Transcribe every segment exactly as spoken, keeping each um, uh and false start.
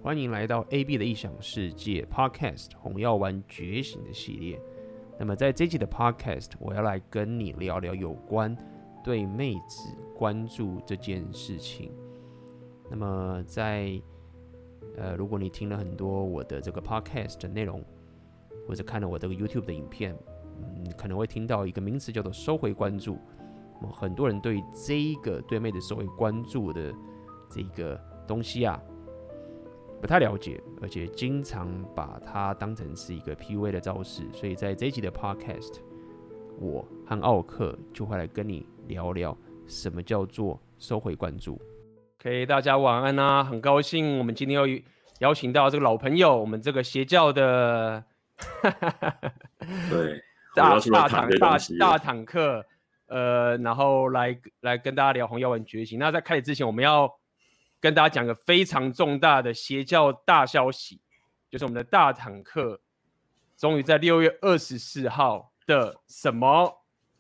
欢迎来到 A B 的异想世界 Podcast 红药丸觉醒的系列。那么在这集的 Podcast， 我要来跟你聊聊有关对妹子关注这件事情。那么在呃，如果你听了很多我的这个 Podcast 的内容，或者看了我这个 YouTube 的影片，嗯，可能会听到一个名词叫做收回关注。很多人对这一个对妹子收回关注的这个东西啊，不太了解，而且经常把它当成是一个 P U A 的招式。所以在这一集的 Podcast， 我和奥克就会来跟你聊聊什么叫做收回关注。OK， 大家晚安啊！很高兴我们今天要邀请到这个老朋友，我们这个邪教的对大大坦大大坦克。呃，然后来来跟大家聊红药丸觉醒。那在开始之前，我们要跟大家讲个非常重大的邪教大消息，就是我们的大坦克终于在六月二十四号的什么？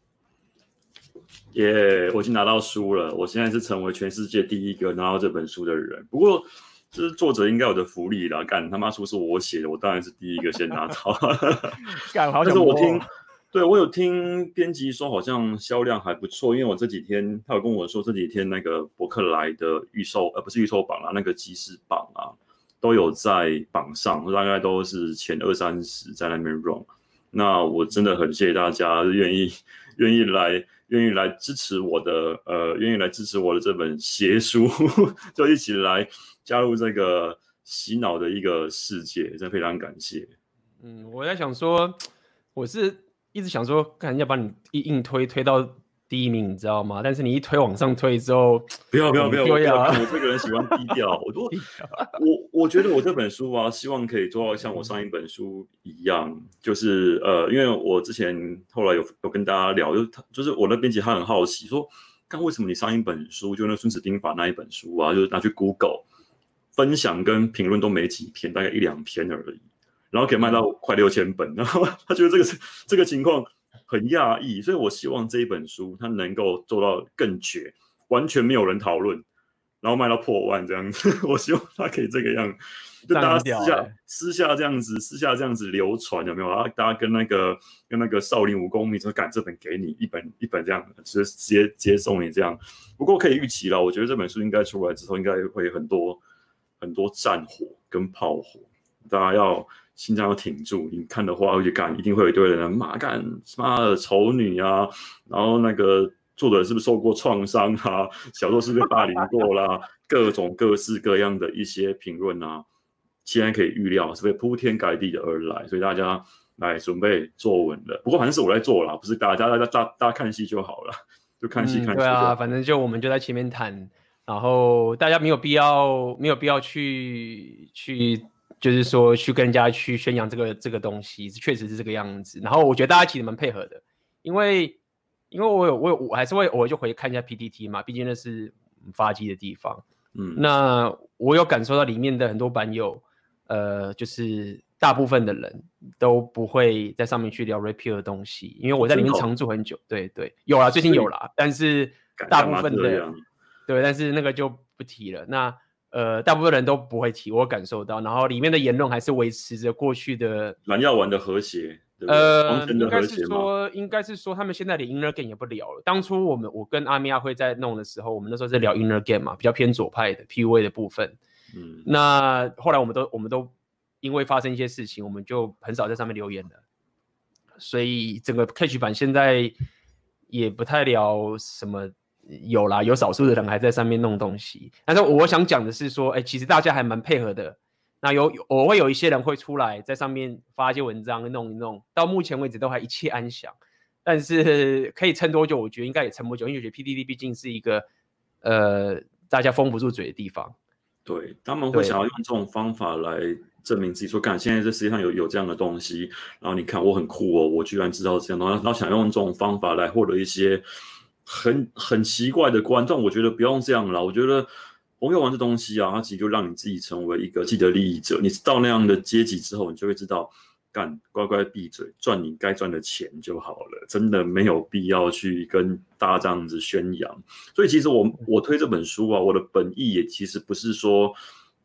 耶、yeah, 我已经拿到书了，我现在是成为全世界第一个拿到这本书的人。不过，这是作者应该有的福利啦，干他妈书是我写的，我当然是第一个先拿到。 干好想摸。 但是我听。对，我有听编辑说好像销量还不错，因为我这几天他有跟我说这几天那个博客来的预售呃不是预售榜啦，那个即时榜啊都有在榜上，大概都是前二三十在那边 run。那我真的很谢谢大家愿意愿意来愿意来支持我的呃愿意来支持我的这本邪书，就一起来加入这个洗脑的一个世界，真的非常感谢。 嗯，我在想说，我是。一直想说，看要把你硬推推到第一名，你知道吗？但是你一推往上推之后， 不要不要不要不要！我这个人喜欢低调。我我我觉得我这本书啊，希望可以做到像我上一本书一样，就是呃，因为我之前后来有有跟大家聊，就是就是我的编辑他很好奇说，看为什么你上一本书就那《孙子兵法》那一本书啊，就是拿去 Google 分享跟评论都没几篇，大概一两篇而已。然后可以卖到快六千本，然后他觉得这个这个情况很讶异，所以我希望这一本书它能够做到更绝，完全没有人讨论，然后卖到破万这样子。我希望它可以这个样，就大家私下、欸、私下这样子，私下这样子流传，有没有？然后大家跟那个跟那个少林武功秘说，赶这本给你一本一本这样，直接直接送你这样。不过可以预期了，我觉得这本书应该出来之后，应该会很多很多战火跟炮火，大家要。心脏要挺住，你看的话会干，一定会有一堆人骂干妈的丑女啊，然后那个作者是不是受过创伤啊？小时候是不是被霸凌过啦？各种各式各样的一些评论啊，现在可以预料是被铺天盖地的而来，所以大家来准备坐稳了。不过反正是我在做啦，不是大家，大家大大家看戏就好了，就看戏看戏、嗯。 对啊，反正就我们就在前面谈，然后大家没有必要没有必要去去。就是说去跟人家去宣扬这个这个东西，确实是这个样子。然后我觉得大家其实蛮配合的，因为因为我有我有我还是会偶尔就回去看一下 P T T 嘛，毕竟那是发迹的地方。嗯，那我有感受到里面的很多版友，呃，就是大部分的人都不会在上面去聊 repeal 的东西，因为我在里面常住很久。对对，有啦，最近有啦，但是大部分的对，但是那个就不提了。那。呃，大部分人都不会提，我感受到，然后里面的言论还是维持着过去的蓝药丸的和谐，对不对？ 呃，应该是说，应该是说他们现在连 inner game 也不聊了。当初我们我跟阿米亚会在弄的时候，我们那时候在聊 inner game 嘛，比较偏左派的 P U A 的部分。嗯，那后来我们都我们都因为发生一些事情，我们就很少在上面留言了。所以整个 Catch 版现在也不太聊什么。有啦，有少数的人还在上面弄东西，但是我想讲的是说，哎、欸，其实大家还蛮配合的。那有我会有一些人会出来在上面发一些文章，弄一弄，到目前为止都还一切安详。但是可以撑多久？我觉得应该也撑不久，因为我觉得 P T T 毕竟是一个呃大家封不住嘴的地方。 对，他们会想要用这种方法来证明自己说，干现在这世界上有有这样的东西，然后你看我很酷哦，我居然知道这样东西，然后想用这种方法来获得一些。很很奇怪的观众，我觉得不用这样啦。我觉得红药丸这东西啊，它其实就让你自己成为一个既得利益者。你到那样的阶级之后，你就会知道，干乖乖闭嘴，赚你该赚的钱就好了。真的没有必要去跟大家这样子宣扬。所以其实我我推这本书啊，我的本意也其实不是说，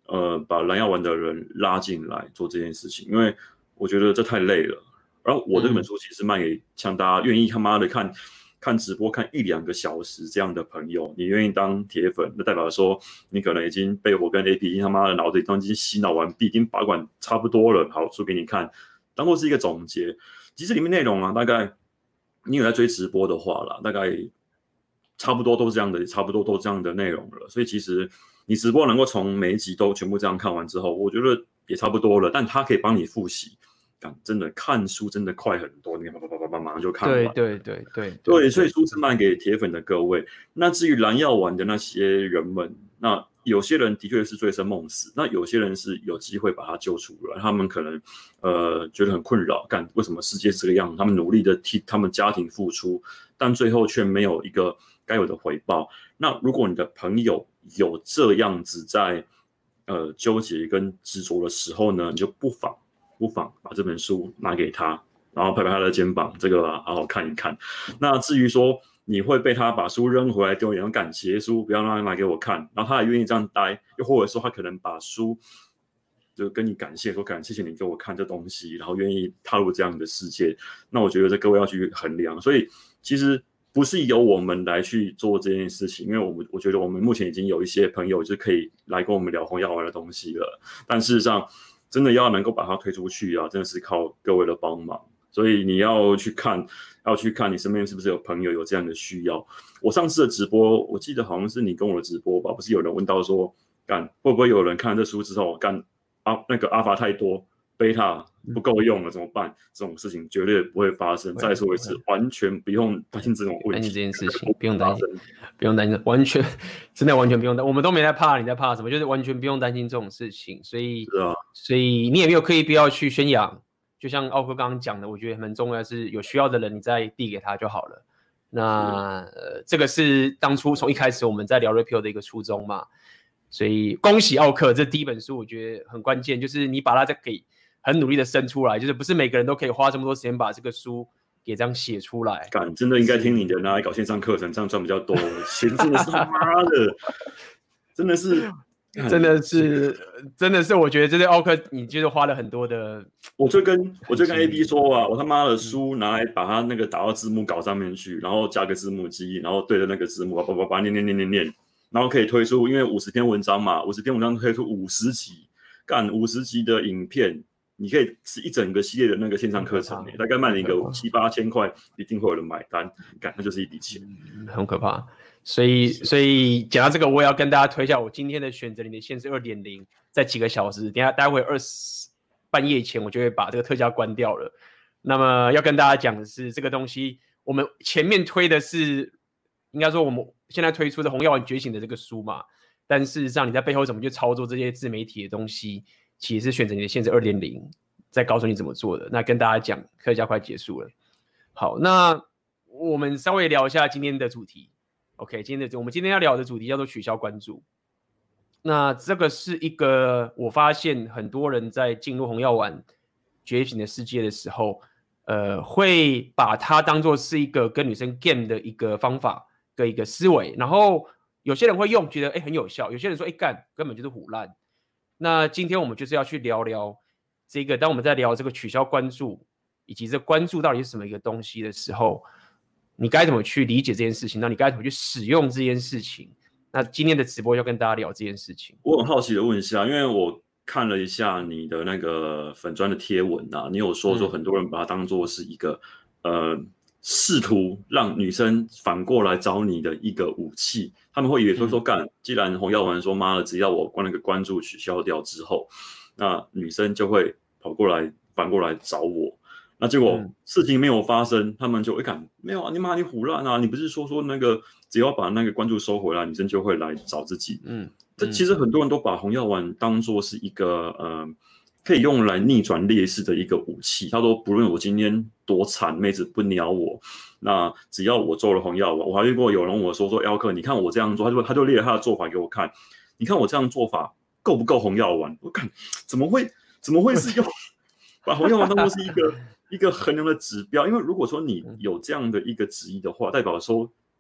呃把蓝药丸的人拉进来做这件事情，因为我觉得这太累了。然后我这本书其实卖给像大家愿意他妈的看看直播看一两个小时这样的朋友，你愿意当铁粉，那代表说你可能已经被我跟 A P 他妈的脑子里都已经洗脑完毕，已经把管差不多了。好，说给你看，当做是一个总结。其实里面内容啊，大概你有在追直播的话啦，大概差不多都是这样的，差不多都这样的内容了。所以其实你直播能够从每一集都全部这样看完之后，我觉得也差不多了。但它可以帮你复习。真的看书真的快很多，你看叭叭叭叭马上就看完。 对对对对对，所以书是卖给铁粉的各位。那至于蓝药丸的那些人们，那有些人的确是醉生梦死，那有些人是有机会把他救出来。他们可能呃觉得很困扰，干为什么世界是这个样子？他们努力的替他们家庭付出，但最后却没有一个该有的回报。那如果你的朋友有这样子在呃纠结跟执着的时候呢，你就不妨。不妨把这本书拿给他，然后拍拍他的肩膀，这个好好看一看。那至于说你会被他把书扔回来丢脸，感谢书，不要让他拿给我看，然后他也愿意这样待，又或者说他可能把书就跟你感谢说感谢谢你给我看这东西，然后愿意踏入这样的世界，那我觉得这各位要去衡量。所以其实不是由我们来去做这件事情，因为我们我觉得我们目前已经有一些朋友就可以来跟我们聊红药丸的东西了，但事实上。真的要能够把它推出去啊，真的是靠各位的帮忙。所以你要去看，要去看你身边是不是有朋友有这样的需要。我上次的直播，我记得好像是你跟我的直播吧，不是有人问到说，干会不会有人看了这书之后，干啊那个阿法太多，贝塔不够用了怎么办？这种事情绝对不会发生。再说一次，完全不用担心这种问题。 担心这件事情，不用担心，不用担心，完全真的完全不用担心。我们都没在怕，你在怕什么？就是完全不用担心这种事情。所以， 是啊， 所以你也没有刻意必要去宣扬。就像奥哥刚刚讲的，我觉得很重要，是有需要的人你再递给他就好了。那呃，这个是当初从一开始我们在聊 Repeal 的一个初衷嘛。所以恭喜奥克，这第一本书我觉得很关键，就是你把它再给很努力的生出来，就是不是每个人都可以花这么多时间把这个书给这样写出来。 干，真的应该听你的，拿来搞线上课程，这样赚比较多。钱真的是他妈的，真的是。 真的是，真的是，我觉得这对奥克，你就是花了很多的。 我就跟我就跟 A B 说啊，我他妈的书拿来把它那个打到字幕稿上面去，然后加个字幕机，然后对着那个字幕，叭叭叭念念念念念，然后可以推出，因为五十篇文章嘛，五十篇文章推出五十集，干五十集的影片，你可以是一整个系列的那个线上课程，大概卖你个七八千块，一定会有人买单，干那就是一笔钱， 很可怕。所以，所以讲到这个，我也要跟大家推一下我今天的选择你的限制 二点零， 在几个小时，等一下待会二十半夜前，我就会把这个特价关掉了。那么要跟大家讲的是，这个东西我们前面推的是，应该说我们现在推出的《红药丸觉醒》的这个书嘛，但事实上你在背后怎么去操作这些自媒体的东西，其实是选择你的限制 二点零， 在告诉你怎么做的。那跟大家讲，特价快结束了。好，那我们稍微聊一下今天的主题。OK， 今天的我们今天要聊的主题叫做取消关注。那这个是一个我发现很多人在进入红药丸觉醒的世界的时候，呃，会把它当作是一个跟女生 game 的一个方法跟一个思维。然后有些人会用，觉得哎很有效；有些人说哎干根本就是唬烂。那今天我们就是要去聊聊这个，当我们在聊这个取消关注以及这关注到底是什么一个东西的时候。你该怎么去理解这件事情？那你该怎么去使用这件事情？那今天的直播要跟大家聊这件事情。 我很好奇的问一下，因为我看了一下你的那个粉专的贴文啊，你有说说很多人把它当作是一个、嗯、呃试图让女生反过来找你的一个武器，他们会以为说说干，既然红药丸说妈的，只要我关那个关注取消掉之后，那女生就会跑过来反过来找我。那结果事情没有发生，嗯、他们就会看没有啊，你妈你唬烂啊！你不是说说那个只要把那个关注收回来，女生就会来找自己？嗯，这其实很多人都把红药丸当作是一个呃可以用来逆转劣势的一个武器。他说，不论我今天多惨，妹子不鸟我，那只要我做了红药丸，我还遇过有人问我说说 ，L 克，你看我这样做，他就他就列了他的做法给我看，你看我这样做法够不够红药丸？我看怎么会怎么会是用把红药丸当作是一个。一个衡量的指标，因为如果说你有这样的一个质疑的话，代表说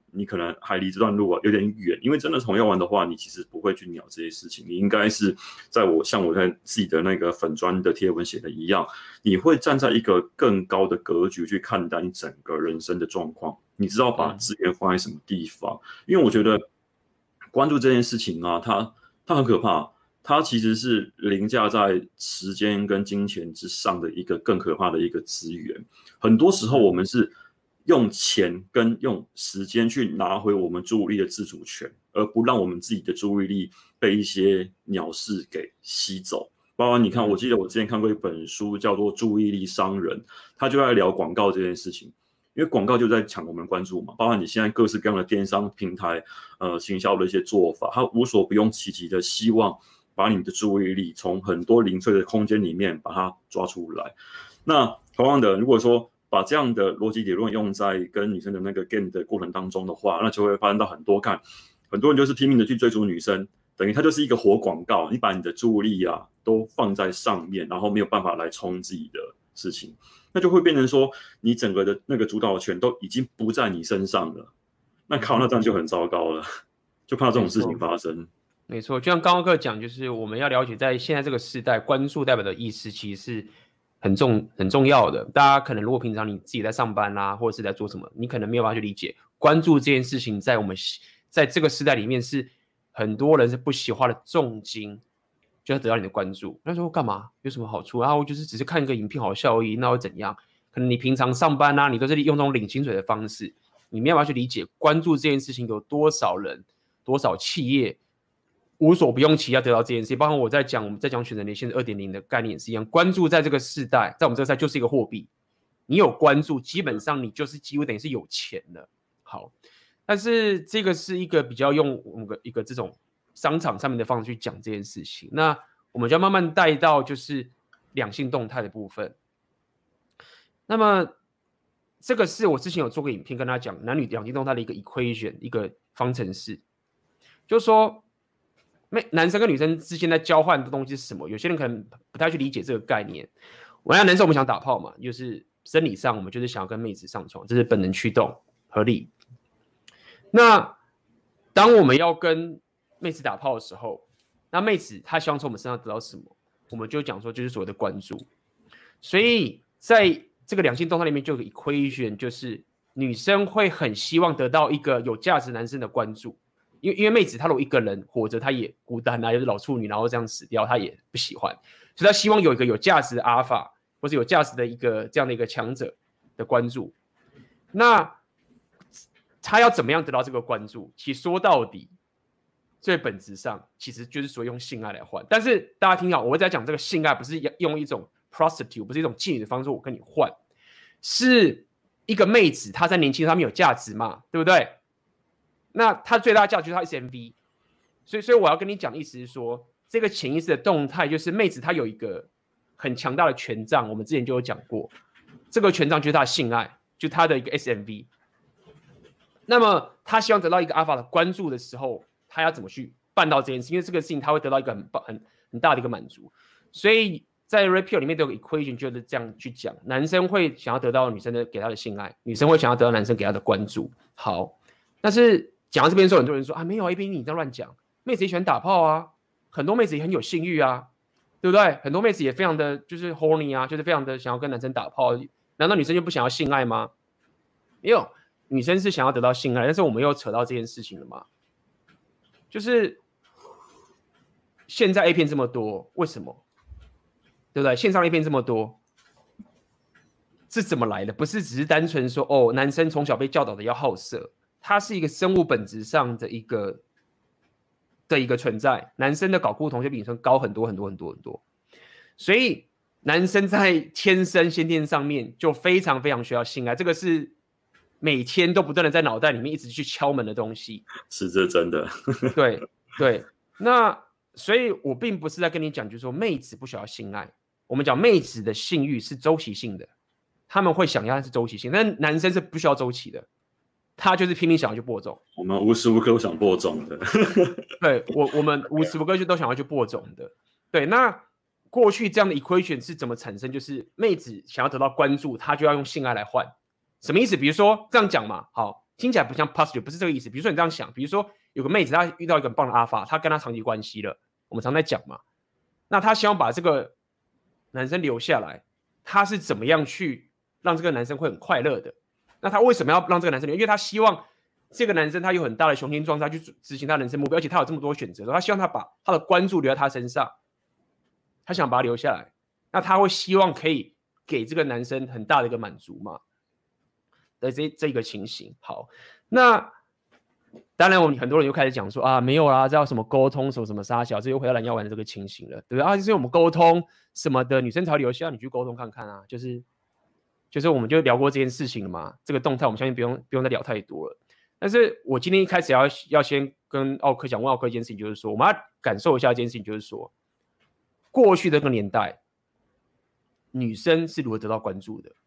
你可能还离这段路啊有点远，因为真的红药丸的话，你其实不会去鸟这些事情，你应该是在我像我在自己的那个粉专的贴文写的一样，你会站在一个更高的格局去看待你整个人生的状况，你知道把资源放在什么地方，嗯、因为我觉得关注这件事情啊，它它很可怕。它其实是凌驾在时间跟金钱之上的一个更可怕的一个资源。很多时候我们是用钱跟用时间去拿回我们注意力的自主权，而不让我们自己的注意力被一些鸟事给吸走。包括你看，我记得我之前看过一本书叫做《注意力商人》，他就在聊广告这件事情。因为广告就在抢我们关注嘛，包括你现在各式各样的电商平台，呃，行销的一些做法，它无所不用其极的希望把你的注意力从很多零碎的空间里面把它抓出来。那同样的，如果说把这样的逻辑理论用在跟女生的那个 game 的过程当中的话，那就会发生到很多看，很多人就是拼命的去追逐女生，等于它就是一个活广告，你把你的注意力啊都放在上面，然后没有办法来冲自己的事情，那就会变成说你整个的那个主导权都已经不在你身上了。那靠，那这样就很糟糕了，就怕这种事情发生。 没错，就像刚刚哥讲，就是我们要了解，在现在这个时代，关注代表的意思其实是很重很重要的。大家可能如果平常你自己在上班啦、啊，或者是在做什么，你可能没有办法去理解关注这件事情，在我们在这个时代里面是很多人是不惜花的重金，就要得到你的关注。那时候干嘛？有什么好处啊？我就是只是看一个影片好笑而已，那会怎样？可能你平常上班啊，你都是用这种领薪水的方式，你没有办法去理解关注这件事情有多少人、多少企业。无所不用其要得到这件事，包括我在讲我们在讲选择年限 二点零 的概念也是一样，关注在这个世代，在我们这个世代就是一个货币，你有关注，基本上你就是几乎等于是有钱的。好，但是这个是一个比较用我们一个这种商场上面的方式去讲这件事情，那我们就要慢慢带到就是两性动态的部分。那么这个是我之前有做过影片跟大家讲男女两性动态的一个 equation 一个方程式，就是说男生跟女生之间在交换的东西是什么？有些人可能不太去理解这个概念。我要男生我们想打炮嘛，就是生理上我们就是想要跟妹子上床，这是本能驱动，合理。那当我们要跟妹子打炮的时候，那妹子她希望从我们身上得到什么？我们就讲说就是所谓的关注。所以在这个两性动态里面就有个 equation， 就是女生会很希望得到一个有价值男生的关注。因为, 因为妹子她如果一个人活着，她也孤单啊，又是老处女，然后这样死掉，她也不喜欢，所以她希望有一个有价值的阿尔法，或者有价值的一个这样的一个强者的关注。那她要怎么样得到这个关注？其实说到底，最本质上其实就是说用性爱来换。但是大家听好，我会在讲这个性爱不是用一种 prostitute， 不是一种妓女的方式，我跟你换，是一个妹子她在年轻上面有价值嘛，对不对？那它最大的价值就是它 S M V， 所以所以我要跟你讲的意思是说，这个潜意识的动态就是妹子她有一个很强大的权杖，我们之前就有讲过，这个权杖就是她的性爱，就是她的一个 S M V。那么她希望得到一个阿法的关注的时候，她要怎么去办到这件事？因为这个事情她会得到一个很很很大的一个满足，所以在 Rapio 里面都有个 equation 就是这样去讲，男生会想要得到女生的给他的性爱，女生会想要得到男生给他的关注。好，但是讲到这边的时候，很多人说啊，没有 A P 你在乱讲，妹子也喜欢打炮啊，很多妹子也很有性欲啊，对不对？很多妹子也非常的就是 horny 啊，就是非常的想要跟男生打炮，难道女生就不想要性爱吗？没有，女生是想要得到性爱，但是我们又扯到这件事情了嘛，就是现在 A 片这么多，为什么？对不对？线上 A 片这么多，是怎么来的？不是只是单纯说哦，男生从小被教导的要好色。它是一个生物本质上的一个的一个存在，男生的睾固酮就比女生高很多很多很多很多，所以男生在天生先天上面就非常非常需要性爱，这个是每天都不断的在脑袋里面一直去敲门的东西， 是这真的。 对对，那所以我并不是在跟你讲，就是说妹子不需要性爱，我们讲妹子的性欲是周期性的，他们会想要是周期性，但男生是不需要周期的。他就是拼命想要去播种， 我们无时无刻都想播种的。 对，我我们无时无刻就都想要去播种的。对，那过去这样的 equation 是怎么产生？就是妹子想要得到关注，她就要用性爱来换。什么意思？比如说这样讲嘛，好， 听起来不像 prostitute， 不是这个意思。比如说你这样想，比如说有个妹子她遇到一个很棒的阿法，她跟她长期关系了，我们常在讲嘛，那她希望把这个男生留下来，她是怎么样去让这个男生会很快乐的？那她为什么要让这个男生留？因为她希望这个男生他有很大的雄心壮志，他去执行他人生目标，而且他有这么多选择，他希望他把他的关注留在他身上，他想把他留下来，那他会希望可以给这个男生很大的一个满足嘛的这这个情形。好，那当然我们很多人又开始讲说啊，没有啦，这叫什么沟通什么什么杀小，这又回到蓝药丸的这个情形了，对不对啊？就是我们沟通什么的，女生才留下，你去沟通看看啊，就是就是我们就聊过这件事情了嘛，这个动态我们相信不用不用再聊太多了。但是我今天一开始要要先跟奥克讲，问奥克一件事情，就是说我们要感受一下一件事情，就是说过去的那个年代，女生是如何得到关注的，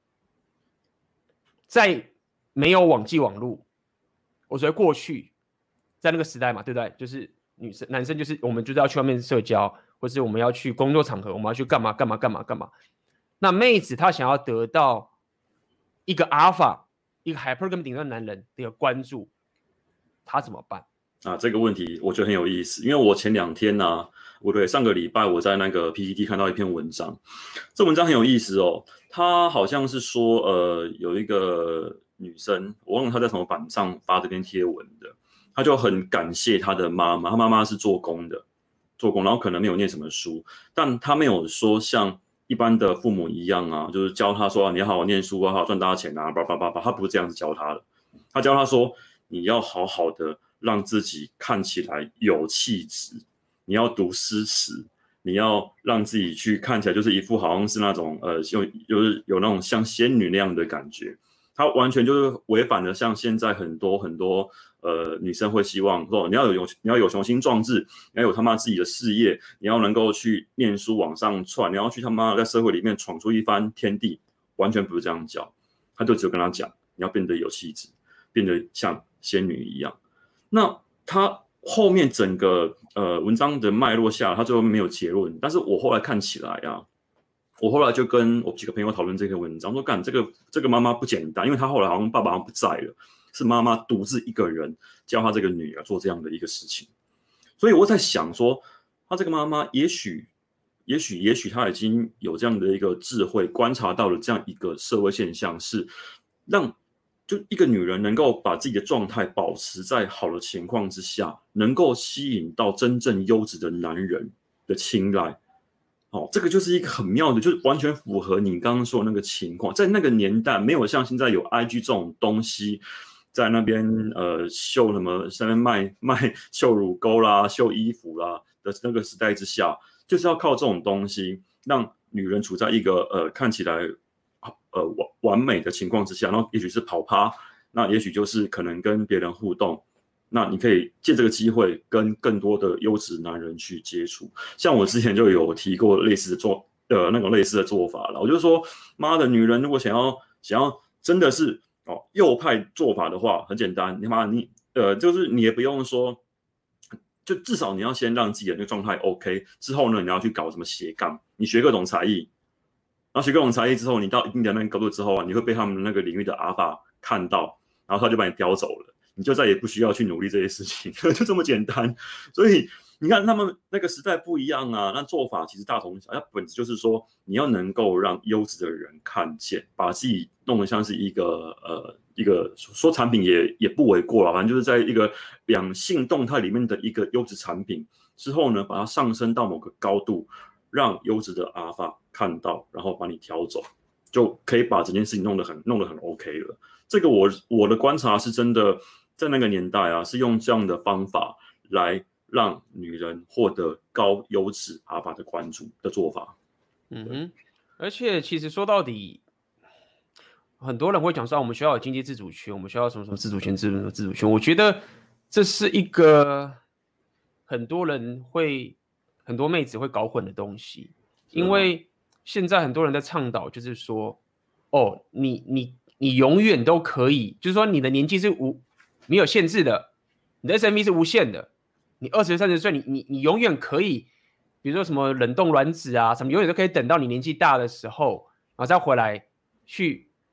在没有网际网络，我觉得过去在那个时代嘛，对不对？就是女生男生就是我们就是要去外面社交，或是我们要去工作场合，我们要去干嘛干嘛干嘛干嘛。那妹子她想要得到一个阿尔法。一个 hypergamy 顶端男人的一个关注，他怎么办啊？这个问题我觉得很有意思，因为我前两天呢、啊，我对上个礼拜我在那个 P T T 看到一篇文章，这文章很有意思哦。他好像是说，呃，有一个女生，我忘了她在什么版上发这篇贴文的，她就很感谢她的妈妈，她妈妈是做工的，做工，然后可能没有念什么书，但她没有说像一般的父母一样啊，就是教他说、啊、你要好好念书啊，好好赚大钱啊，叭叭叭叭，他不是这样子教他的，他教他说你要好好的让自己看起来有气质，你要读诗词，你要让自己去看起来就是一副好像是那种呃有有有那种像仙女那样的感觉，他完全就是违反了像现在很多很多呃女生会希望说你要有你要有雄心壮志，你要有他妈自己的事业，你要能够去念书往上窜，你要去他妈在社会里面闯出一番天地，完全不是这样教，他就只有跟他讲你要变得有气质，变得像仙女一样。那他后面整个呃文章的脉络下，他最后没有结论，但是我后来看起来啊。我后来就跟我几个朋友讨论这篇文章，说干这个这个妈妈不简单，因为她后来好像爸爸好像不在了，是妈妈独自一个人教她这个女儿做这样的一个事情。所以我在想说，她这个妈妈也许也许也许她已经有这样的一个智慧，观察到了这样一个社会现象，是让就一个女人能够把自己的状态保持在好的情况之下，能够吸引到真正优质的男人的青睐。哦，这个就是一个很妙的，就是完全符合你刚刚说的那个情况。在那个年代，没有像现在有 I G 这种东西，在那边呃秀什么，在那边卖卖秀乳沟啦、秀衣服啦的那个时代之下，就是要靠这种东西，让女人处在一个呃看起来呃完完美的情况之下，然后也许是跑趴，那也许就是可能跟别人互动。那你可以借这个机会跟更多的优质男人去接触，像我之前就有提过类似的做呃那种类似的做法了。我就说，妈的，女人如果想要想要真的是哦右派做法的话，很简单，你妈你呃就是你也不用说，就至少你要先让自己的那个状态 OK， 之后呢你要去搞什么斜杠，你学各种才艺，然后学各种才艺之后，你到一定的那个高度之后啊，你会被他们那个领域的阿法看到，然后他就把你叼走了。你就再也不需要去努力这些事情，就这么简单。所以你看他们那个时代不一样啊，那做法其实大同小异。它本质就是说，你要能够让优质的人看见，把自己弄得像是一个呃一个说产品也也不为过了，反正就是在一个两性动态里面的一个优质产品之后呢，把它上升到某个高度，让优质的阿法看到，然后把你挑走，就可以把整件事情弄得很弄得很 OK 了。这个我我的观察是真的。在那个年代啊，是用这样的方法来让女人获得高优质阿法的关注的做法。 嗯哼，而且其实说到底，很多人会讲说，我们需要有经济自主权，我们需要什么什么自主权、自主自主权。我觉得这是一个很多人会、很多妹子会搞混的东西，因为现在很多人在倡导，就是说，哦，你你你永远都可以，就是说你的年纪是无。没有限制的，你的 S M V 是无限的。你二十、三十岁，你你你永远可以，比如说什么冷冻卵子啊，什么永远都可以等到你年纪大的时候，然后再回来去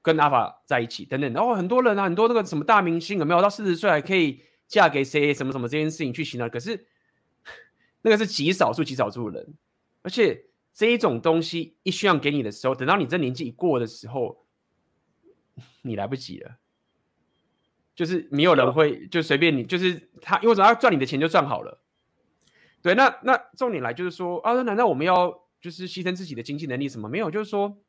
跟阿法在一起等等，然后很多人啊，很多那个什么大明星有没有到四十岁还可以嫁给谁什么什么这件事情去形容，可是那个是极少数极少数的人，而且这一种东西一宣扬给你的时候，等到你这年纪一过的时候，你来不及了。就是没有人会就随便你，就是他因为什么要赚你的钱就赚好了。对，那那重点来就是说啊，难道我们要就是牺牲自己的经济能力什么？没有，就是说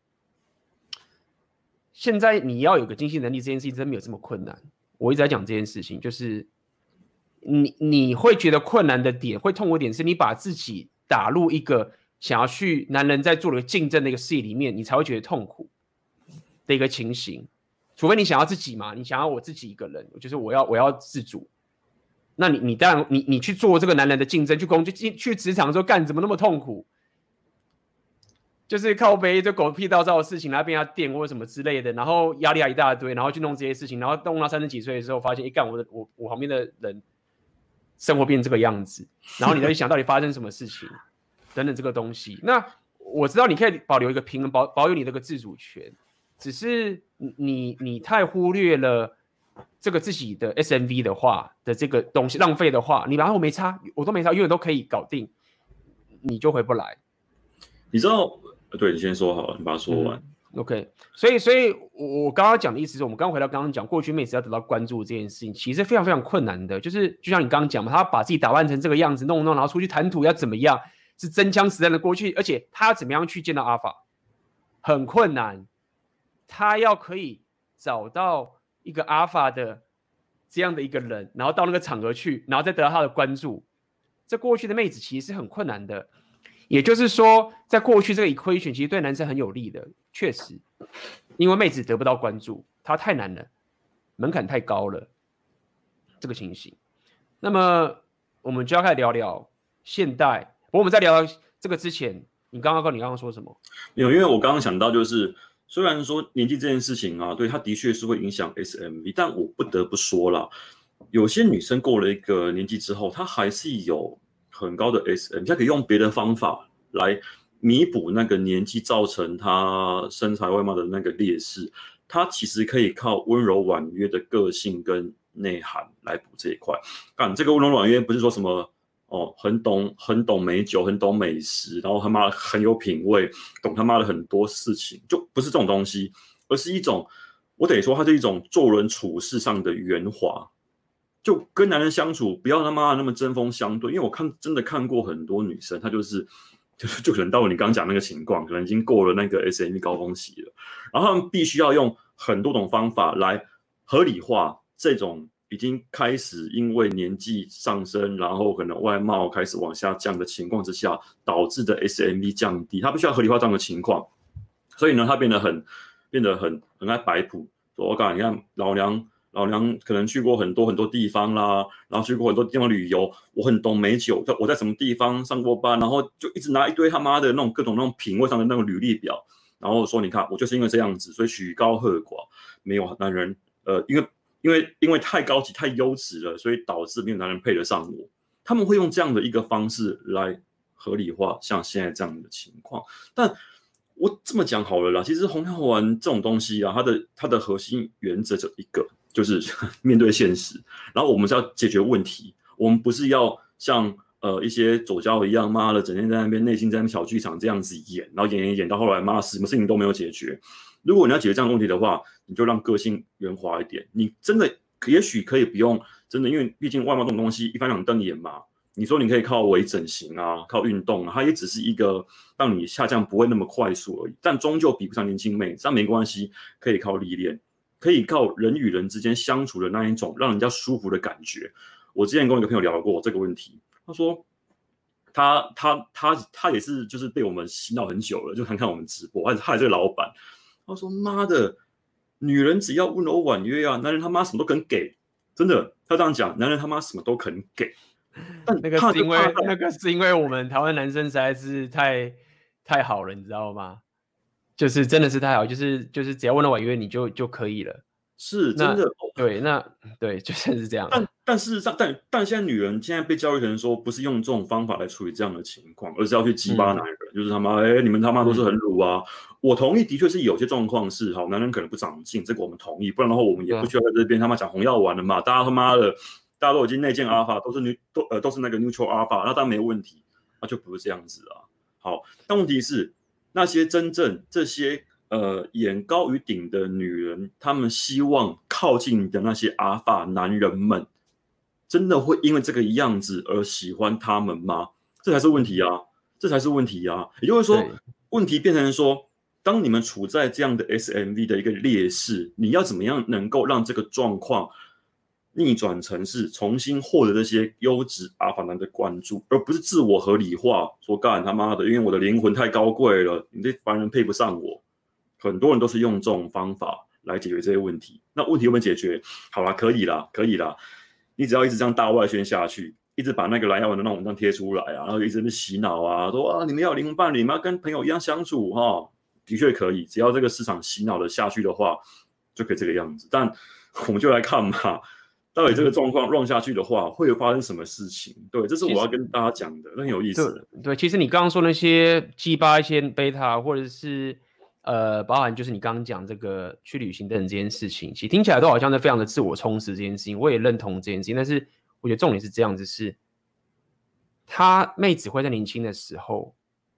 现在你要有个经济能力这件事情真没有这么困难。我一直在讲这件事情，就是你你会觉得困难的点，会痛苦的点是你把自己打入一个想要去男人在做的竞争的一个事业里面，你才会觉得痛苦的一个情形。除非你想要自己嘛，你想要我自己一个人，就是我要我要自主。那你你当然你你去做这个男人的竞争，去工作去职场的时候干怎么那么痛苦？就是靠背就狗屁倒灶的事情，然后被人家电或者什么之类的，然后压力还一大堆，然后去弄这些事情，然后弄到三十几岁的时候，发现一干我的我我旁边的人生活变成这个样子，然后你再去想到底发生什么事情等等这个东西。那我知道你可以保留一个平衡，保保有你这个自主权。只是你你太忽略了这个自己的 S M V 的话的这个东西，浪费的话，你然后我没差，我都没差，永远都可以搞定，你就回不来。 你知道，对，你先说好了，你把它说完。嗯、 OK， 所以所以我刚刚讲的意思是我们刚回到刚刚讲，过去妹子要得到关注这件事情，其实非常非常困难的。就是就像你刚刚讲嘛，他把自己打扮成这个样子，弄弄，然后出去谈吐要怎么样，是真枪实弹的过去，而且他要怎么样去见到阿法，很困难。他要可以找到一个阿法的这样的一个人，然后到那个场合去，然后再得到他的关注，这过去的妹子其实是很困难的。也就是说，在过去这个 equation 其实对男生很有利的，确实，因为妹子得不到关注，她太难了，门槛太高了，这个情形。那么我们就要开始聊聊现代。不过我们在聊这个之前，你刚刚你刚刚说什么？ 没有，因为我刚刚想到就是。虽然说年纪这件事情啊，对它的确是会影响 S M V， 但我不得不说啦，有些女生过了一个年纪之后，她还是有很高的 S M V， 她可以用别的方法来弥补那个年纪造成她身材外貌的那个劣势。她其实可以靠温柔婉约的个性跟内涵来补这一块。干这个温柔婉约不是说什么。哦，很懂，很懂美酒，很懂美食，然后他妈很有品味，懂他妈的很多事情，就不是这种东西，而是一种，我得说，它是一种做人处事上的圆滑，就跟男人相处，不要他妈的那么针锋相对。因为我看真的看过很多女生，她就是就就可能到了你刚刚讲那个情况，可能已经过了那个 S M V 高峰期了，然后他们必须要用很多种方法来合理化这种。已经开始因为年纪上升，然后可能外貌开始往下降的情况之下，导致的 S M V 降低，他必须要合理化这样的情况，所以呢，他变得很变得很很爱摆谱，说我讲你看老娘老娘可能去过很多很多地方啦，然后去过很多地方旅游，我很懂美酒，我在什么地方上过班，然后就一直拿一堆他妈的那种各种那种品味上的那种履历表，然后说你看我就是因为这样子，所以曲高和寡，没有男人呃因为。因为因为太高级太优质了，所以导致没有男人配得上我。他们会用这样的一个方式来合理化像现在这样的情况。但我这么讲好了啦，其实红药丸这种东西啊，它的它的核心原则就一个，就是面对现实。然后我们是要解决问题，我们不是要像呃一些左交一样，妈的整天在那边内心在那边小剧场这样子演，然后演演演到后来，妈什么事情都没有解决。如果你要解决这样的问题的话，你就让个性圆滑一点。你真的也许可以不用真的，因为毕竟外貌这种东西一翻两瞪眼嘛。你说你可以靠微整形啊，靠运动啊，它也只是一个让你下降不会那么快速而已，但终究比不上年轻妹，但没关系，可以靠历练，可以靠人与人之间相处的那一种让人家舒服的感觉。我之前跟一个朋友聊过这个问题，他说他他他他也是就是被我们洗脑很久了，就看看我们直播，他还是这个老板。他说：“妈的，女人只要温柔婉约啊，男人他妈什么都肯给，真的。他这样讲，男人他妈什么都肯给。但那个是因为那个是因为我们台湾男生实在是太太好了，你知道吗？就是真的是太好，就是就是只要温柔婉约你就就可以了。 是真的。 对，那对就是这样。 但但事实上，但但现在女人现在被教育成说，不是用这种方法来处理这样的情况，而是要去激巴男人，嗯、就是他妈，哎、欸，你们他妈都是很鲁啊！嗯、我同意，的确是有些状况是，好，男人可能不长进，这个我们同意，不然的话，我们也不需要在这边他妈讲红药丸了嘛。大家他妈的，大家都已经内建阿尔法，都是女都呃都是那个 neutral 阿尔法，那当然没问题，那就不是这样子啊。好，但问题是那些真正这些。呃，眼高于顶的女人，她们希望靠近你的那些阿法男人们，真的会因为这个样子而喜欢他们吗？这才是问题啊！这才是问题啊！也就是说，问题变成说，当你们处在这样的 S M V 的一个劣势，你要怎么样能够让这个状况逆转成是重新获得这些优质阿法男的关注，而不是自我合理化，说干他妈的，因为我的灵魂太高贵了，你这凡人配不上我。很多人都是用这种方法来解决这些问题。那问题有没有解决？好啦，可以啦，可以啦。你只要一直这样大外宣下去，一直把那个蓝药丸的那种文章贴出来啊，然后一直洗脑啊，说啊你们要有灵魂伴侣，你们要跟朋友一样相处哈、哦，的确可以。只要这个市场洗脑的下去的话，就可以这个样子。但我们就来看嘛，到底这个状况 run 下去的话，会有发生什么事情？对，这是我要跟大家讲的，很有意思的。 对，对，其实你刚刚说那些 G 八一些 beta 或者是。呃，包含就是你刚刚讲这个去旅行等等这件事情，其实听起来都好像是非常的自我充实这件事情，我也认同这件事情。但是我觉得重点是这样子是，他妹子会在年轻的时候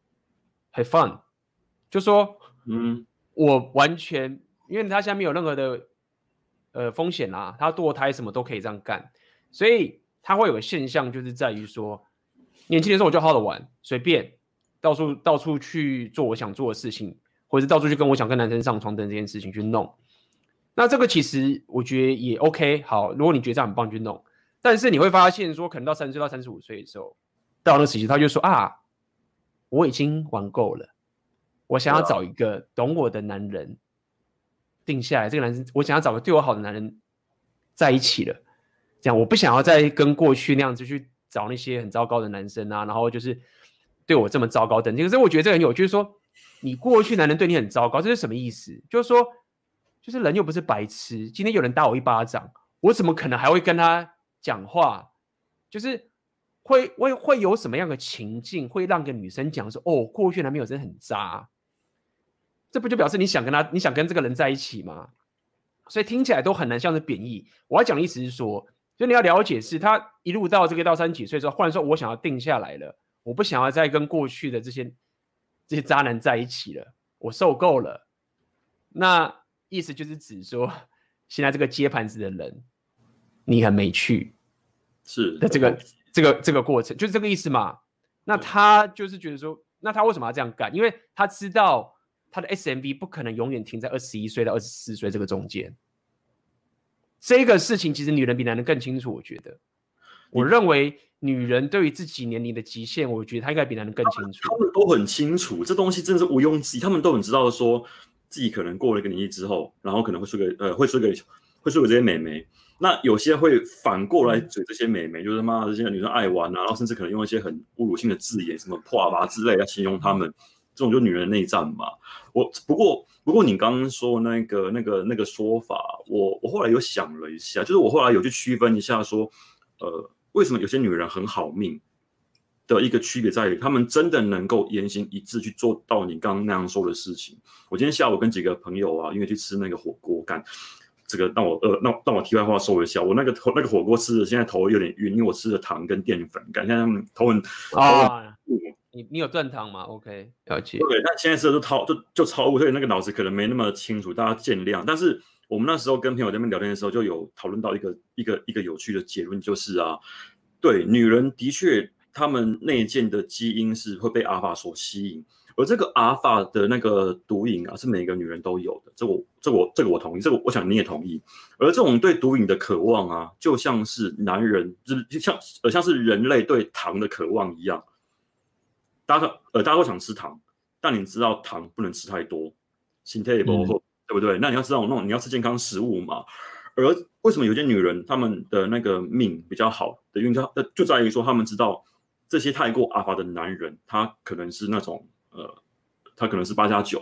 have fun， 就说，嗯，我完全因为他现在没有任何的呃风险啦，他堕胎什么都可以这样干，所以他会有个现象就是在于说，年轻的时候我就好好的玩，随便到处到处去做我想做的事情。或者是到处去跟我想跟男生上床等这件事情去弄，那这个其实我觉得也 OK。好，如果你觉得这样很棒，去弄。但是你会发现说，可能到三十岁到三十五岁的时候，到那个时期，他就说啊，我已经玩够了，我想要找一个懂我的男人，定下来。这个男生，我想要找个对我好的男人在一起了。这样，我不想要再跟过去那样子去找那些很糟糕的男生啊，然后就是对我这么糟糕等。可是我觉得这个很有趣，就是说。你过去男人对你很糟糕，这是什么意思？就是说，就是人又不是白痴。今天有人打我一巴掌，我怎么可能还会跟他讲话？就是会会会有什么样的情境会让个女生讲说，哦，过去男朋友真的很渣？这不就表示你想跟他，你想跟这个人在一起吗？所以听起来都很难像是贬义。我要讲的意思是说，就你要了解是他一路到这个到三十几岁之后，忽然说我想要定下来了，我不想要再跟过去的这些。这些渣男在一起了，我受够了。那意思就是指说，现在这个接盘子的人，你很没趣， 是的这个这个这个过程，就是这个意思嘛。那他就是觉得说，那他为什么要这样干？因为他知道他的 S M V 不可能永远停在二十一岁到二十四岁这个中间。这个事情其实女人比男人更清楚，我觉得。我认为女人对于自己年龄的极限，我觉得她应该比男人更清楚。 他们都很清楚，这东西真的是毋庸置疑。他们都很知道说，自己可能过了一个年纪之后，然后可能会输给呃，会输给会输给这些美眉。那有些会反过来嘴这些美眉，就是妈这些女生爱玩啊，然后甚至可能用一些很侮辱性的字眼，什么破吧之类来形容他们。这种就女人的内战嘛。我不过不过你刚刚说那个那个那个说法，我我后来有想了一下，就是我后来有去区分一下说，呃。为什么有些女人很好命的一个区别在于，她们真的能够言行一致去做到你刚刚那样说的事情。我今天下午跟几个朋友啊，因为去吃那个火锅，干这个让我呃让让我题外话说一下，我那个那个火锅吃的现在头有点晕，因为我吃了糖跟淀粉，感觉头很啊。你你有断糖吗 ？OK， 了解。 对，但现在吃的都超就就超误，所以那个脑子可能没那么清楚，大家见谅。但是我们那时候跟朋友在那边聊天的时候，就有讨论到一个一个一个有趣的结论，就是啊，对，女人的确她们内建的基因是会被阿尔法所吸引，而这个阿尔法的那个毒瘾啊，是每个女人都有的，这我这我这个我同意，这个我想你也同意。而这种对毒瘾的渴望啊，就像是男人，就像呃像是人类对糖的渴望一样。大家呃大家都想吃糖，但你知道糖不能吃太多，身体也不好，对不对？那你要知道那种你要吃健康食物嘛。而为什么有些女人她们的那个命比较好的原因，就在于说她们知道这些太过阿法的男人，他可能是那种呃，他可能是八加九，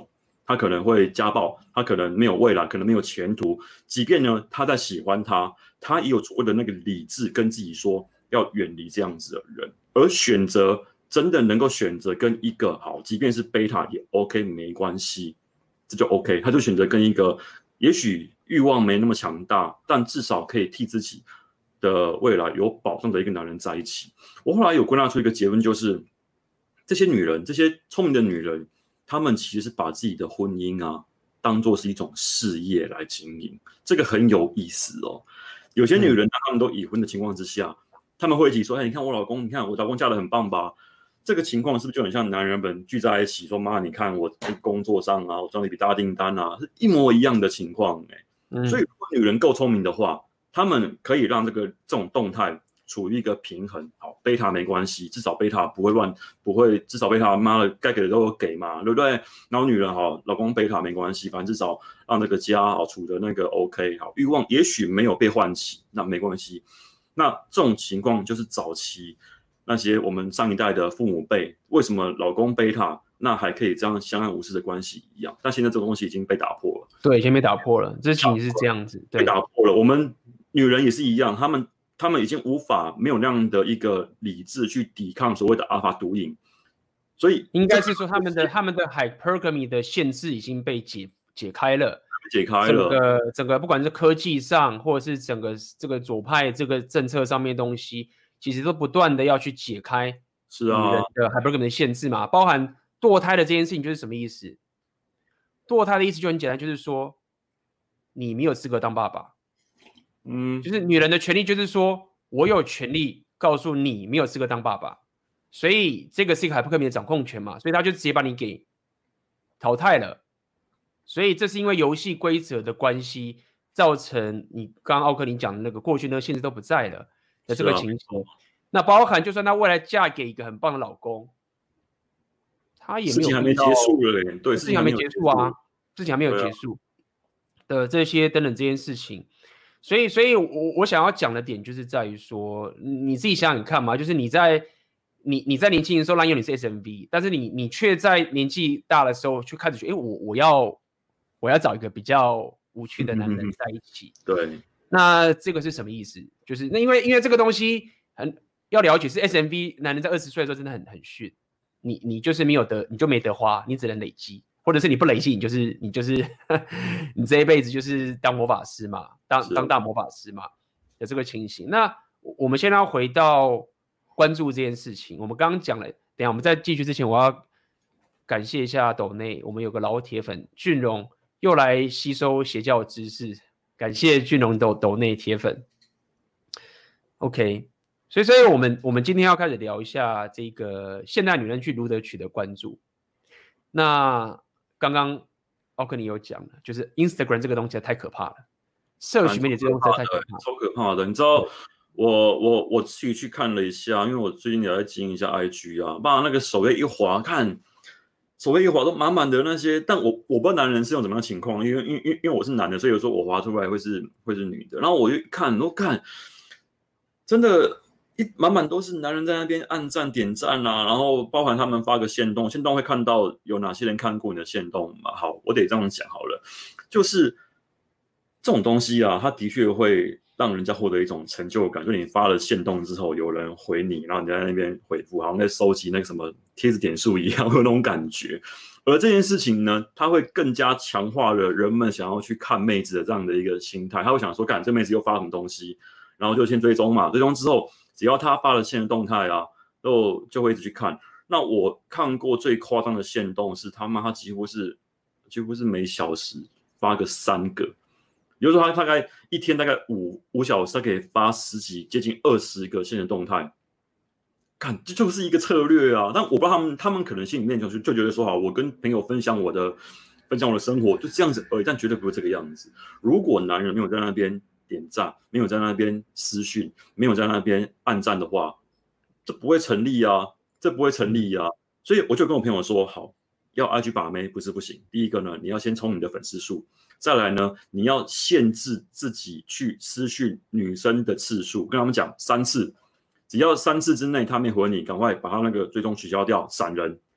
他可能会家暴，他可能没有未来，可能没有前途。即便呢他在喜欢他，他也有所谓的那个理智跟自己说要远离这样子的人，而选择真的能够选择跟一个好，即便是贝塔也 OK 没关系，这就 OK， 他就选择跟一个也许欲望没那么强大，但至少可以替自己的未来有保障的一个男人在一起。我后来有归纳出一个结论，就是这些女人，这些聪明的女人，她们其实是把自己的婚姻啊当作是一种事业来经营，这个很有意思哦。有些女人当她们都已婚的情况之下，她们会一起说：“哎，你看我老公，你看我老公嫁得很棒吧？”这个情况是不是就很像男人们聚在一起说：“妈，你看我在工作上啊，我赚了一笔大订单啊，是一模一样的情况哎、欸。嗯”所以，如果女人够聪明的话，她们可以让这个这种动态处于一个平衡。好，贝塔没关系，至少贝塔不会乱，不会，至少贝塔妈的该给的都有给嘛，对不对？然后女人好，老公贝塔没关系，反正至少让那个家好处的那个 OK 好，欲望也许没有被唤起，那没关系。那这种情况就是早期那些我们上一代的父母辈，为什么老公贝塔那还可以这样相安无事的关系一样？但现在这个东西已经被打破了。 对，已经被打破了，之前也是这样子，对， 被打破了。我们女人也是一样，他们他们已经无法没有那样的一个理智去抵抗所谓的阿尔法毒瘾，所以应该是说他们的他们的 hypergamy 的限制已经被解解开了。 解开了， 整个整个不管是科技上，或者是整个这个左派这个政策上面的东西，其实都不断的要去解开是啊女人的 hypergamy 的限制嘛，包含堕胎的这件事情就是什么意思？堕胎的意思就很简单，就是说你没有资格当爸爸，嗯，就是女人的权利就是说我有权利告诉你没有资格当爸爸，所以这个是一个 hypergamy 的掌控权嘛，所以他就直接把你给淘汰了。所以这是因为游戏规则的关系，造成你刚刚奥克林讲的那个过去那个限制都不在了的这个情形。啊、那包含就算她未来嫁给一个很棒的老公，她也没有事情还没结束了，对， 事情还没结束啊，事情还没有结束的这些等等这件事情。所以，所以我我想要讲的点就是在于说，你自己想想看嘛，就是你在你你在年轻的时候滥用你是 S M V， 但是你你却在年纪大的时候去开始觉得，哎，我我要。我要找一个比较无趣的男人在一起。 对， 那这个是什么意思？就是那因为因为这个东西很要了解，是 S M V 男人在二十岁的时候真的很很逊，你你就是没有得，你就没得花，你只能累积，或者是你不累积，你就是你就是你这一辈子就是当魔法师嘛，当当大魔法师嘛的这个情形。那我们现在要回到关注这件事情，我们刚刚讲了，等一下我们在继续之前，我要感谢一下斗内，我们有个老铁粉俊荣。又来吸收邪教知识，感谢俊荣斗斗内铁粉。OK， 所以所以我们我们今天要开始聊一下这个现代女人去如何取得关注。那刚刚奥克尼有讲了，就是 Instagram 这个东西太可怕了，社群媒体这个东西太可怕了， 超可怕的。你知道，我我我自己去看了一下，因为我最近也在经营一下 I G 啊，把那个首页一滑看。首页一滑都满满的那些，但我我不知道男人是用怎么样的情况，因为因为因为我是男的，所以有时候我滑出来会是会是女的，然后我就看，我看，真的，一满满都是男人在那边按赞点赞啊，然后包含他们发个限动，限动会看到有哪些人看过你的限动嘛？好，我得这样讲好了，就是这种东西啊，它的确会让人家获得一种成就感，就你发了限动之后，有人回你，然后你在那边回复，好像在收集那个什么贴子点数一样，会有那种感觉。而这件事情呢，它会更加强化了人们想要去看妹子的这样的一个心态。他会想说，干这妹子又发什么东西，然后就先追踪嘛。追踪之后，只要他发了限动态啊，就就会一直去看。那我看过最夸张的限动是他妈，他几乎是几乎是每小时发个三个。比如说，他大概一天大概五五小时，他可以发十几、接近二十个现实动态，看这就是一个策略啊。但我不知道他们，他们可能心里面就就觉得说，好，我跟朋友分享我的分享我的生活，就这样子而已，但绝对不是这个样子。如果男人没有在那边点赞，没有在那边私讯，没有在那边按赞的话，这不会成立啊，这不会成立啊。所以我就跟我朋友说，好，要 I G 把妹不是不行。第一个呢，你要先冲你的粉丝数。再来呢，你要限制自己去私讯女生的次数，跟他们讲三次，只要三次之内他没回你，赶快把他那个追踪取消掉，闪人。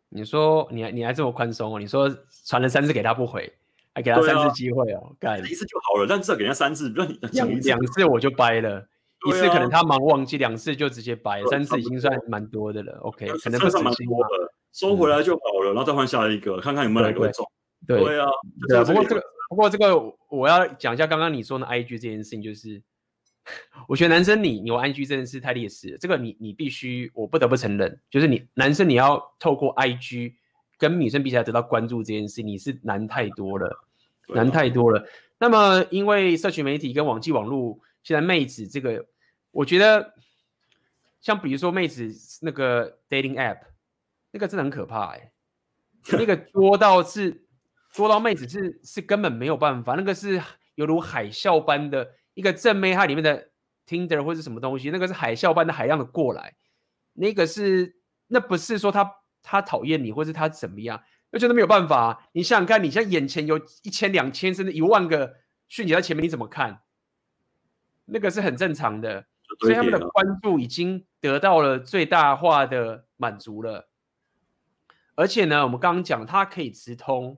你说你还你还这么宽松哦？你说传了三次给他不回，还给他三次机会哦？干、 啊、一次就好了，但至少给他三次，不然讲一次两次我就掰了。一次可能他忙忘记，两次就直接掰，三次已经算蛮多的了。OK， 可能不止蛮多的，收回来就好了，嗯、然后再换下一个，看看有没有哪个会中。 对对, 对啊， 对啊。不过这个，不过这个我要讲一下刚刚你说的 I G 这件事情，就是我觉得男生你你玩 I G 真的是太劣势了。这个你你必须，我不得不承认，就是你男生你要透过 I G 跟女生比起来得到关注这件事，你是难太多了，啊、难太多了。那么因为社群媒体跟网际网络，现在妹子这个。我觉得，像比如说妹子那个 dating app， 那个真的很可怕哎、欸，那个多到是多到妹子是是根本没有办法，那个是犹如海啸般的一个正妹，它里面的 Tinder 或是什么东西，那个是海啸般的海量的过来，那个是那不是说他他讨厌你，或是他怎么样，那真的没有办法、啊。你想想看，你现在眼前有一千、两千甚至一万个讯息在前面，你怎么看？那个是很正常的。所以他们的关注已经得到了最大化的满足了，而且呢，我们刚刚讲，它可以直通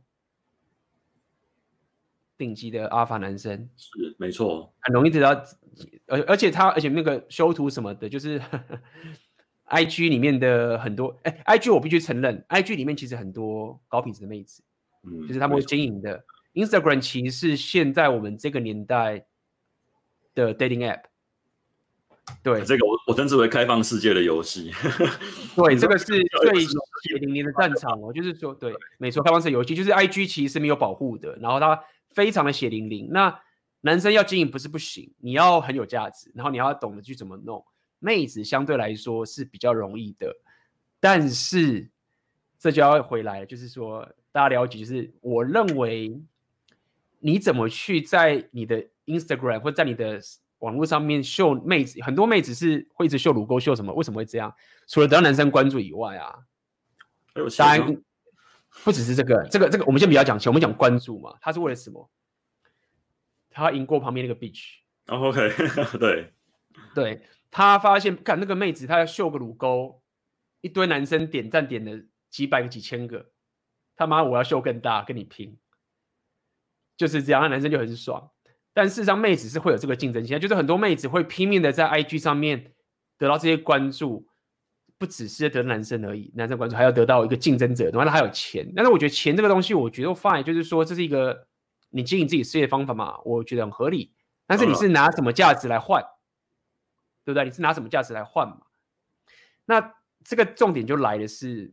顶级的阿尔法男生， 是没错， 很容易得到，而而且他，而且那个修图什么的，就是呵呵 I G 里面的很多，哎 ，I G 我必须承认 ，I G 里面其实很多高品质的妹子，嗯，就是他们会经营的。Instagram 其实是现在我们这个年代的 dating app。对， 这个我我称之为开放世界的游戏。 对，这个是最血淋淋的战场哦。就是说，对，没错，开放式游戏就是 I G 其实是没有保护的，然后它非常的血淋淋。那男生要经营不是不行，你要很有价值，然后你要懂得去怎么弄。妹子相对来说是比较容易的，但是这就要回来了，就是说大家了解，就是我认为你怎么去在你的 Instagram 或在你的网络上面秀妹子，很多妹子是会一直秀乳沟，秀什么？为什么会这样？除了得到男生关注以外啊，当然不只是这个，这个这个我们先不要讲钱，我们讲关注嘛。他是为了什么？他赢过旁边那个 bitch。Oh, OK， 对对，他发现看那个妹子，她要秀个乳沟，一堆男生点赞点了几百个、几千个，他妈我要秀更大，跟你拼，就是这样，那男生就很爽。但事实上，妹子是会有这个竞争心态，就是很多妹子会拼命的在 I G 上面得到这些关注，不只是得男生而已，男生关注还要得到一个竞争者，然后还有钱。但是我觉得钱这个东西，我觉得 fine， 就是说这是一个你经营自己事业的方法嘛，我觉得很合理。但是你是拿什么价值来换，对不对？你是拿什么价值来换嘛？那这个重点就来的是，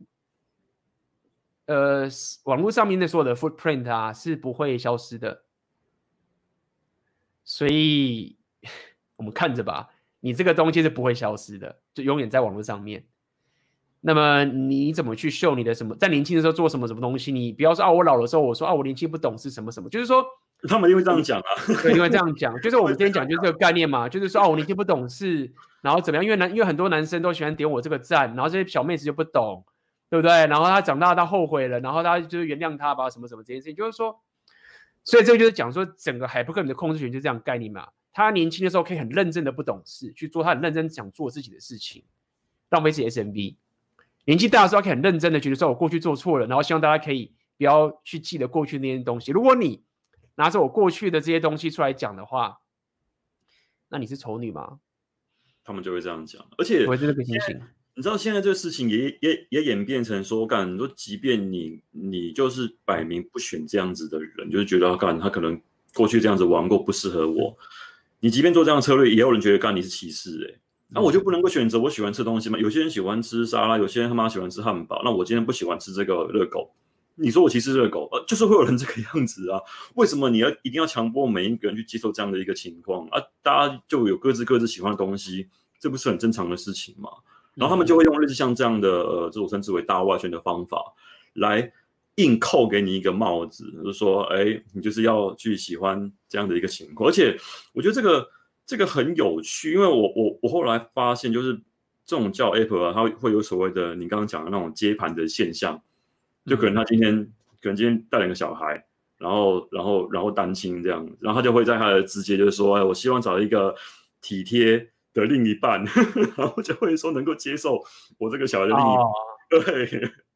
呃，网络上面的所有的 footprint 啊是不会消失的。所以我们看着吧，你这个东西是不会消失的，就永远在网络上面。那么你怎么去秀你的什么？在年轻的时候做什么什么东西？你不要说啊，我老的时候我说啊，我年轻不懂是什么什么，就是说他们一定会这样讲啊， 对，一定会这样讲。就是我们今天讲就是这个概念嘛，就是说啊，我年轻不懂事，然后怎么样？因为男，因为很多男生都喜欢点我这个赞，然后这些小妹子就不懂，对不对？然后他长大他后悔了，然后他就是原谅他吧，什么什么这件事情，就是说。所以这个就是讲说，整个海伯克的控制权就是这样概念嘛。他年轻的时候可以很认真的不懂事，去做他很认真想做自己的事情，浪费自己 S M V。年纪大的时候，他可以很认真的觉得说，我过去做错了，然后希望大家可以不要去记得过去那些东西。如果你拿着我过去的这些东西出来讲的话，那你是丑女吗？ 他们就会这样讲，而且我这个情形。 你知道现在这个事情也也也演变成说，干，你说即便你你就是摆明不选这样子的人，就是觉得干他可能过去这样子玩过不适合我，你即便做这样的策略，也有人觉得干你是歧视哎、欸，那、啊、我就不能够选择我喜欢吃的东西吗？有些人喜欢吃沙拉，有些人他妈喜欢吃汉堡，那我今天不喜欢吃这个热狗，你说我歧视热狗，呃，就是会有人这个样子啊？为什么你要一定要强迫每一个人去接受这样的一个情况啊？大家就有各自各自喜欢的东西，这不是很正常的事情吗？然后他们就会用类似像这样的呃，这种称之为大外宣的方法，来硬扣给你一个帽子，就是说，哎，你就是要去喜欢这样的一个情况。而且我觉得这个这个很有趣，因为我我我后来发现，就是这种叫 App 啊，它会有所谓的你刚刚讲的那种接盘的现象，就可能他今天、嗯、可能今天带了一个小孩，然后然后然后单亲这样，然后他就会在他的直接就是说，哎，我希望找一个体贴的另一半，然后就会说能够接受我这个小孩的另一半，哦、对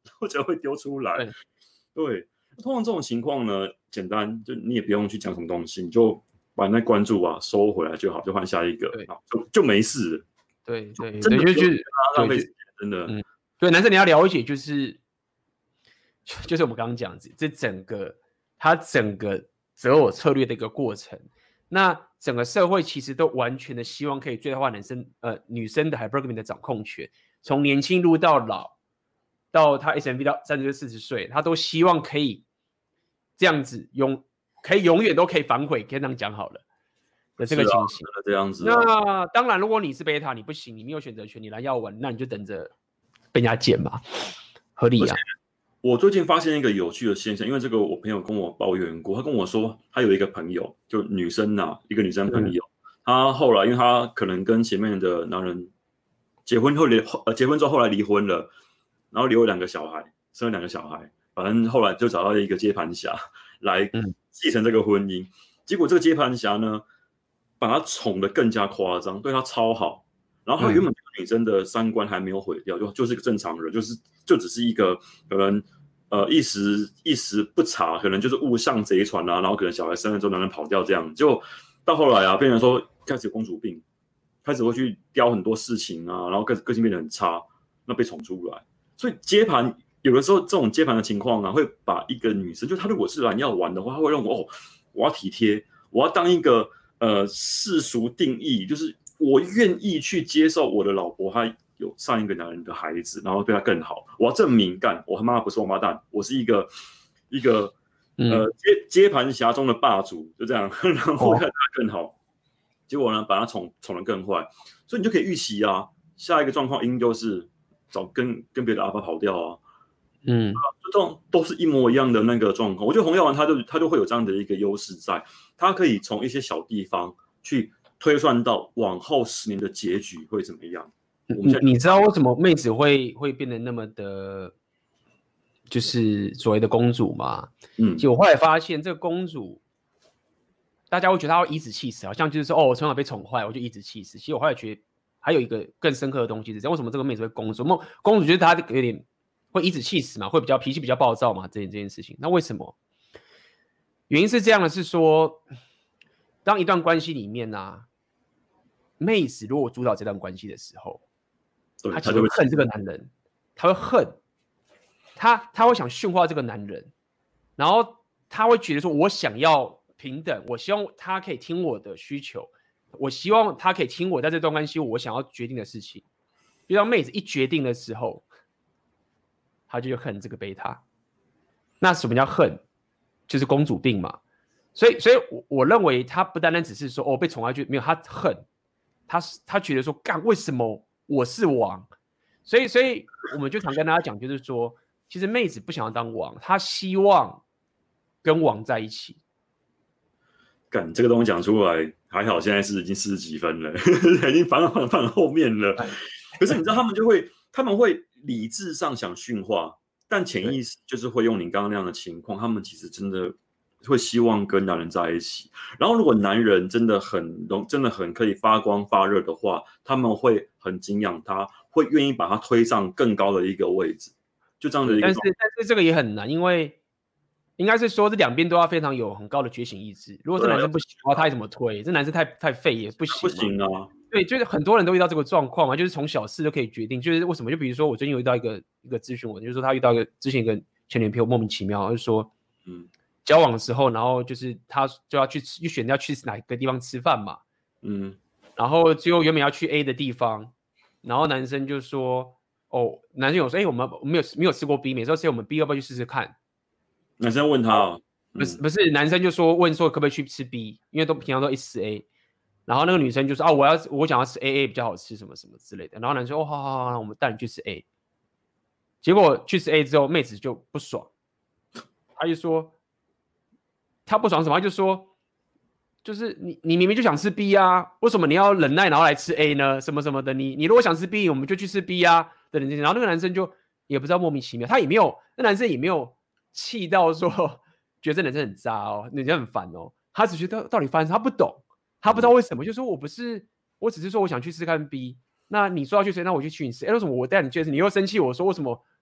然后才会丢出来。对，对，通常这种情况呢，简单，就你也不用去讲什么东西，你就把那关注啊收回来就好，就换下一个，就就没事了。 对对， 真的就是浪费时间，真的。 嗯，对，男生你要了解，就是就是我们刚刚讲这整个他整个择偶策略的一个过程。那整个社会其实都完全的希望可以最大化男生呃女生的 hypergamy 的掌控权，从年轻入到老，到他 S M V 到三十四十岁，他都希望可以这样子永可以永远都可以反悔，可以这样讲好了的这个情形。 啊、这样子、 啊。那当然，如果你是贝塔，你不行，你没有选择权，你蓝药丸，那你就等着被人家捡嘛，合理啊。 我最近发现一个有趣的现象，因为这个我朋友跟我抱怨过，他跟我说他有一个朋友，就女生啊，一个女生朋友，她、嗯、后来因为她可能跟前面的男人结婚后离呃结婚之后后来离婚了，然后留了两个小孩，生了两个小孩，反正后来就找到一个接盘侠来继承这个婚姻，嗯、结果这个接盘侠呢，把她宠得更加夸张，对她超好。然后她原本这个女生的三观还没有毁掉，就就是一个正常人，就是就只是一个可能呃一时一时不察，可能就是误上贼船啊，然后可能小孩生了之后男人跑掉这样，就到后来啊，变成说开始有公主病，开始会去雕很多事情啊，然后个个性变得很差，那被宠出来。所以接盘有的时候这种接盘的情况啊，会把一个女生，就她如果是蓝药丸的话，她会认为哦，我要体贴，我要当一个呃世俗定义，就是我愿意去接受我的老婆她有上一个男人的孩子，然后对她更好，我要证明干我他妈不是王八蛋，我是一个一个呃接接盘侠中的霸主，就这样，然后让她更好。哦，结果呢，把他宠宠得更坏，所以你就可以预期啊，下一个状况应就是找跟跟别的阿爸跑掉啊， 嗯， 这种都是一模一样的那个状况。我觉得红药丸它就它就会有这样的一个优势在，它可以从一些小地方去推算到往后十年的结局会怎么样。 你你知道为什么妹子会会变得那么的，就是所谓的公主吗？嗯，就我后来发现这个公主。大家会觉得他会颐指气使，好像就是说，哦，我从小被宠坏，我就颐指气使。其实我后来觉得还有一个更深刻的东西是这样：为什么这个妹子会公主？公主就是她有点会颐指气使嘛，会比较脾气比较暴躁嘛，这件这件事情。那为什么？原因是这样的，是说，当一段关系里面呢、啊，妹子如果主导这段关系的时候，她就会恨这个男人，她会恨他，他会想驯化这个男人，然后他会觉得说，我想要平等，我希望他可以听我的需求，我希望他可以听我在这段关系我想要决定的事情。就当妹子一决定的时候，他就恨这个贝塔。那什么叫恨？就是公主病嘛。所以，所以我我认为他不单单只是说哦被宠爱就没有，他恨，他他觉得说干为什么我是王？所以，所以我们就常跟大家讲，就是说，其实妹子不想要当王，她希望跟王在一起。 干这个东西讲出来，还好现在是已经四十几分了，已经反反反后面了。可是你知道他们就会，他们会理智上想驯化，但潜意识就是会用你刚刚那样的情况，他们其实真的会希望跟男人在一起。然后如果男人真的很真的很可以发光发热的话，他们会很敬仰他，会愿意把他推上更高的一个位置。就这样的一个。 但是但是这个也很难，因为。应该是说，这两边都要非常有很高的觉醒意志。如果这男生不行的话，他怎么推？这男生太太废也不行。 不行啊！ 对，就是很多人都遇到这个状况嘛，就是从小事都可以决定。就是为什么？就比如说，我最近有遇到一个一个咨询我，就是说他遇到一个之前一个前女朋友莫名其妙，就是说，嗯，交往的时候，然后就是他就要去去选要去哪个地方吃饭嘛，嗯，然后最后原本要去 A 的地方，然后男生就说，哦，男生有说，哎、欸，我们没有没有吃过 B， 每次都说我们 B 要不要去试试看？ 男生问他、哦嗯，不是不是，男生就说问说可不可以去吃 B， 因为都平常都一吃 A， 然后那个女生就说啊，我要我想要吃 A A 比较好吃什么什么之类的，然后男生说哦好好好，我们带你去吃 A， 结果去吃 A 之后，妹子就不爽，他就说他不爽什么，他就说就是你你明明就想吃 B 啊，为什么你要忍耐然后来吃 A 呢？什么什么的，你你如果想吃 B， 我们就去吃 B 啊的人，然后那个男生就也不知道莫名其妙，他也没有，那男生也没有。气到说，觉得这男生很渣哦，女生很烦哦。他只觉得到底发生，他不懂，他不知道为什么，就说我不是，我只是说我想去试看 B。那你说要去谁，那我就去你试。哎，为什么我带你去？你又生气，我说为什么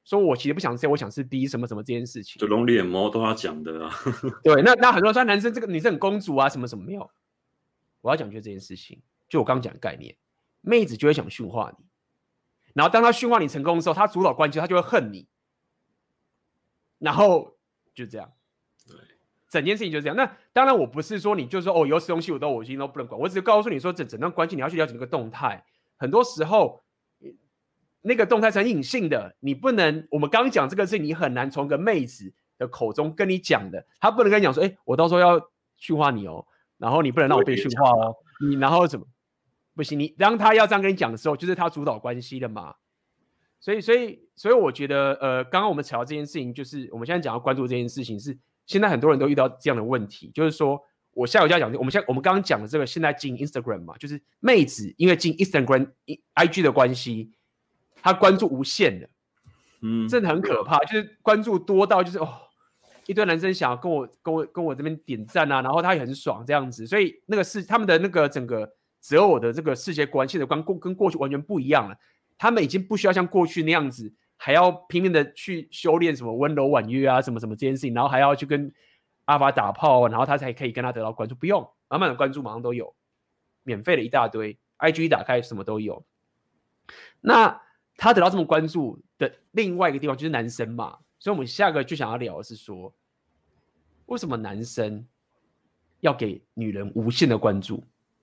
说我其实不想 C， 我想是 B 什么什么这件事情， 就龙脸猫都要讲的啊。 对，那那很多人说男生这个女生很公主啊，什么什么没有。我要讲就这件事情，就我刚刚讲的概念，妹子就会想驯化你，然后当她驯化你成功的时候，她主导关系，她就会恨你，然后就这样。 对， 整件事情就这样。那当然，我不是说你就是说哦，有什么东西我都我今天都不能管，我只是告诉你说，整整段关系你要去了解那个动态。很多时候，那个动态是很隐性的，你不能。我们刚刚讲这个事情，你很难从个妹子的口中跟你讲的，她不能跟你讲说，哎、欸，我到时候要驯化你哦，然后你不能让我被驯化哦，你然后怎么不行？你当他要这样跟你讲的时候，就是他主导关系的嘛。所以，所以，所以我觉得，呃，刚刚我们聊到这件事情，就是我们现在讲要关注这件事情是。现在很多人都遇到这样的问题，就是说，我下午就要讲，我们现在我们刚刚讲的这个，现在进 Instagram 嘛，就是妹子因为进 Instagram、I G 的关系，她关注无限的，嗯，真的很可怕，就是关注多到就是哦，一堆男生想要跟我跟我跟我这边点赞啊，然后他也很爽这样子，所以那个是他们的那个整个择偶的这个世界观、现在观跟过去完全不一样了，他们已经不需要像过去那样子。还要拼命的去修炼什么温柔婉约啊，什么什么这件事情，然后还要去跟阿法打炮，然后他才可以跟他得到关注。不用，满满的关注马上都有，免费的一大堆 ，I G 打开什么都有。那他得到这么关注的另外一个地方就是男生嘛，所以我们下个就想要聊的是说，为什么男生要给女人无限的关注？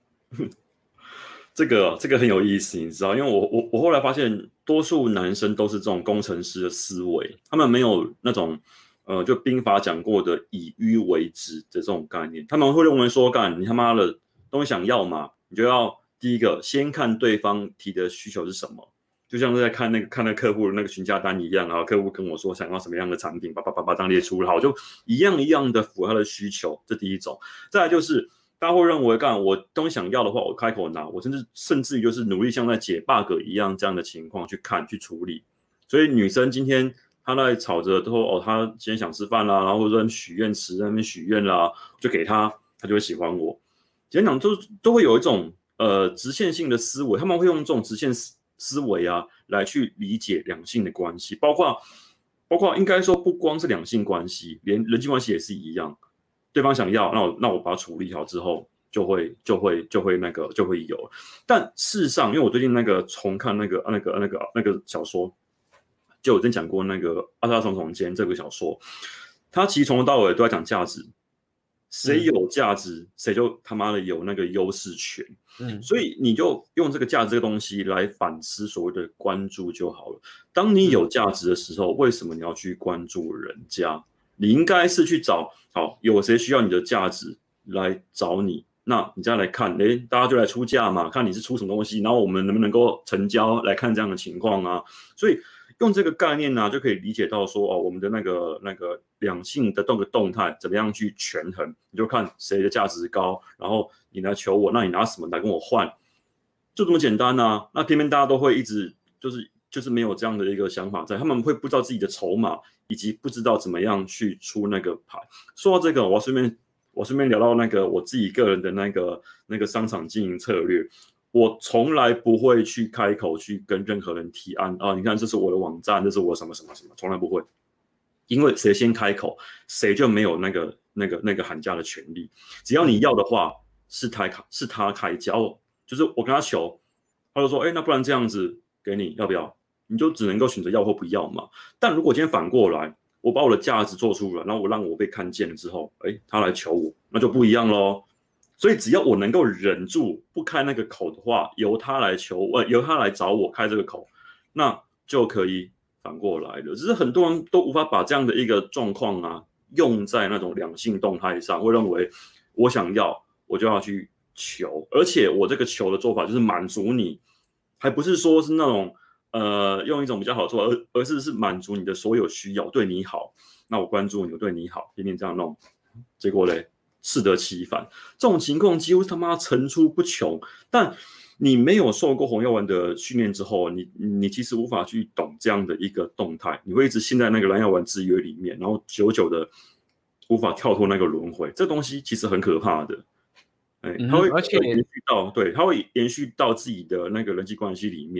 这个这个很有意思，你知道，因为我我我后来发现，多数男生都是这种工程师的思维，他们没有那种呃，就兵法讲过的以迂为直的这种概念，他们会认为说，干你他妈的东西想要嘛，你就要第一个先看对方提的需求是什么，就像是在看那个看那客户的那个询价单一样啊，客户跟我说想要什么样的产品，叭叭叭叭这样列出，好，就一样一样的符合他的需求，这第一种，再来就是。大家会认为，干我东西想要的话，我开口拿，我甚至甚至于就是努力像在解 bug 一样这样的情况去看去处理。所以女生今天她在吵着说，哦，她今天想吃饭啦，然后或者说许愿池在那边许愿啦，就给她，她就会喜欢我。简单讲，都都会有一种呃直线性的思维，他们会用这种直线思维啊来去理解两性的关系，包括包括应该说不光是两性关系，连人际关系也是一样。对方想要，那我那我把它处理好之后，就会就会就会那个就会有。但事实上，因为我最近那个重看那个那个那个那个小说，就我之前讲过那个《阿萨松总监》这个小说，他其实从头到尾都在讲价值，谁有价值，谁就他妈的有那个优势权。嗯，所以你就用这个价值这个东西来反思所谓的关注就好了。当你有价值的时候，为什么你要去关注人家？你应该是去找好有谁需要你的价值来找你，那你再来看，哎，大家就来出价嘛，看你是出什么东西，然后我们能不能够成交，来看这样的情况啊。所以用这个概念呢、啊，就可以理解到说，哦，我们的那个那个两性的动个动态怎么样去权衡，你就看谁的价值高，然后你来求我，那你拿什么来跟我换，就这么简单啊。那偏偏大家都会一直就是就是没有这样的一个想法在，他们会不知道自己的筹码。以及不知道怎么样去出那个牌。说到这个，我顺便我顺便聊到那个我自己个人的那个那个商场经营策略。我从来不会去开口去跟任何人提案啊，你看这是我的网站，这是我什么什么什么，从来不会。因为谁先开口，谁就没有那个那个那个喊价的权利。只要你要的话，是他是他开价，就是我跟他求，他就说，哎，那不然这样子给你，要不要？你就只能够选择要或不要嘛。但如果今天反过来，我把我的价值做出来，然后我让我被看见了之后，哎，他来求我，那就不一样咯。所以只要我能够忍住不开那个口的话，由他来求，呃，由他来找我开这个口，那就可以反过来了。只是很多人都无法把这样的一个状况啊，用在那种两性动态上，会认为我想要我就要去求，而且我这个求的做法就是满足你，还不是说是那种。呃，用一种比较好的做法，而而是是满足你的所有需要，对你好，那我关注你，我对你好，天天这样弄，结果嘞，适得其反。这种情况几乎他妈层出不穷。但你没有受过红药丸的训练之后，你你其实无法去懂这样的一个动态，你会一直陷在那个蓝药丸制约里面，然后久久的无法跳脱那个轮回。这东西其实很可怕的，哎，它会延续到对，它会延续到自己的那个人际关系里面。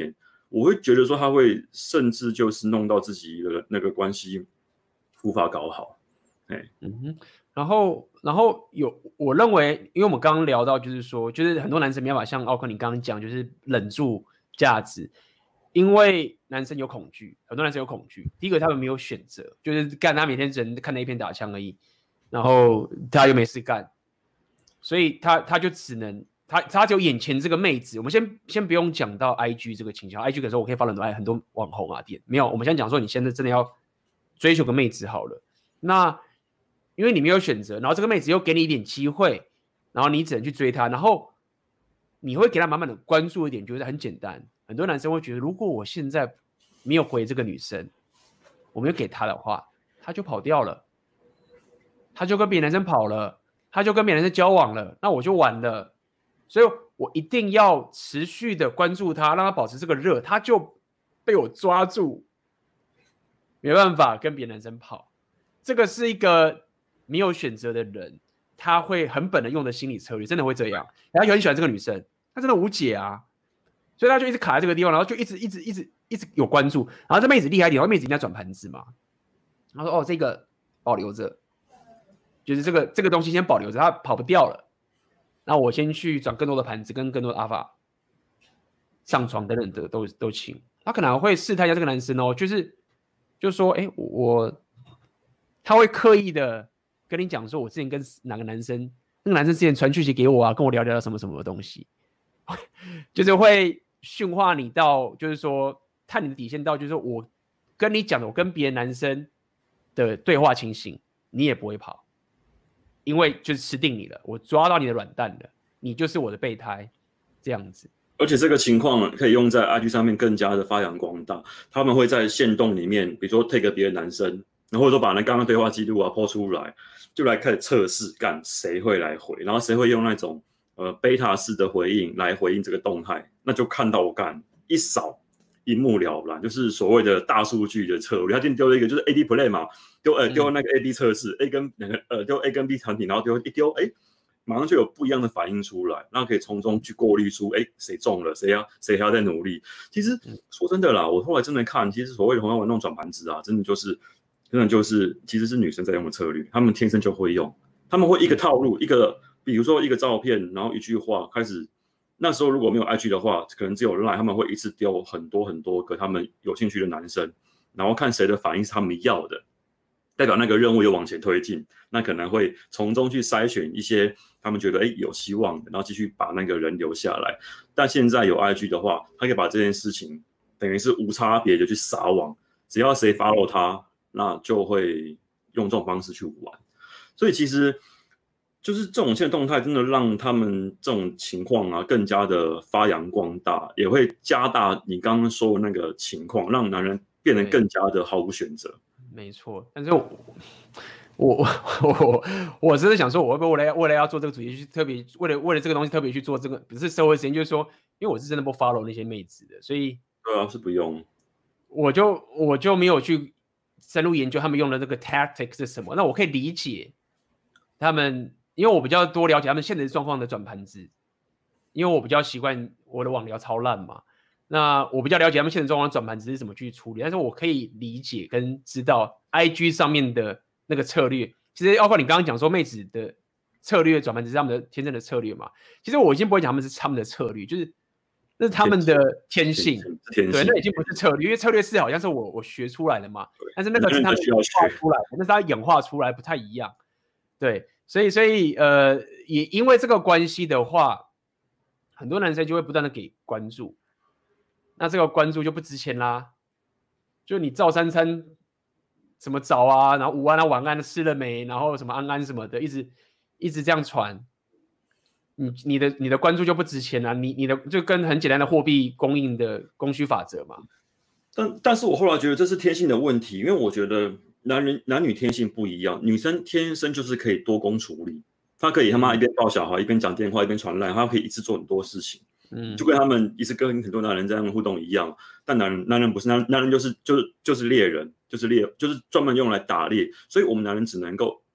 我会觉得说他会甚至就是弄到自己的那个关系无法搞好。 嗯哼，然后然后有我认为，因为我们刚刚聊到就是说，就是很多男生没办法像奥克你刚刚讲，就是忍住价值，因为男生有恐惧，很多男生有恐惧。第一个他们没有选择，就是干他每天只能看那一片打枪而已，然后他又没事干，所以他他就只能他他只有眼前这个妹子。我们先先不用讲到 I G 这个倾向 ，I G 可能说我可以发很多很多网红啊店，没有，我们先讲说你现在真的要追求个妹子好了，那因为你没有选择，然后这个妹子又给你一点机会，然后你只能去追她，然后你会给她满满的关注一点，就是很简单。很多男生会觉得，如果我现在没有回这个女生，我没有给她的话，她就跑掉了，她就跟别的男生跑了，她就跟别的男生交往了，那我就完了。所以我一定要持续的关注她，让她保持这个热，她就被我抓住，没办法跟别的男生跑。这个是一个没有选择的人，他会很本能用的心理策略，真的会这样。然后就很喜欢这个女生，他真的无解啊，所以他就一直卡在这个地方，然后就一直一直一直一直有关注。然后这妹子厉害一点，然后妹子一定要转盘子嘛。他说：“哦，这个保留着，就是这个这个东西先保留着，它跑不掉了。那我先去转更多的盘子，跟更多的阿法上床等等的都都请。他可能会试探一下这个男生哦，就是就说，哎，我他会刻意的。”跟你讲说，我之前跟哪个男生，那个男生之前传讯息给我啊，跟我聊聊什么什么的东西，就是会驯化你到，就是说探你的底线到，就是说我跟你讲的，我跟别的男生的对话情形，你也不会跑，因为就是吃定你了，我抓到你的软蛋了，你就是我的备胎，这样子。 而且这个情况可以用在 I G 上面更加的发扬光大，他们会在限动里面，比如说 take 别的男生。然后或者说把那刚刚对话记录啊 po 出来，就来开始测试，干谁会来回，然后谁会用那种呃贝塔式的回应来回应这个动态，那就看到我干一扫一目了然，就是所谓的大数据的策略。他今天丢了一个就是 A D play 嘛，丢呃丢那个 A B 测试、嗯、，A 跟两个呃丢 A 跟 B 产品，然后丢一丢，哎，马上就有不一样的反应出来，然后可以从中去过滤出，哎，谁中了，谁要谁还要再努力。其实说真的啦，我后来真的看，其实所谓的红药丸那种转盘子啊，真的就是。真的就是，其实是女生在用的策略，她们天生就会用，她们会一个套路，一个比如说一个照片，然后一句话开始。那时候如果没有 I G 的话，可能只有 Line， 他们会一次丢很多很多个他们有兴趣的男生，然后看谁的反应是他们要的，代表那个任务又往前推进，那可能会从中去筛选一些他们觉得哎有希望的，然后继续把那个人留下来。但现在有 I G 的话，他可以把这件事情等于是无差别的去撒网，只要谁 follow 他。那就会用这种方式去玩，所以其实就是这种现在动态真的让他们这种情况啊更加的发扬光大，也会加大你刚刚说的那个情况，让男人变得更加的毫无选择。 没错，但是我我我我我真的想说，我会不会为了为了要做这个主题，去特别为了为了这个东西特别去做这个，不是社会实验，就是说，因为我是真的不 follow 那些妹子的，所以对啊，是不用， 我就我就没有去。深入研究他们用的这个 tactic 是什么？那我可以理解他们，因为我比较多了解他们现实状况的转盘子，因为我比较习惯我的网聊超烂嘛，那我比较了解他们现实状况的转盘子是怎么去处理，但是我可以理解跟知道 I G 上面的那个策略。其实包括你刚刚讲说妹子的策略转盘子是他们的天生的策略嘛，其实我已经不会讲他们是他们的策略，就是那是他们的天性， 天性对，那已经不是策略，因为策略是好像是我我学出来的嘛，但是那个是他们演化出来的，那是他演化出来不太一样，对，所以所以呃，也因为这个关系的话，很多男生就会不断的给关注，那这个关注就不值钱啦，就你照三餐什么早啊，然后午安啊晚安吃了没，然后什么安安什么的，一直一直这样传。你你的你的关注就不值钱了、啊，你你的就跟很简单的货币供应的供需法则嘛。 但但是我后来觉得这是天性的问题，因为我觉得男人男女天性不一样，女生天生就是可以多工处理，她可以他妈一边抱小孩一边讲电话一边传赖，她可以一次做很多事情，嗯，就跟他们一直跟很多男人这样互动一样。但男人男人不是，男男人就是就是就是猎人，就是猎就是专门用来打猎，所以我们男人只能够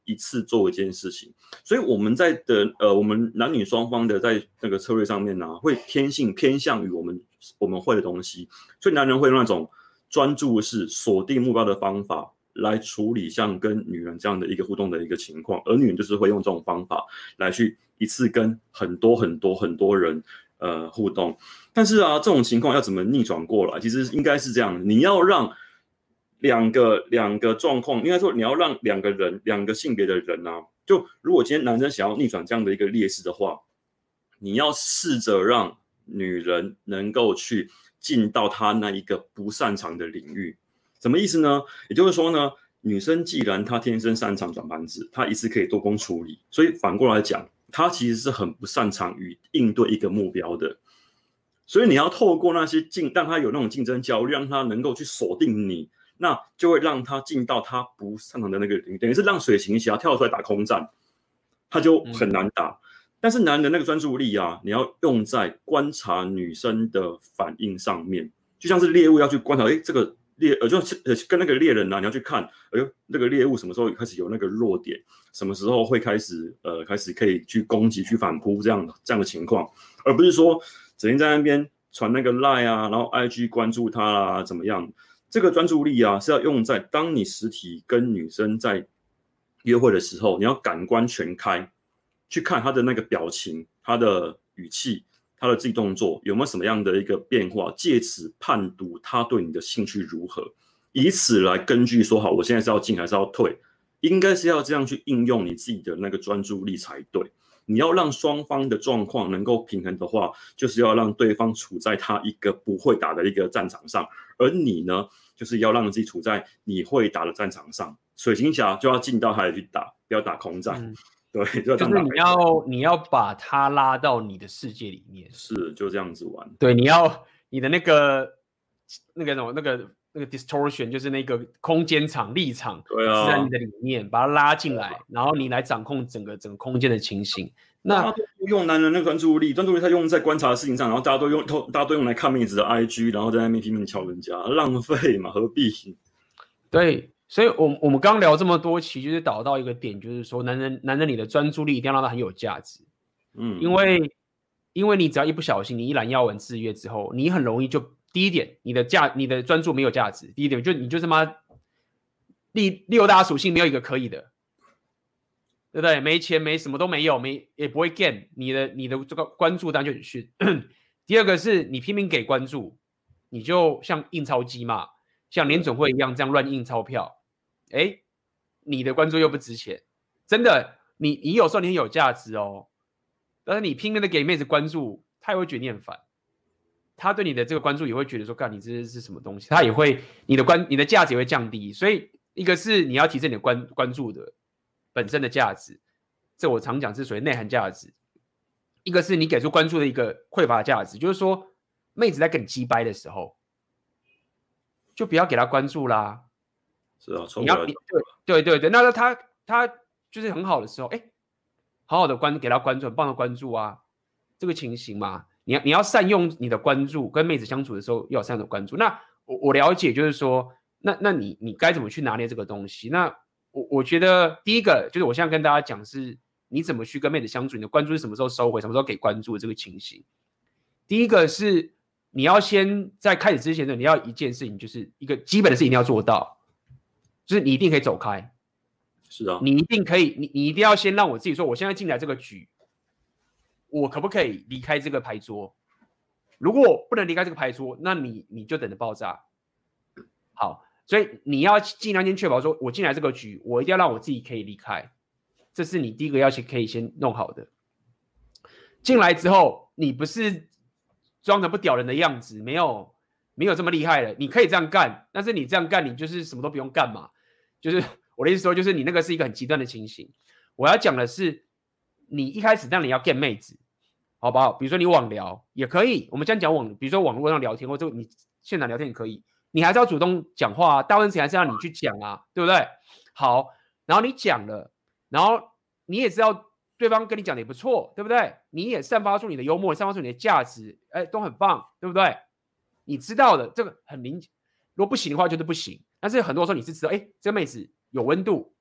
一次做一件事情。所以我们在的呃，我们男女双方的在那个策略上面呢、啊，会天性偏向于我们我们会的东西。所以男人会用那种专注式锁定目标的方法来处理像跟女人这样的一个互动的一个情况，而女人就是会用这种方法来去一次跟很多很多很多人呃互动。但是啊，这种情况要怎么逆转过来？其实应该是这样，你要让两个两个状况，应该说你要让两个人两个性别的人啊，就如果今天男生想要逆转这样的一个劣势的话，你要试着让女人能够去进到他那一个不擅长的领域。什么意思呢？也就是说呢，女生既然她天生擅长转盘子，她一次可以多工处理，所以反过来讲，她其实是很不擅长于应对一个目标的。所以你要透过那些竞，让她有那种竞争焦虑，让她能够去锁定你，那就会让她进到她不擅长的那个领域，等于是让水行侠跳出来打空战，她就很难打。嗯，但是男人的那个专注力啊，你要用在观察女生的反应上面，就像是猎物要去观察，哎，这个猎呃，就呃跟那个猎人啊，你要去看，哎呦，那个猎物什么时候开始有那个弱点，什么时候会开始呃开始可以去攻击、去反扑这样这样的情况，而不是说整天在那边传那个 Line 啊，然后 I G 关注他啊，怎么样？这个专注力啊是要用在当你实体跟女生在约会的时候，你要感官全开，去看她的那个表情、她的语气。他的自己动作有没有什么样的一个变化，借此判读他对你的兴趣如何，以此来根据说好我现在是要进还是要退，应该是要这样去应用你自己的那个专注力才对。你要让双方的状况能够平衡的话，就是要让对方处在他一个不会打的一个战场上，而你呢，就是要让自己处在你会打的战场上。水行侠就要进到海里去打，不要打空战。嗯，对，就就是你要你要把他拉到你的世界里面， 是就这样子玩。 对，你要你的那个那个什么那个那个 distortion， 就是那个空间场立场， 对啊， 是在你的里面把它拉进来，然后你来掌控整个整个空间的情形。那大家都用男人的专注力，专注力他用在观察的事情上，然后大家都用大家都用来看妹子的 I G， 然后在那边拼命敲人家，浪费嘛，何必？ 对。所以我，我我们刚聊这么多期，就是导到一个点，就是说，男人，男人，你的专注力一定要让他很有价值，嗯，因为，因为你只要一不小心，你一揽腰丸制约之后，你很容易就第一点，你的价，你的专注没有价值，第一点就你就是妈六六大属性没有一个可以的，对不对？没钱，没什么都没有，没也不会 gain， 你的你的这个关注当然就很逊。第二个是你拼命给关注，你就像印钞机嘛。像联准会一样这样乱印钞票，哎，你的关注又不值钱，真的，你你有时候你很有价值哦，但是你拼命的给妹子关注，他也会觉得你很烦，他对你的这个关注也会觉得说，干你这是什么东西，他也会你的关你的价值也会降低，所以一个是你要提升你的关关注的本身的价值，这我常讲是属于内涵价值，一个是你给出关注的一个匮乏价值，就是说妹子在跟你鸡掰的时候。就不要给他关注啦， 是啊， 你要对对对对，那他他就是很好的时候，哎，好好的关给他关注，很棒的关注啊，这个情形嘛，你要你要善用你的关注，跟妹子相处的时候要有善用的关注。那我我了解，就是说，那那你你该怎么去拿捏这个东西？那我我觉得第一个就是我现在跟大家讲是，你怎么去跟妹子相处，你的关注是什么时候收回，什么时候给关注这个情形。第一个是。你要先在开始之前呢，你要一件事情，就是一个基本的事情一定要做到，就是你一定可以走开。 是啊， 你一定可以，你你一定要先让我自己说，我现在进来这个局，我可不可以离开这个牌桌？如果不能离开这个牌桌，那你你就等着爆炸。好，所以你要尽量先确保说，我进来这个局，我一定要让我自己可以离开，这是你第一个要先可以先弄好的。进来之后，你不是。装着不屌人的样子，没有没有这么厉害了。你可以这样干，但是你这样干，你就是什么都不用干嘛。就是我的意思说，就是你那个是一个很极端的情形。我要讲的是，你一开始让你要 get 妹子，好不好？比如说你网聊也可以，我们这样讲网，比如说网络上聊天，或者你现场聊天也可以，你还是要主动讲话啊，大部分时间还是让你去讲啊，对不对？好，然后你讲了，然后你也知道。对方跟你讲的也不错，对不对？你也散发出你的幽默，散发出你的价值，哎，都很棒，对不对？你知道的，这个很明显。如果不行的话，就是不行。但是很多时候你是知道，哎，这个妹子有温度，